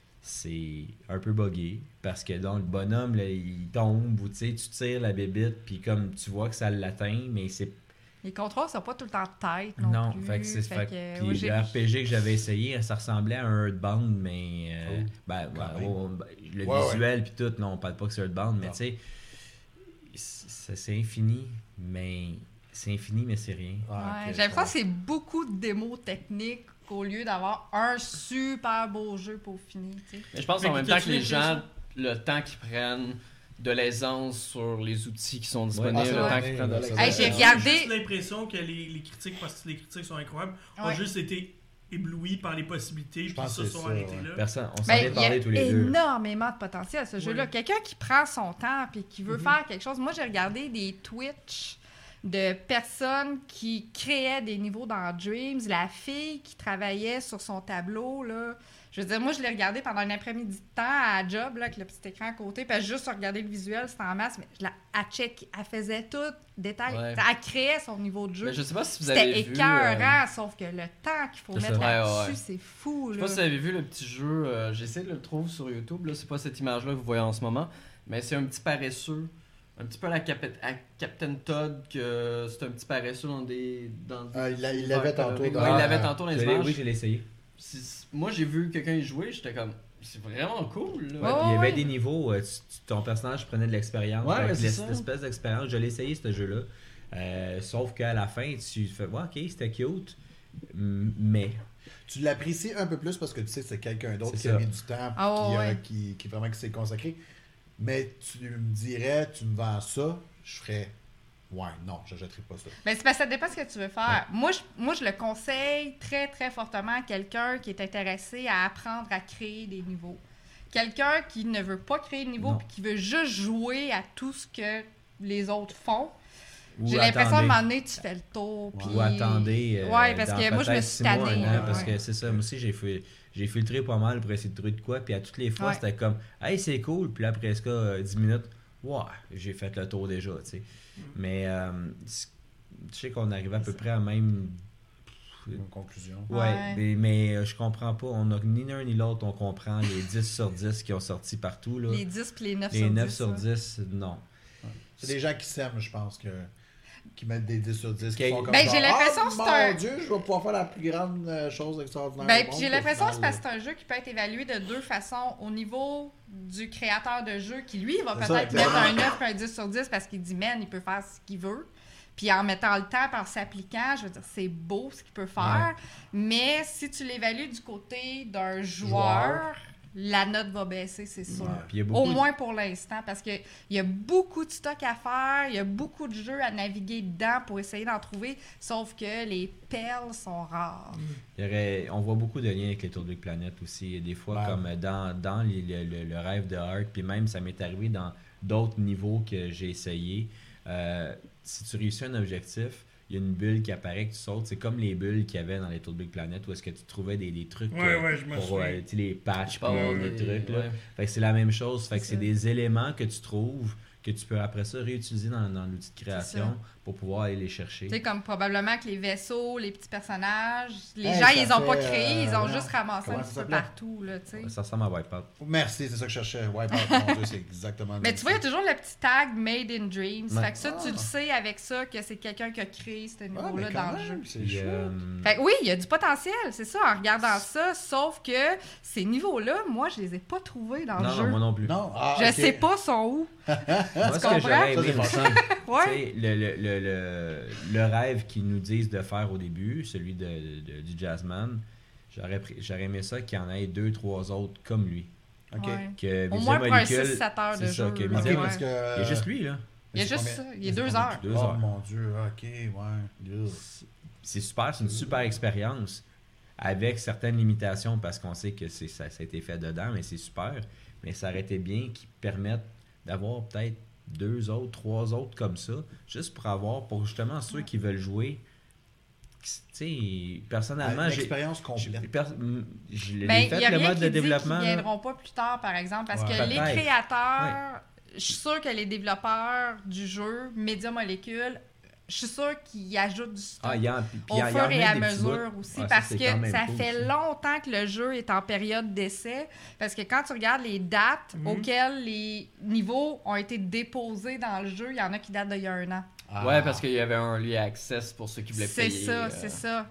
C'est un peu buggé parce que donc le bonhomme là, il tombe ou tu sais tu tires la bébite puis comme tu vois que ça l'atteint mais c'est Les contrôles sont pas tout le temps de tête non, non plus. fait que c'est Fait fait, que, puis ouais, j'ai- le R P G que j'avais essayé ça ressemblait à un Earthbound mais euh, Oh, ben, quand ouais, même. oh, ben, le Ouais, visuel puis tout non on parle pas que c'est Earthbound mais Non. tu sais c'est c'est infini mais c'est infini mais c'est rien. Ah, Ouais, ok, j'ai l'impression je que c'est beaucoup de démos techniques qu'au lieu d'avoir un super beau jeu pour finir, tu sais. Mais je pense Mais en même t'as-tu temps que les gens, l'impression- le temps qu'ils prennent de l'aisance sur les outils qui sont disponibles, Ah, c'est le vrai. temps qu'ils prennent de Ça l'aisance. Hey, va. j'ai J'ai regardé- juste l'impression que les, les critiques, parce que les critiques sont incroyables, ont Ouais. juste été éblouis par les possibilités, puis pense ça que se c'est sont ça, arrêtés ouais. là. Personne on s'en Ben, est il y a parlé tous les deux. énormément de potentiel à ce jeu-là. Oui. Quelqu'un qui prend son temps et qui veut Mhm. faire quelque chose. Moi, j'ai regardé des Twitch de personnes qui créaient des niveaux dans Dreams. La fille qui travaillait sur son tableau, là. Je veux dire, moi, je l'ai regardé pendant un après-midi de temps à la job, là, avec le petit écran à côté, puis juste regarder le visuel, c'était en masse, mais je la, elle check, elle faisait tout, détail. Ouais. Elle créait son niveau de jeu. Mais je sais pas si vous C'était avez vu. écœurant, sauf que le temps qu'il faut C'est mettre ça. Ouais, là-dessus, ouais, ouais. c'est fou, Je sais là. pas si vous avez vu le petit jeu, euh, j'essaie de le trouver sur YouTube, là, c'est pas cette image-là que vous voyez en ce moment, mais c'est un petit paresseux, un petit peu à la Cap- à Captain Todd, que c'est un petit paresseux dans des... Dans des Ah, il l'a- il univers l'avait colorés. tantôt dans- Ouais, il l'avait Ah, tantôt dans les Je l'ai- images. oui je l'ai essayé. C'est- Moi, j'ai vu quelqu'un y jouer, j'étais comme, c'est vraiment cool, là. Ouais, Oh, puis il y avait ouais. des niveaux, euh, tu- tu- ton personnage prenait de l'expérience. Ouais, Fait ouais, que c'est l'es- ça. l'espèce d'expérience, je l'ai essayé ce jeu-là. Euh, sauf qu'à la fin, tu fais, ouais, ok, c'était cute, m- mais. Tu l'apprécies un peu plus parce que tu sais que c'est quelqu'un d'autre C'est qui a ça. mis du temps, Ah qui, a- ouais. qui, qui vraiment qui s'est consacré. Mais tu me dirais, tu me vends ça, je ferais, ouais, non, je jetterai pas ça. Mais c'est parce que ça dépend ce que tu veux faire. Moi, je, moi, je le conseille très, très fortement à quelqu'un qui est intéressé à apprendre à créer des niveaux. Quelqu'un qui ne veut pas créer de niveau Non. puis qui veut juste jouer à tout ce que les autres font. Ou J'ai l'impression à un attendez. moment donné, tu fais le tour. Puis... Ou attendez. euh, Ouais, parce dans que moi, je me peut-être suis six mois, tannée, un an, là, parce ouais. que c'est ça. Moi aussi, j'ai fait. J'ai filtré pas mal pour essayer de trouver de quoi, puis à toutes les fois, Ouais. c'était comme « Hey, c'est cool », puis là, après ça, euh, dix minutes, « Ouais, j'ai fait le tour déjà », tu sais. Mm. Mais euh, c- je sais qu'on arrivait à peu près à même... Une conclusion. Ouais, Ouais. mais, mais euh, je comprends pas. On a ni l'un ni l'autre, on comprend les dix sur dix qui ont sorti partout, là. Les dix puis les neuf Les sur dix. neuf sur ouais. dix, non. C'est des gens qui s'aiment, je pense, que... qui mettent des dix sur dix. Qui Ok. font comme Ben, genre, j'ai l'impression ah, que c'est mon un- Dieu, je vais pouvoir faire la plus grande euh, chose extraordinaire. Ben, au puis monde, j'ai puis au l'impression que c'est final, parce que c'est un jeu qui peut être évalué de deux façons. Au niveau du créateur de jeu, qui lui, va C'est peut-être ça, mettre un exactement. neuf et un dix sur dix parce qu'il dit, man, il peut faire ce qu'il veut. Puis en mettant le temps, par s'appliquant, je veux dire, c'est beau ce qu'il peut faire. Mais si tu l'évalues du côté d'un joueur, Joueur. la note va baisser, c'est sûr. Ouais. Puis il y a beaucoup Au de- moins pour l'instant, parce qu'il y a beaucoup de stock à faire, il y a beaucoup de jeux à naviguer dedans pour essayer d'en trouver, sauf que les perles sont rares. Il y aurait- on voit beaucoup de liens avec les Tour de Planète aussi. Des fois, Ouais. comme dans, dans les- le, le- le rêve de Heart, puis même ça m'est arrivé dans d'autres niveaux que j'ai essayé. Euh, si tu réussis un objectif, il y a une bulle qui apparaît, que tu sautes. C'est comme les bulles qu'il y avait dans les Tour de Planète où est-ce que tu trouvais des, des trucs Ouais, euh, ouais, je me pour souviens. euh, tu sais, les patchs, Pas pour avoir des des- trucs. Là. ouais. Fait que c'est la même chose. Fait que C'est c'est ça. des éléments que tu trouves que tu peux après ça réutiliser dans, dans l'outil de création ça. pour pouvoir aller les chercher. Tu sais, comme probablement que les vaisseaux, les petits personnages, les Hey, gens, ça ils les ont pas fait, créés, ils ont euh, juste ramassé comment un ça petit peu s'appelait? partout, là, tu sais. Ça ressemble à Wipeout. Merci, c'est ça que je cherchais. Wipeout, mon Dieu, c'est exactement le Mais même tu vois, il y a truc. toujours le petit tag Made in Dreams. Ouais. Fait que ça, tu Ah. le sais avec ça que c'est quelqu'un qui a créé ce Ah, niveau-là mais dans quand le jeu. même, c'est Puis, chouette. euh, Fait que oui, il y a du potentiel, c'est ça, en regardant ça, sauf que ces niveaux-là, moi, je les ai pas trouvés dans non, le non, jeu. moi non plus. Non, ah, Je ok. sais pas sont où. Moi, ce comprends? que j'aurais Ça, aimé c'est aussi, Ouais. tu sais, le, le, le, le, le rêve qu'ils nous disent de faire au début, celui de, de- du Jazzman, j'aurais, pris- j'aurais aimé ça qu'il y en ait deux, trois autres comme lui. Ok. Ouais. Que Au Visual moins pour un Molecule, six sept heures de c'est ça, jeu. que là, Ok, Visual- ouais. parce que. il y a juste lui, là. Il y a c'est juste combien- ça, il y a c'est deux combien? heures. Deux Oh heures. mon Dieu, ok, ouais. Ugh. C'est super, c'est une super expérience avec certaines limitations parce qu'on sait que c'est, ça, ça a été fait dedans, mais c'est super. Mais ça aurait été bien qu'ils permettent d'avoir peut-être deux autres, trois autres comme ça, juste pour avoir, pour justement ceux qui veulent jouer. Tu sais, personnellement, j'ai. L'expérience j'ai- complète. pers- m- Je l'ai Ben, il fait y a le rien mode qui de dit qu'ils développement. là. viendront pas plus tard, par exemple, parce Ouais. que les Peut-être. créateurs, je suis sûre que les développeurs du jeu, Media Molecule, je suis sûre qu'ils ajoutent du stock. Ah, il y a, puis- puis au il y en fur et met à des petits mesure bouts. aussi, Ah, ça, parce c'est que quand même ça cool, fait ça. longtemps que le jeu est en période d'essai, parce que quand tu regardes les dates Mhm. auxquelles les niveaux ont été déposés dans le jeu, il y en a qui datent d'il y a un an. Ah. Ouais, parce qu'il y avait un early access pour ceux qui voulaient C'est payer. ça, euh, c'est ça.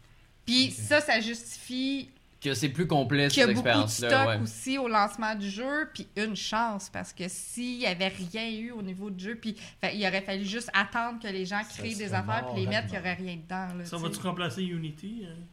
Puis ça, ça justifie Que c'est plus complet qu'il y cette a beaucoup de expérience-là. stock Ouais. aussi au lancement du jeu, puis une chance, parce que s'il n'y avait rien eu au niveau du jeu, puis fait, il aurait fallu juste attendre que les gens Ça créent des serait affaires mort puis les mettre, il n'y rapidement. aurait rien dedans. Là, Ça tu va-tu sais. remplacer Unity euh,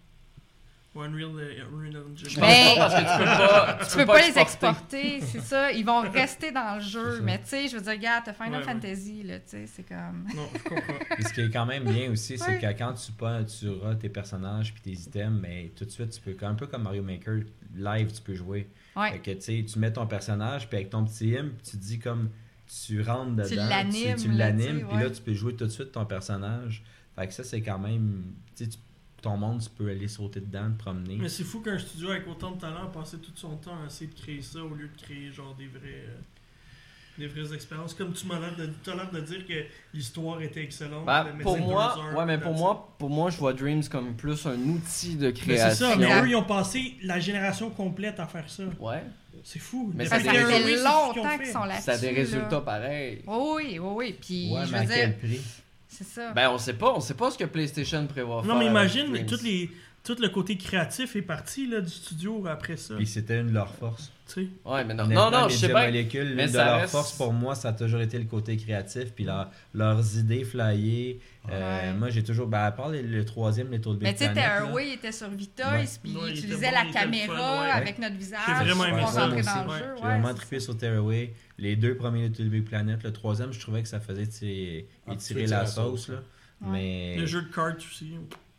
ou Unreal, euh, Unreal Engine? Je pense Ben, pas parce que tu peux pas, Tu peux pas les exporter, c'est ça. Ils vont rester dans le jeu. ça. Mais tu sais, je veux dire, regarde, t'as Final Ouais, ouais. Fantasy, là, tu sais, c'est comme... Non, je comprends. Puis ce qui est quand même bien aussi, c'est Ouais. que quand tu, pas, tu auras tes personnages puis tes items, mais tout de suite, tu peux, un peu comme Mario Maker, live, tu peux jouer. Ouais. Fait que tu sais, tu mets ton personnage, puis avec ton petit imp, tu dis comme tu rentres dedans, Tu l'animes, tu, tu là, l'animes, tu sais, puis ouais. là, tu peux jouer tout de suite ton personnage. Fait que ça, c'est quand même. Tu sais, tu- ton monde, tu peux aller sauter dedans, te promener. Mais c'est fou qu'un studio avec autant de talent a passé tout son temps à essayer de créer ça au lieu de créer genre des vrais euh, des vraies expériences. Comme tu m'as l'air de, t'as l'air de dire que l'histoire était excellente. Ben, mais pour c'est moi, deux heures, ouais, mais pour that's moi, pour moi, je vois Dreams comme plus un outil de Mais création. c'est ça, mais Exact. eux, ils ont passé la génération complète à faire ça. Ouais. C'est fou. Mais Depuis ça Ça fait fait Terrorist, c'est ce qu'ils ont longtemps fait. qu'ils sont là-dessus. Ça a des là. résultats pareils. Oui, oui, oui, oui. Puis, Ouais, je mais à veux dire, quel prix? c'est ça. Ben, on sait pas, on sait pas ce que PlayStation prévoit faire. Non, mais imagine, avec Dreams. toutes les, tout le côté créatif est parti là, du studio après ça. Puis c'était une de leurs forces. Tu sais. Ouais, mais non, Honnêtement, non, non, les je sais Media pas. Molecule, mais l'une de ça leurs reste- forces pour moi, ça a toujours été le côté créatif, puis leur- leurs idées flyées. Euh, Ouais. Moi, j'ai toujours, ben, à part le, le troisième, les Little Big Mais tu sais, Planet, là. Tearaway était sur Vitoys, Ouais. puis Ouais, il il était utilisait bon, la il était le caméra fun, ouais. avec notre visage J'ai vraiment pour aimé ça, rentrer moi dans aussi, le ouais. jeu. J'ai Ouais, vraiment c'est trippé ça. sur Tearaway. Les deux premiers Little Big Planet. Le troisième, je trouvais que ça faisait tu sais, Un petit étirer peu la tirer la sauce. sauce, Là. Ouais. Mais Le jeu de cartes aussi,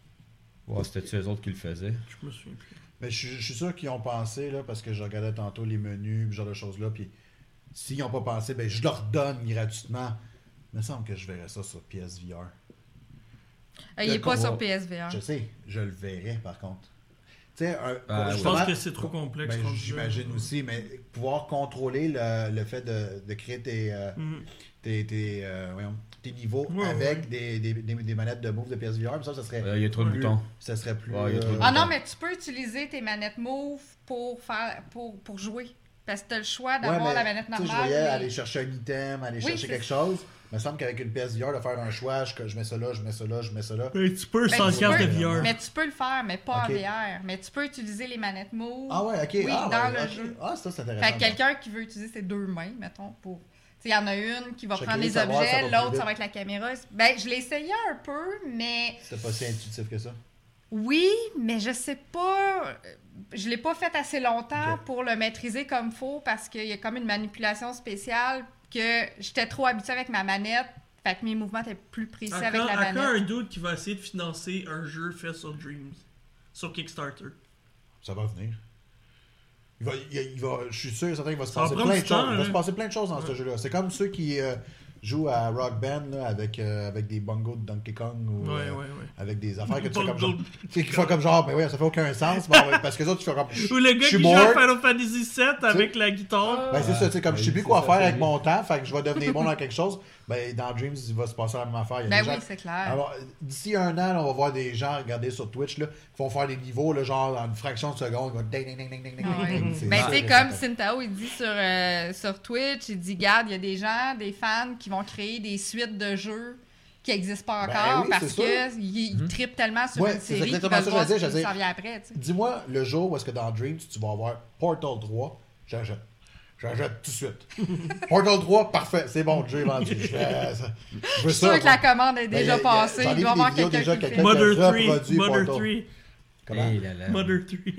ouais, c'était-tu eux autres qui le faisaient? je me souviens plus. Mais je, suis- je suis sûr qu'ils ont pensé, là, parce que je regardais tantôt les menus, ce genre de choses-là, puis s'ils n'ont pas pensé, ben je leur donne gratuitement Il me semble que je verrais ça sur P S V R. Euh, il est pas Peut-être sur qu'on P S V R. Je sais, je le verrais par contre. Tu sais, un- Ben, Je justement- pense que c'est trop complexe. Ben, comme j'imagine jeu. aussi, mais pouvoir contrôler le, le fait de, de créer tes, euh, Mhm. tes, tes, euh, voyons, tes niveaux Ouais, avec ouais. Des, des, des, des manettes de move de P S V R, mais ça, ça serait, Euh, Il y a trop de Ouais. boutons. ça serait plus... Ouais, il y a trop de euh, Ah non, mais tu peux utiliser tes manettes Move pour faire pour, pour jouer. Parce que tu as le choix ouais, d'avoir mais, la manette tu sais, normale. je voyais mais- aller chercher un item, aller Oui, chercher c'est quelque ça. chose. Il me semble qu'avec une P S V R, de faire un choix, je, je mets ça là, je mets ça là, je mets ça là. Ben, tu peux Ben, sans tu casque peux- de V R. Mais tu peux le faire, mais pas Ok. en V R. Mais tu peux utiliser les manettes Move. Ah ouais, ok. Oui, ah, dans ouais, le ok. jeu. Ah, ça, c'est intéressant. Fait que quelqu'un qui veut utiliser ses deux mains, mettons, pour. Tu sais, il y en a une qui va Je suis prendre curieux les de savoir, ça objets, va plus l'autre, vite. ça va être la caméra. Ben, je l'ai essayé un peu, mais. C'était pas si intuitif que ça. Oui, mais je sais pas. Je l'ai pas fait assez longtemps Ok. pour le maîtriser comme faut parce qu'il y a comme une manipulation spéciale que j'étais trop habituée avec ma manette. Fait que mes mouvements étaient plus précis À avec quand, la à quand manette. un dude qui va essayer de financer un jeu fait sur Dreams, sur Kickstarter? Ça va venir. Il va, il, il va, je suis sûr et certain qu'il va se Ça va passer prendre plein du de choses. temps, Il va hein. se passer plein de choses dans ce Ouais. jeu-là. C'est comme ceux qui euh, jouent à Rock Band là, avec, euh, avec des bongos de Donkey Kong ou Ouais, euh, ouais, ouais. avec des affaires que tu fais comme Bongo. genre. Tu sais, qui font comme genre, mais ouais, ça fait aucun sens. Bon, ouais, parce que les autres, tu fais comme. Ou le gars je suis qui joue à bored. Final Fantasy sept avec la guitare. Ben c'est ça, tu sais, comme je sais oui, plus c'est quoi ça, faire c'est avec lui. mon temps, fait que je vais devenir bon dans quelque chose. Ben dans Dreams, il va se passer la même affaire. Il y a Ben des oui, gens- c'est clair. Alors, d'ici un an, là, on va voir des gens regarder sur Twitch là, qui vont faire des niveaux là, genre en une fraction de seconde. Ils vont ding, ding, ding, ding, ding, ding, Ouais. ding, ding. C'est Ben, sûr tu sais, et comme certain. Sintao, il dit sur, euh, sur Twitch, il dit, garde, il y a des gens, des fans qui vont créer des suites de jeux qui n'existent pas Ben encore oui, parce c'est sûr. qu'ils ils trippent tellement sur Ouais, une c'est série qu'ils exactement veulent ça que voir j'allais ce dire, qui j'allais s'en vient après. tu sais. Dis-moi le jour où est-ce que dans Dreams, tu vas avoir Portal trois, j'achète. J'achète tout de suite. Portal trois, parfait, c'est bon, le jeu est vendu. Je, fais ça. Je veux Je suis ça. sûre que moi. la commande est Ben, déjà y a- y a- passée. j'en ai Il vu doit y des avoir vidéos quelqu'un déjà, qui le quelqu'un- fait. Mother qui a trois, reproduit Mother Portal. trois, Comment? Hey là là. Mother trois.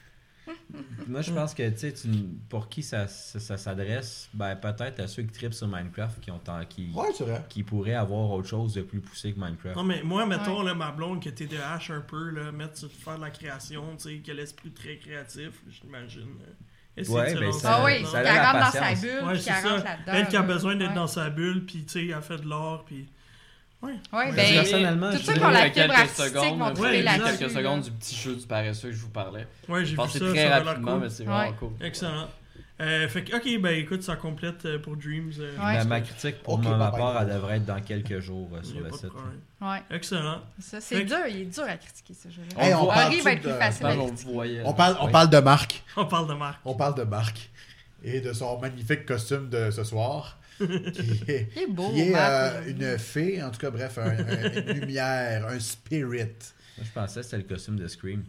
Moi, je pense que, tu sais, tu- pour qui ça, ça, ça s'adresse, ben, peut-être à ceux qui trippent sur Minecraft, qui, ont, tant- qui, Ouais, c'est vrai. qui pourraient avoir autre chose de plus poussé que Minecraft. Non, mais moi, mettons, là, ma blonde qui était de H un peu, là, mettre sur faire de la création, tu sais, qui a l'esprit très créatif, j'imagine. euh, essayer Ouais, de se ben, lancer ça- Ah oui, là-dedans. ça a qui la rentre dans sa patience. bulle, Ouais, puis qui c'est arrange ça. là-dedans. Elle qui a là. besoin d'être Ouais. dans sa bulle, puis tu sais, elle fait de l'art, puis. Ouais. Ouais, Ouais, ben, personnellement, tous je ceux qui dirais ont la Il y a fibre quelques artistique secondes, vont ouais, trouver il y a là-dessus. quelques là. secondes du petit jeu du paresseux que je vous parlais. Ouais, Je j'ai vu pense ça, que ça c'est très avait l'air rapidement, cool. mais c'est vraiment Ouais. cool. Excellent. Euh, fait que, ok, ben écoute, ça complète euh, pour Dreams. euh, Ouais. Ma, ma critique, pour Ok, ma, ma bye part, bye. elle devrait être dans quelques jours euh, y sur a le pas de site. problème. Ouais, Excellent. ça, Fait c'est que- dur, il est dur à critiquer ce jeu-là. Hey, on Henri parle-tu va être de- plus facile à Parle, on le critiquer. voyait. On parle, on Ouais. parle de Marc. On parle de Marc. On parle de Marc. Et de son magnifique costume de ce soir. qui est, Il est beau, qui est, Marc, euh, aujourd'hui. une fée, en tout cas, bref, un- un- une lumière, un spirit. Moi, je pensais que c'était le costume de Scream.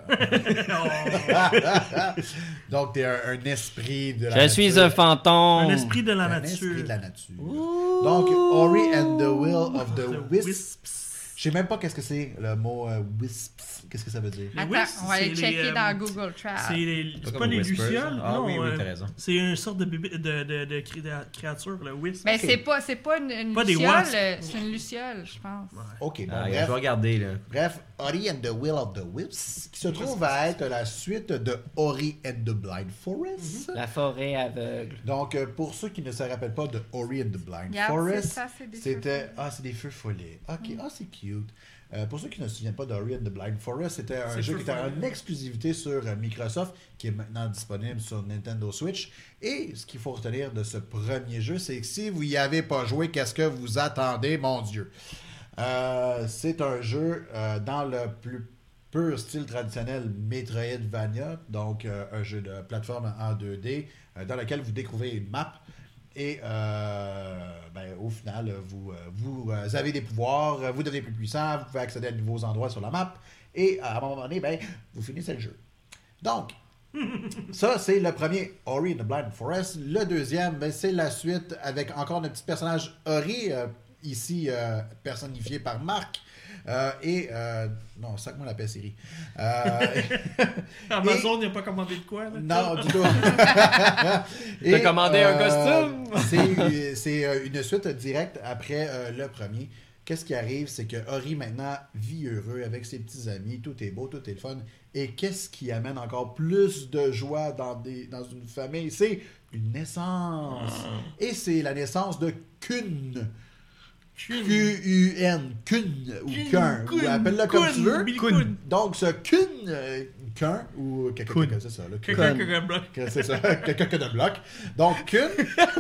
Donc, t'es un, un esprit de la Je nature. suis un fantôme. Un esprit de la Un nature. esprit de la nature. Donc, Ori and the Will of the The Wisps. Wisps. Je sais même pas qu'est-ce que c'est, le mot euh, wisps. Qu'est-ce que ça veut dire? Les Attends, Wisps, on va aller c'est checker les, euh, dans Google Trad. C'est les- c'est comme pas les Whispers, lucioles, hein? Ah non. oui, oui, euh, t'as raison. C'est une sorte de, bébé, de, de, de, cré- de créature, le Wisp. Ben, Ok. c'est pas, c'est pas une, une Pas des luciole, wasps. euh, c'est une luciole, je pense. Ok, bon, Ah, je bref. vais regarder, là. Bref, Ori and the Will of the Wisps, qui se trouve à être la suite de Ori and the Blind Forest. La forêt aveugle. Donc, euh, pour ceux qui ne se rappellent pas de Ori and the Blind Regarde, Forest, c'est ça, c'est des c'était... feux Ah, c'est des feux follets. Ok, ah, c'est cute. Euh, pour ceux qui ne se souviennent pas d'Ori and the Blind Forest, c'était un C'est jeu feux qui était en follets. exclusivité sur euh, Microsoft, qui est maintenant disponible sur Nintendo Switch. Et ce qu'il faut retenir de ce premier jeu, c'est que si vous n'y avez pas joué, qu'est-ce que vous attendez, mon Dieu? Euh, c'est un jeu euh, dans le plus pur style traditionnel Metroidvania, donc euh, un jeu de plateforme en deux D, euh, dans lequel vous découvrez une map. Et euh, ben, au final, vous, euh, vous euh, avez des pouvoirs, euh, vous devenez plus puissant, vous pouvez accéder à de nouveaux endroits sur la map. Et à un moment donné, ben, vous finissez le jeu. Donc, ça, c'est le premier Ori and the Blind Forest. Le deuxième, ben, c'est la suite avec encore un petit personnage Ori, euh, ici euh, personnifié par Marc. Euh, et, euh, non, sac-moi la paix, Siri. Euh, Amazon n'a pas commandé de quoi, là? non, du tout. T'as commandé un costume? c'est, c'est euh, une suite directe après euh, le premier. Qu'est-ce qui arrive, c'est que Ori maintenant vit heureux avec ses petits amis, tout est beau, tout est le fun. Et qu'est-ce qui amène encore plus de joie dans, des, dans une famille? C'est une naissance. Et c'est la naissance de Kun. Kun. Q U N, Kun ou Kun, Kun, ou Kun, appelle-le comme Kun, tu veux. Billy Kun. Kun. Donc, ce Kun, euh, Kun, ou quelqu'un Kun. qui c'est ça, là. Quelqu'un Kun. qui a un bloc. Que C'est ça, quelqu'un qui a de bloc. Donc, Kun.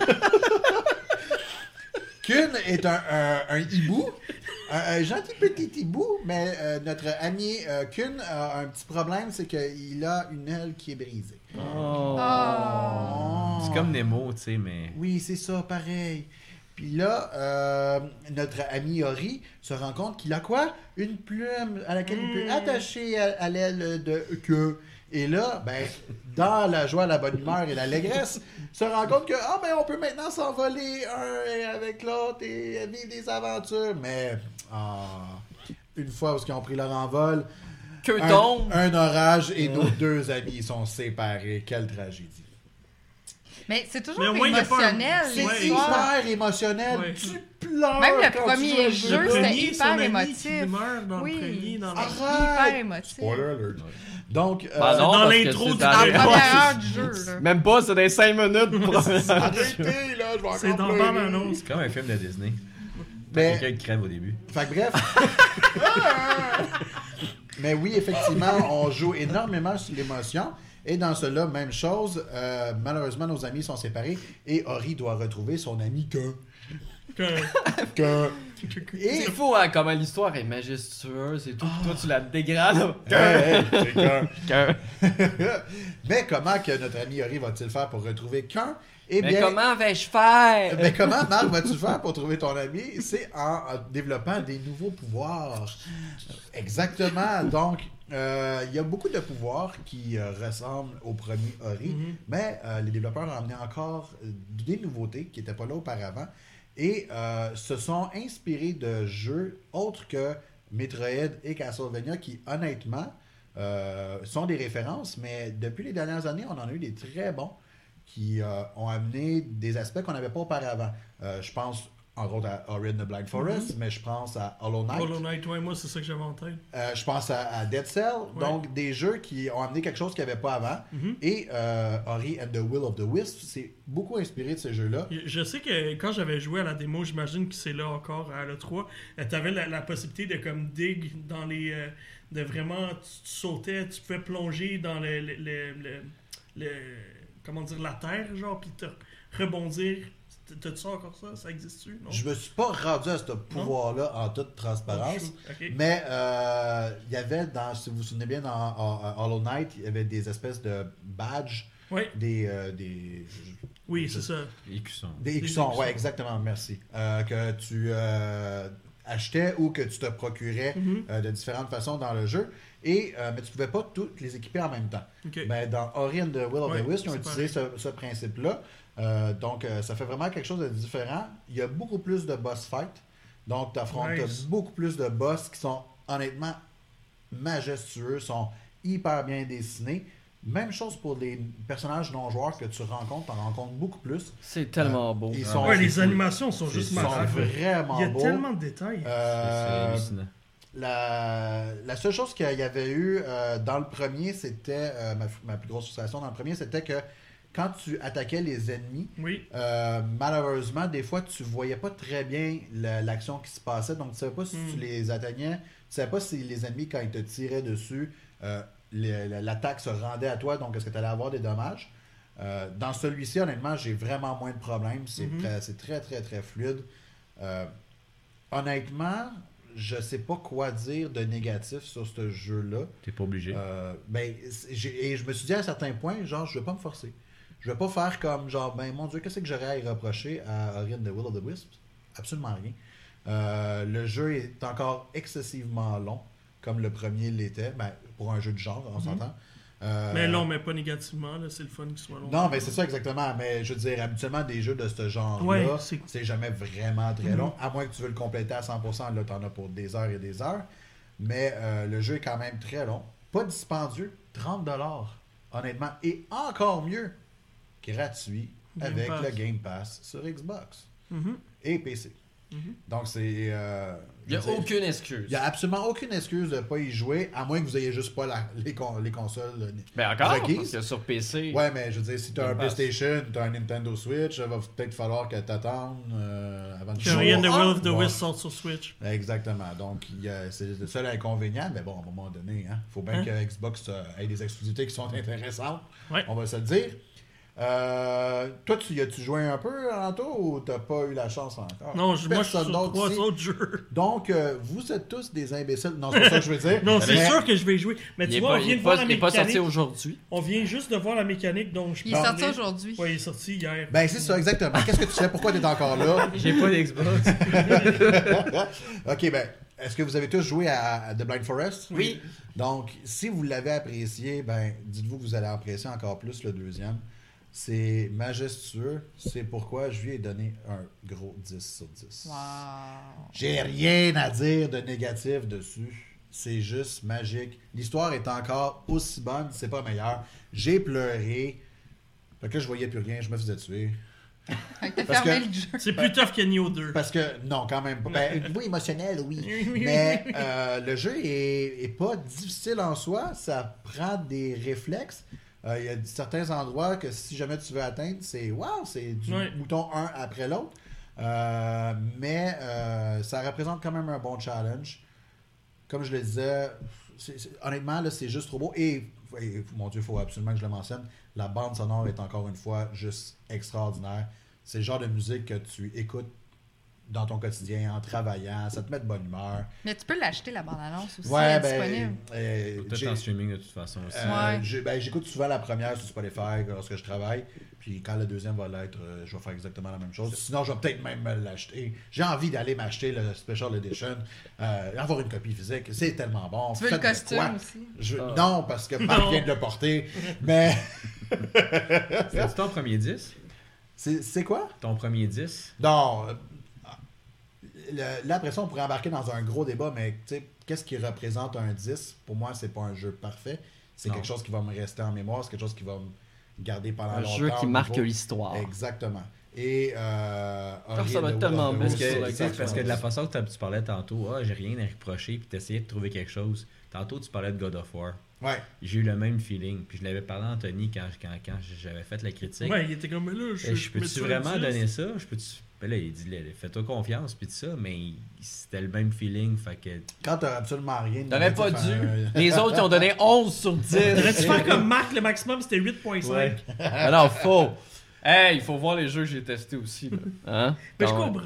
Kun est un, un, un hibou, un, un gentil petit hibou, mais euh, notre ami euh, Kun a un petit problème, c'est qu'il a une aile qui est brisée. Oh. Oh. C'est comme Nemo, tu sais, mais. Oui, c'est ça, pareil. Puis là, euh, notre ami Ori se rend compte qu'il a quoi? Une plume à laquelle il peut Mm. attacher à, à l'aile de queue. Et là, ben, dans la joie, la bonne humeur et l'allégresse, se rend compte que ah ben on peut maintenant s'envoler un avec l'autre et vivre des aventures. Mais ah, une fois où ils ont pris leur envol, Que un, tombe! un orage et nos deux amis sont séparés. Quelle tragédie. Mais c'est toujours Mais au moins, il y a pas un- émotionnel, C'est Ouais, l'histoire. hyper émotionnel. Ouais. Tu pleures. Même le quand premier tu joues à jeu, ce Le jeu-là. c'était premier, hyper son ami émotif. qui meurt dans Oui. le premier, dans la... C'était Arrête! hyper émotif. Spoiler alert. Donc, euh, Bah non, dans parce que l'intro c'est du dans Dans Ouais. la première heure du jeu, là. Même pas, c'est dans cinq minutes. pour- arrêtez, là, je vais encore C'est dans pleurer. la annonce. C'est comme un film de Disney. Mais, Quelqu'un qui crève au début. fait que bref. Mais oui, effectivement, on joue énormément sur l'émotion. Et dans cela, même chose. euh, malheureusement, nos amis sont séparés et Ori doit retrouver son ami que. Que- que... Et... C'est fou, hein, comment l'histoire est majestueuse et tout. puis Toi, tu la dégrades. Hey, hey, c'est que- Que- Mais comment que notre ami Ori va-t-il faire pour retrouver qu'un? Eh Mais bien, comment vais-je faire? Mais comment, Marc, vas-tu faire pour trouver ton ami? C'est en, en développant des nouveaux pouvoirs. Exactement. Donc, euh, il y a beaucoup de pouvoirs qui euh, ressemblent au premier Ori, Mhm. mais euh, les développeurs ont amené encore euh, des nouveautés qui n'étaient pas là auparavant et euh, se sont inspirés de jeux autres que Metroid et Castlevania qui, honnêtement, euh, sont des références, mais depuis les dernières années, on en a eu des très bons qui euh, ont amené des aspects qu'on n'avait pas auparavant. Euh, je pense, entre autres, à Ori and the Blind Forest, mais je pense à Hollow Knight. Hollow Knight, ouais, moi, c'est ça que j'avais en tête. Euh, je pense à, à Dead Cell. Ouais. Donc, des jeux qui ont amené quelque chose qu'il n'y avait pas avant. Mhm. Et euh, Ori and the Will of the Wisp, c'est beaucoup inspiré de ces jeux-là. Je sais que quand j'avais joué à la démo, j'imagine que c'est là encore à l'E trois, tu avais la, la possibilité de comme dig dans les... euh, de vraiment, tu, tu sautais, tu pouvais plonger dans le... le, le, le- le- comment dire, la terre, genre, puis te rebondir. T'as-tu ça encore ça? Ça existe-tu? Non? Je me suis pas rendu à ce pouvoir-là en toute transparence. Ok. Mais euh, il y avait, dans, si vous vous souvenez bien, dans euh, Hollow Knight, il y avait des espèces de badges, Oui, des, euh, des, oui, c'est ça. Écusson. des Des écussons. écussons. Ouais, exactement, merci. Euh, que tu euh, achetais ou que tu te procurais Mhm. euh, de différentes façons dans le jeu. Et, euh, mais tu pouvais pas toutes les équiper en même temps. Ok. Ben, dans Ori and the Will of Ouais, the Wisp, ils ont c'est utilisé ce, ce principe-là. Euh, donc, euh, ça fait vraiment quelque chose de différent. Il y a beaucoup plus de boss fight. Donc, tu affrontes Nice. beaucoup plus de boss qui sont honnêtement majestueux, sont hyper bien dessinés. Même chose pour les personnages non-joueurs que tu rencontres, tu en rencontres beaucoup plus. C'est tellement beau. Ils Ah sont, Ouais, c'est les cool. animations sont C'est- juste ils sont malades. vraiment Il y a beaux. tellement de détails. C'est Euh, hallucinant. la, la seule chose qu'il y avait eu euh, dans le premier, c'était euh, ma, ma plus grosse frustration dans le premier, c'était que quand tu attaquais les ennemis, Oui. euh, malheureusement, des fois, tu voyais pas très bien la- l'action qui se passait. Donc, tu savais pas si Mm. tu les atteignais. Tu savais pas si les ennemis, quand ils te tiraient dessus, euh, les- la- l'attaque se rendait à toi. Donc, est-ce que tu allais avoir des dommages? Euh, dans celui-ci, honnêtement, j'ai vraiment moins de problèmes. C'est Mhm. très, c'est très, très, très fluide. Euh, honnêtement, je sais pas quoi dire de négatif sur ce jeu-là. T'es pas obligé. Euh, ben, c'est- j'ai- et je me suis dit à un certain point, genre, je vais pas me forcer. Je vais pas faire comme, genre, ben, mon Dieu, qu'est-ce que j'aurais à y reprocher à Ori and the Will of the Wisp? Absolument rien. Euh, le jeu est encore excessivement long, comme le premier l'était, ben, pour un jeu de genre, on Mhm. s'entend. Euh, Mais non, mais pas négativement, là, c'est le fun qu'il soit long. non, mais c'est ça exactement. Mais je veux dire, habituellement, des jeux de ce genre-là, Ouais, c'est- c'est jamais vraiment très Mhm. long. À moins que tu veux le compléter à cent pour cent, là, t'en as pour des heures et des heures. Mais euh, le jeu est quand même très long. Pas dispendieux, trente dollars, honnêtement. Et encore mieux, gratuit Game avec Pass. le Game Pass sur Xbox Mhm. et P C. Mhm. Donc, c'est. euh, Il n'y a Je veux dire, aucune excuse. Il n'y a absolument aucune excuse de ne pas y jouer, à moins que vous ayez juste pas la- les, con- les consoles. euh, Ben encore, requises. parce que sur P C... Ouais, mais je veux dire, si tu as un Game Pass. PlayStation, tu as un Nintendo Switch, il va peut-être falloir que tu attendes avant de Que rien de jouer. Will of the Ouais. Wisp sorte sur Switch. Exactement. Donc, il y a- c'est le seul inconvénient, mais bon, à un moment donné, il faut bien Hein? que Xbox euh, ait des exclusivités qui sont intéressantes. Ouais. On va se le dire. Euh, toi, tu y as-tu joué un peu, Anto, ou t'as pas eu la chance encore? Non, je- moi, je suis Personne sur d'autre trois ici. autres jeux. Donc, euh, vous êtes tous des imbéciles. Non, c'est pas ça que je veux dire. Non, c'est Mais- sûr que je vais y jouer. Mais Il tu est vois, pas, on il vient est de voir pas, la il est pas sorti mécanique. aujourd'hui. On vient juste de voir la mécanique dont je Il est parlais. sorti aujourd'hui. Ouais, il est sorti hier. Ben, c'est ça, exactement. Qu'est-ce que tu fais? Pourquoi t'es encore là? J'ai pas d'Xbox. Ok, ben, est-ce que vous avez tous joué à, à The Blind Forest? Oui. Donc, si vous l'avez apprécié, ben, dites-vous que vous allez apprécier encore plus le deuxième. C'est majestueux. C'est pourquoi je lui ai donné un gros dix sur dix. Wow. J'ai rien à dire de négatif dessus. C'est juste magique. L'histoire est encore aussi bonne, c'est pas meilleur. J'ai pleuré. Fait que là, je voyais plus rien, je me faisais tuer. Fait que t'as Parce fermé que- le jeu. C'est plus tough que Nioh deux. Parce que, non, quand même pas. Ben, oui, émotionnel, oui. Oui, oui, Mais euh, le jeu est, est pas difficile en soi. Ça prend des réflexes. Euh, Il y a certains endroits que si jamais tu veux atteindre, c'est wow, c'est du Ouais. bouton un après l'autre. Euh, mais euh, ça représente quand même un bon challenge. Comme je le disais, c'est- c'est- honnêtement, là, c'est juste trop beau. Et, et, mon Dieu, il faut absolument que je le mentionne. La bande sonore est encore une fois juste extraordinaire. C'est le genre de musique que tu écoutes dans ton quotidien en travaillant. Ça te met de bonne humeur. Mais tu peux l'acheter, la bande-annonce aussi. Ouais, elle est ben. disponible. euh, Peut-être j'ai- en streaming de toute façon aussi. euh, Ouais. j'ai- ben, j'écoute souvent la première sur Spotify lorsque je travaille. Puis quand la deuxième va l'être, euh, je vais faire exactement la même chose. Sinon, je vais peut-être même me l'acheter. J'ai envie d'aller m'acheter le Special Edition, euh, avoir une copie physique. C'est tellement bon. Tu veux le Faites de costume quoi? aussi? Je- Ah. Non, parce que Marc Non. vient de le porter. Mais C'est ton premier dix? c'est c'est quoi? Ton premier dix? Non. euh, le- Là, après ça, on pourrait embarquer dans un gros débat, mais tu sais, qu'est-ce qui représente un dix? Pour moi, c'est pas un jeu parfait. C'est Non. quelque chose qui va me rester en mémoire. C'est quelque chose qui va me garder pendant Un longtemps. jeu qui au marque niveau- l'histoire. Exactement. Et euh, Ori ça and va the Will tellement of the bien Wisps, sur c'est la Tu sais, parce que de la exactement façon que tu parlais tantôt, ah, j'ai rien à reprocher, puis t'essayais de trouver quelque chose. Tantôt, tu parlais de God of War. ça. Ouais. J'ai eu le même feeling. Puis je l'avais parlé à Anthony quand, quand, quand j'avais fait la critique. Ouais, il était comme là. Je, Eh, je je peux-tu mets-tu vraiment un dix? donner ça? Je peux-tu... Ben là, il dit, là, fais-toi confiance, puis tout ça, mais c'était le même feeling, fait que... Quand t'as absolument rien de T'aurais pas négatif, dû. euh, Les autres, ils ont donné onze sur dix. Aurais-tu faire comme Marc, le maximum c'était huit virgule cinq. Ouais. Alors, faux. Hey, il faut voir les jeux que j'ai testés aussi. Là. Hein? Mais je Donc, comprends.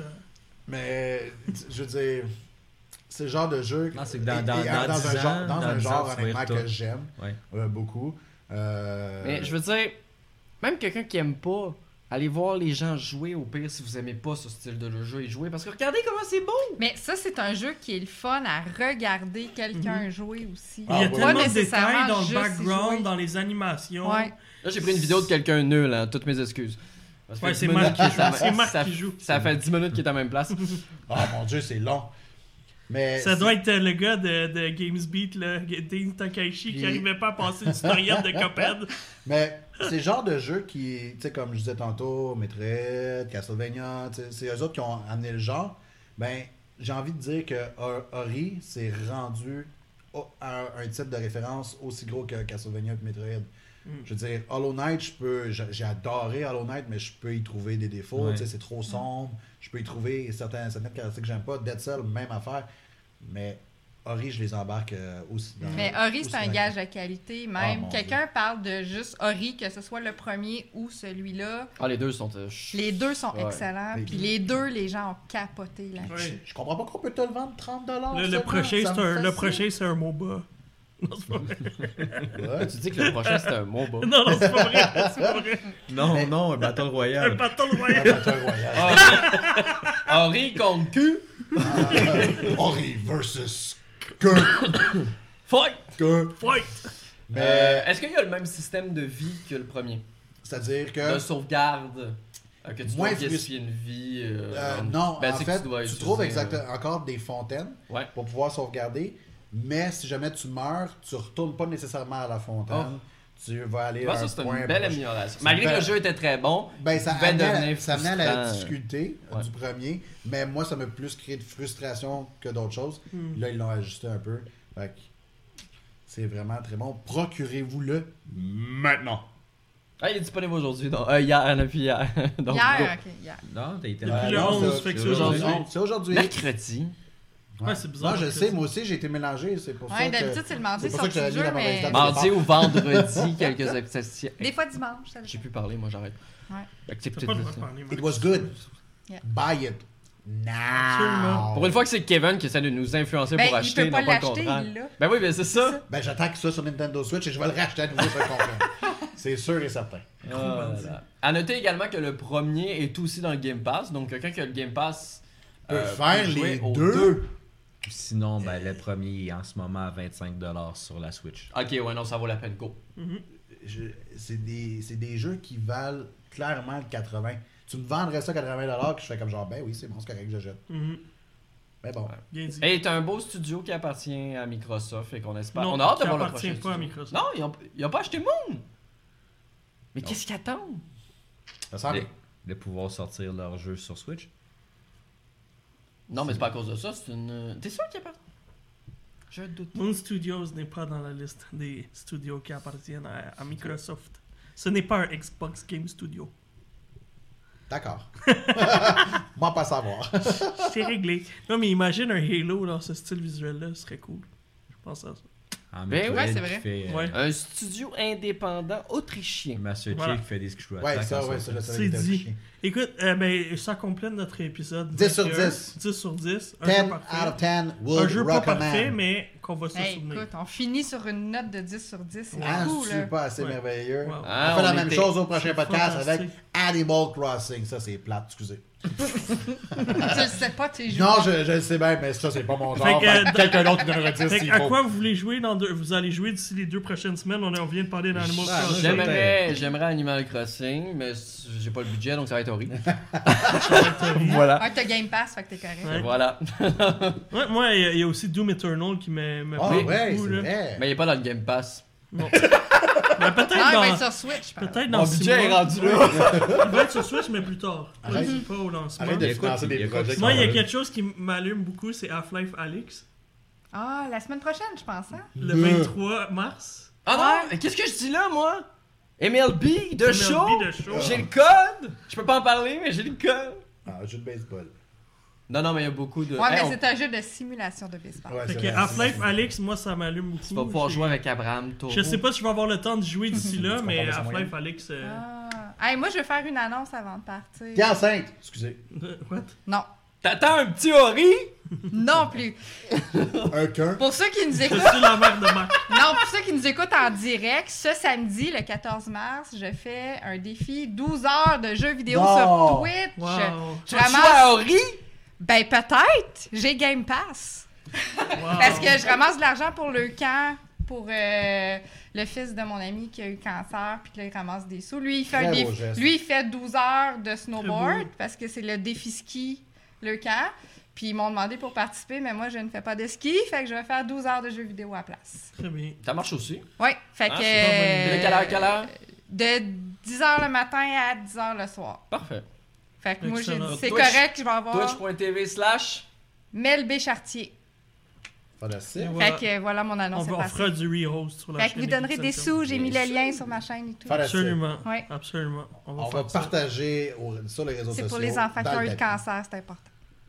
Mais, je veux dire, c'est le genre de jeu. Non, c'est que dans- et- dans- et dans un dix genre, ans, dans dans un dix ans, genre tu vas y honnêtement que retourner. j'aime Ouais. euh, beaucoup. Euh, Mais je veux dire, même quelqu'un qui aime pas, allez voir les gens jouer au pire si vous aimez pas ce style de jeu et jouer. Parce que regardez comment c'est beau! Mais ça, c'est un jeu qui est le fun à regarder quelqu'un jouer aussi. Ah, Il y a ouais. tellement Pas de détails nécessairement dans le juste y background, jouer. dans les animations. Ouais. Là, j'ai pris une vidéo de quelqu'un nul, hein, toutes mes excuses. Ça fait Ouais, dix c'est minutes Marc qui qu'il est joue. à- C'est Marc ça- qui joue. Ça fait dix minutes qu'il est à la même place. Ah mon dieu, c'est long. Mais Ça doit être euh, le gars de, de GamesBeat, là, Dean Takahashi, qui Puis- n'arrivait pas à passer une tutoriel de Cuphead. Mais c'est le genre de jeu qui, tu sais, comme je disais tantôt, Metroid, Castlevania, tu sais, c'est eux autres qui ont amené le genre. Ben, j'ai envie de dire que Or- Ori s'est rendu au- à un, un titre de référence aussi gros que Castlevania et Metroid. Mm. Je veux dire, Hollow Knight, je peux, j'ai j'ai adoré Hollow Knight, mais je peux y trouver des défauts. Ouais. Tu sais, c'est trop sombre. Je peux y trouver certains, certaines caractéristiques que j'aime pas. Dead Cell, même affaire. Mais Ori, je les embarque euh, aussi dans. Mais Ori, aussi c'est un dans- gage de qualité. Ah, Même mon quelqu'un parle de juste Ori, que ce soit le premier ou celui-là. Ah, les deux sont. euh, ch- Les deux sont Ouais. excellents. Mais- Puis les deux, les gens ont capoté là. Ouais. Je, je comprends pas qu'on peut te le vendre trente dollars. Le, le prochain, c'est un, le prochain, c'est un MOBA. Non, c'est pas vrai. Tu dis que le prochain c'était un mot bas. Non, non, c'est pas vrai. C'est pas vrai. Non, Mais- non, un Battle Un Royale. Battle Royale. Henri contre Q. Ori versus que. Fight! que. Fight! Mais, Euh, Est-ce qu'il y a le même système de vie que le premier? c'est-à-dire De que. sauvegarde? euh, que tu Moins dois frus- gaspiller une vie? euh, Euh, dans- non, Ben, en c'est que fait, tu, dois tu utiliser, trouves euh, exactement encore des fontaines Ouais. pour pouvoir sauvegarder. Mais si jamais tu meurs, tu retournes pas nécessairement à la fontaine. tu vas aller Moi, à ça, un c'est point une belle proche. amélioration. C'est Malgré une que le belle- jeu était très bon, Ben, ça il pouvait amenait, à la, devenir ça amenait à la frustrant. difficulté euh, Ouais. du premier, mais moi, ça m'a plus créé de frustration que d'autres choses. Hmm. Là, ils l'ont ajusté un peu. Fait que c'est vraiment très bon. Procurez-vous-le maintenant. Ah, il est disponible aujourd'hui. donc, Euh, hier, non, puis hier. Donc, go. Hier, ok, hier. Non, t'as été Depuis Euh, le non, onze, c'est- fait que c'est c'est aujourd'hui. aujourd'hui. C'est aujourd'hui. Mercredi. Ouais, c'est bizarre. Non, je que sais, c'est- moi aussi, j'ai été mélangé. C'est pour ça Ouais, que... d'habitude, c'est le mardi c'est pour sur ça que j'avais le mis la jeu, mauvaise mais- date. Mardi ou vendredi, quelques exceptions. Des fois dimanche, ça J'ai pu parler, moi j'arrête. Ouais. T'as Acceptez pas le de droit de ça. parler, It Max. was good. Yeah. Buy it. Now. Absolument. Pour une fois que c'est Kevin qui essaie de nous influencer Ben, pour il acheter, peut pas non pas le l'acheter, contraire. il l'a. Ben oui, ben c'est ça. Ben, j'attends ça sur Nintendo Switch et je vais le racheter à nouveau sur le compte. C'est sûr et certain. Ah, là, là. À noter également que le premier est aussi dans le Game Pass, donc quelqu'un qui a le Game Pass Peut euh, faire peut jouer les aux deux. Sinon, ben, le premier est en ce moment à vingt-cinq dollars sur la Switch. Ok, ouais, non, ça vaut la peine, go. Mhm. Je- C'est des, c'est des jeux qui valent clairement le quatre-vingts. Tu me vendrais ça quatre-vingts dollars que je fais comme genre, ben oui, c'est bon, c'est correct, je jette. Mhm. Mais bon. Bien dit. Et t'as un beau studio qui appartient à Microsoft et qu'on espère. Non, On a hâte de qui voir le appartient prochain pas à studio. Microsoft. Non, ils ont, ils ont pas acheté Moon. Mais qu'est-ce qu'ils attendent? Ça sent bien. De, de pouvoir sortir leur jeu sur Switch. Non, mais c'est pas à cause de ça, c'est une. T'es sûr qu'il y a pas. Je doute. Moon Studios n'est pas dans la liste des studios qui appartiennent à, à Microsoft. Ce n'est pas un Xbox Game Studio. D'accord. Moi, pas savoir. C'est réglé. Non, mais imagine un Halo dans ce style visuel-là, ce serait cool. Je pense à ça. En Ben Metroid ouais, c'est qui vrai. fait, euh, Ouais. Un studio indépendant autrichien. Master Voilà. Chief qui fait des screw Ouais, attacks ça, en ouais, sortant. ça, là, ça C'est était dit. chiant. Écoute, euh, ben, ça complète notre épisode. dix sur vingt et un. dix. dix sur dix. Un dix jeu out parfait. of dix Un would jeu pas recommend. parfait, mais qu'on va se Hey, souvenir. écoute, on finit sur une note de dix sur dix. C'est Ah, cool, c'est là. pas assez Ouais. merveilleux. Wow. Ah, on fait la on même était- chose au prochain c'est podcast avec fantastique. Animal Crossing. Ça, c'est plate, excusez. Tu le sais pas, tu joues. Non, je, je le sais bien, mais ça, c'est pas mon genre. Fait que, Fait que euh, quelqu'un d'autre qui donnera dix Fait s'il que à faut. quoi vous voulez jouer dans deux... Vous allez jouer d'ici les deux prochaines semaines. On, on vient de parler d'Animal Ah, Crossing. J'aimerais, j'aimerais Animal Crossing, mais c- j'ai pas le budget donc ça va être horrible. Ouais, voilà. Ah, t'as Game Pass, fait que t'es correct. Ouais. Voilà. moi, il y, a- il y a aussi Doom Eternal qui m'a m'a Ah, plu ouais, beaucoup, c'est là. vrai. Mais il est pas dans le Game Pass. Bon. Ben, peut-être Ah, il va dans... être sur Switch, par Peut-être Mon dans six budget est mois. rendu Ouais. là. Il va être sur Switch, mais plus tard. Arrête. Pas- Pas au lancement. Arrête de Il y a quoi financer qui- il y des a quoi projets qui qui Moi, il y a sont quelque chose qui m'allume beaucoup, c'est Half-Life Alyx, Ah, la semaine prochaine, je pense, hein? le Yeah. vingt-trois mars. Ah non, Ouais. mais qu'est-ce que je dis là, moi? M L B de M L B show? de show. J'ai le code? Je peux pas en parler, mais j'ai le code. Ah, un jeu de baseball. Non, non, mais il y a beaucoup de. Ouais, Hey, mais on- c'est un jeu de simulation de baseball. Ouais, Fait c'est que vrai. Half-Life Alyx, moi, ça m'allume beaucoup. Tu vas pouvoir J'ai- jouer avec Abraham Toro. Je sais pas si je vais avoir le temps de jouer d'ici là, Tu mais comprends pas sa Half-Life Alyx. euh, Ah. Hey, moi, je vais faire une annonce avant de partir. T'es enceinte. Excusez. What? Non. T'attends un petit Ori? Non plus. Un cœur. Pour ceux qui nous Je écoutent, suis la mère de Marc. non, pour ceux qui nous écoutent en direct, ce samedi, le quatorze mars, je fais un défi douze heures de jeux vidéo Non. sur Twitch. Wow. Tu vas Vraiment? jouer à Ori? Ben peut-être. J'ai Game Pass. Wow. Parce que je ramasse de l'argent pour le camp, pour euh, le fils de mon ami qui a eu cancer, puis que là, il ramasse des sous. Lui, il fait, Très un beau défi- geste. lui, il fait douze heures de snowboard, Très beau. parce que c'est le défi ski, le camp. Puis ils m'ont demandé pour participer, mais moi, je ne fais pas de ski, fait que je vais faire douze heures de jeux vidéo à la place. Très bien. Ça marche aussi. Oui, fait Ah, que... c'est pas bonne idée. De quelle heure à quelle heure? De dix heures le matin à dix heures le soir. Parfait. Fait que moi, j'ai Excellent. dit, c'est Twitch- correct, je vais avoir Twitch.tv slash. Mel B. Chartier. Fantastique. Et voilà. Fait que voilà, mon On, annonce va, est on passée. fera du rehost sur la Fait que chaîne. vous donnerez des Écoute-Centrum. sous, j'ai mis Bien le sûr. lien sur ma chaîne et tout. Fantastique. Absolument. Ouais. Absolument. On va, On faire va ça. partager au- sur les réseaux C'est sociaux. pour les enfants qui dans ont le eu le tapis. cancer, c'est important.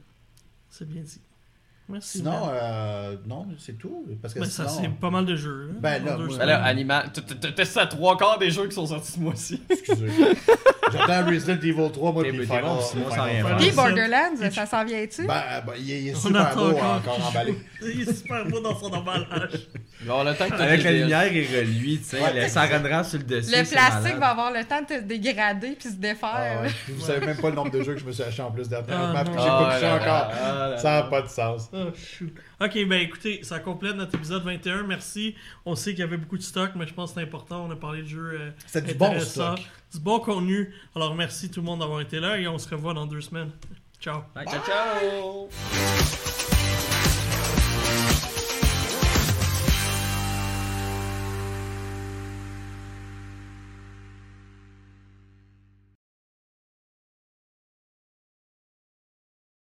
C'est bien dit. Merci. Sinon, Mel. euh, non, c'est tout. Parce que Ben, ça, sinon, c'est pas mal de jeux. Là, Ben, en là, deux moi- semaines. Ben là, Animal. t'as- t'as- T'as ça à trois quarts des jeux qui sont sortis ce mois-ci. excusez. J'attends Resident Evil trois, moi, T'es- puis t'es Final- bon, sinon, Final sans rien Fantasy. faire. Puis ça. Borderlands, ça s'en vient-tu? Ben, ben, il est, il est On super attend beau encore. encore emballé. Il est super beau dans son emballage. Il va avoir le temps que t'as Avec la des- lumière et reluit, tu sais, Ouais. le- ça rendra sur le dessus. Le c'est plastique malade. va avoir le temps de se dégrader puis se défaire. Ah ouais. là. Puis vous savez même pas le nombre de jeux que je me suis acheté en plus dernièrement, Ah, puis que non. j'ai Ah pas touché là encore. là, ah là Ça n'a là. pas de sens. Oh, shoot. Ok, ben écoutez, ça complète notre épisode vingt et un. Merci. On sait qu'il y avait beaucoup de stock, mais je pense que c'est important. On a parlé de jeux euh, C'est du bon intéressants, stock. du bon contenu. Alors merci tout le monde d'avoir été là et on se revoit dans deux semaines. Ciao. Ciao, ciao!